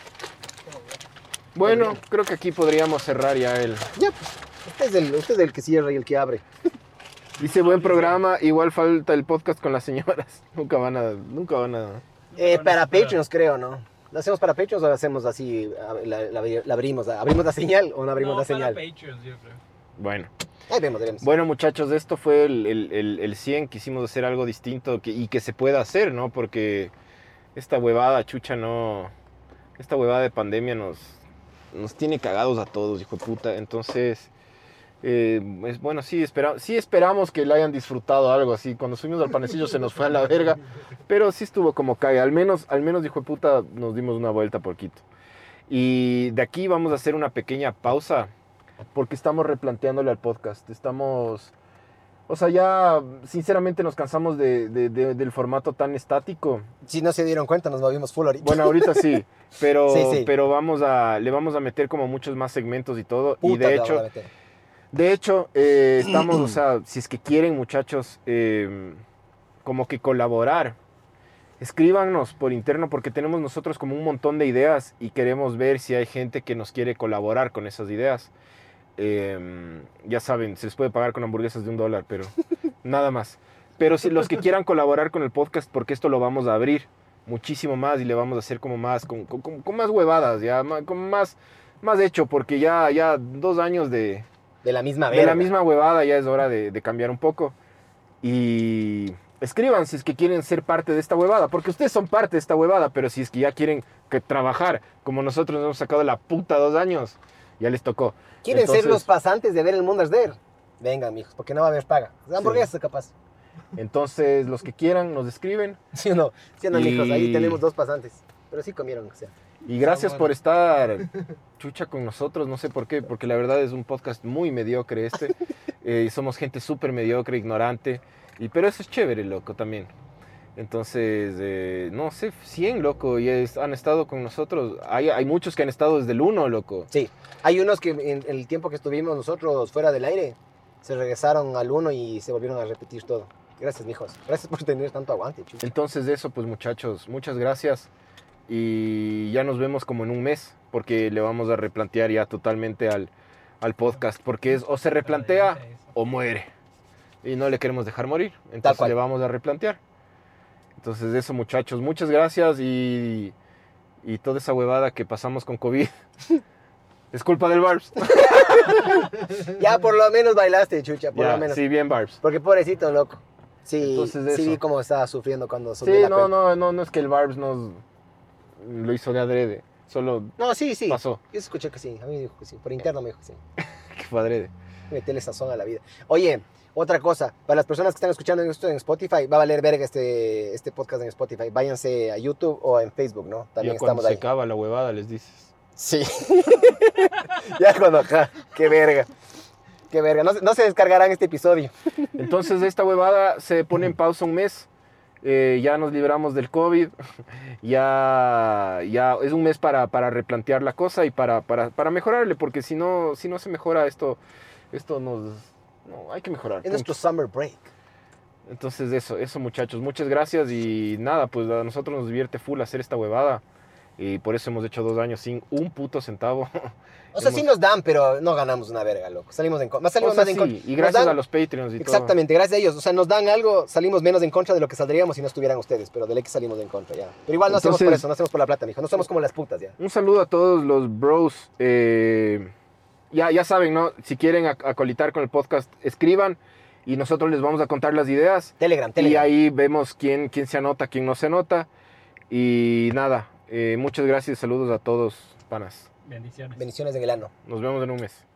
bueno, creo que aquí podríamos cerrar ya el... Ya, pues. Usted es el que cierra y el que abre. Dice, buen programa, igual falta el podcast con las señoras. Nunca van a... Para Patreons, creo, ¿no? ¿Lo hacemos para Patreons o lo hacemos así? La abrimos la señal o no abrimos la señal? Para Patreons, yo creo. Bueno. Ahí vemos. Bueno, muchachos, esto fue el 100. Quisimos hacer algo distinto y que se pueda hacer, ¿no? Porque esta huevada, chucha, no... Esta huevada de pandemia nos tiene cagados a todos, hijo de puta. Entonces, bueno, sí esperamos que le hayan disfrutado algo así. Cuando subimos al panecillo se nos fue a la verga. Pero sí estuvo como cae. Al menos, hijo de puta, nos dimos una vuelta por Quito. Y de aquí vamos a hacer una pequeña pausa. Porque estamos replanteándole al podcast. O sea, ya sinceramente nos cansamos del formato tan estático. Si no se dieron cuenta, nos movimos full ahorita. Bueno, ahorita sí, pero, Sí. pero le vamos a meter como muchos más segmentos y todo. Puta, Y de la van a hecho, meter. estamos, o sea, si es que quieren, muchachos, como que colaborar, escríbanos por interno porque tenemos nosotros como un montón de ideas y queremos ver si hay gente que nos quiere colaborar con esas ideas. Ya saben, se les puede pagar con hamburguesas de $1, pero nada más. Pero si los que quieran colaborar con el podcast, porque esto lo vamos a abrir muchísimo más y le vamos a hacer como más, con más huevadas, ya, como más hecho, porque ya 2 años de la misma de verga. la misma huevada ya es hora de cambiar un poco. Y escriban si es que quieren ser parte de esta huevada, porque ustedes son parte de esta huevada, pero si es que ya quieren trabajar, como nosotros nos hemos sacado la puta 2 años, ya les tocó. ¿Quieren Entonces, ser los pasantes de ver el mundo arder? Vengan, mijos, porque no va a haber paga. Hamburguesas, capaz. Entonces, los que quieran nos escriben. ¿Sí o no? Sí o no, Y- mijos, ahí tenemos 2 pasantes. Pero sí comieron, o sea. Y gracias por estar, chucha, con nosotros. No sé por qué, porque la verdad es un podcast muy mediocre este. Y somos gente súper mediocre, ignorante. Pero eso es chévere, loco, también. Entonces, no sé, 100, loco, y han estado con nosotros. Hay muchos que han estado desde el 1, loco. Sí, hay unos que en el tiempo que estuvimos nosotros fuera del aire, se regresaron al 1 y se volvieron a repetir todo. Gracias, mijos. Gracias por tener tanto aguante, chucha. Entonces eso, pues muchachos, muchas gracias. Y ya nos vemos como en un mes, porque le vamos a replantear ya totalmente al podcast, porque es o se replantea o muere. Y no le queremos dejar morir, entonces le vamos a replantear. Entonces eso, muchachos, muchas gracias y toda esa huevada que pasamos con COVID es culpa del Barbs. Ya por lo menos bailaste, chucha, por lo menos. Sí, bien, Barbs. Porque pobrecito, loco. Sí, entonces, sí vi cómo estaba sufriendo cuando Sí, no es que el Barbs nos lo hizo de adrede, solo no, sí. pasó. Yo escuché que sí, a mí me dijo que sí, por interno me dijo que sí. Que fue adrede. Metele sazón a la vida. Oye, otra cosa, para las personas que están escuchando esto en Spotify, va a valer verga este podcast en Spotify. Váyanse a YouTube o en Facebook, ¿no? También ya cuando estamos ahí. se acaba la huevada les dices. Sí. Ya cuando acá, qué verga. Qué verga. No se descargarán este episodio. Entonces esta huevada se pone en pausa un mes. Ya nos libramos del COVID. Ya es un mes para replantear la cosa y para mejorarle. Porque si no se mejora esto nos... No, hay que mejorar. Es nuestro summer break. Entonces eso muchachos. Muchas gracias y nada, pues a nosotros nos divierte full hacer esta huevada. Y por eso hemos hecho 2 años sin un puto centavo. O sea, sí nos dan, pero no ganamos una verga, loco. Salimos en contra. Salimos más en contra. Y gracias a los Patreons y exactamente, gracias a ellos. O sea, nos dan algo, salimos menos en contra de lo que saldríamos si no estuvieran ustedes. Pero del X salimos en contra, ya. Pero igual no hacemos por eso, no hacemos por la plata, mijo. No somos como las putas, ya. Un saludo a todos los bros. Ya saben, ¿no? Si quieren acolitar con el podcast, escriban. Y nosotros les vamos a contar las ideas. Telegram. Y ahí vemos quién se anota, quién no se anota. Y nada, muchas gracias y saludos a todos, panas. Bendiciones. Bendiciones en el ano. Nos vemos en un mes.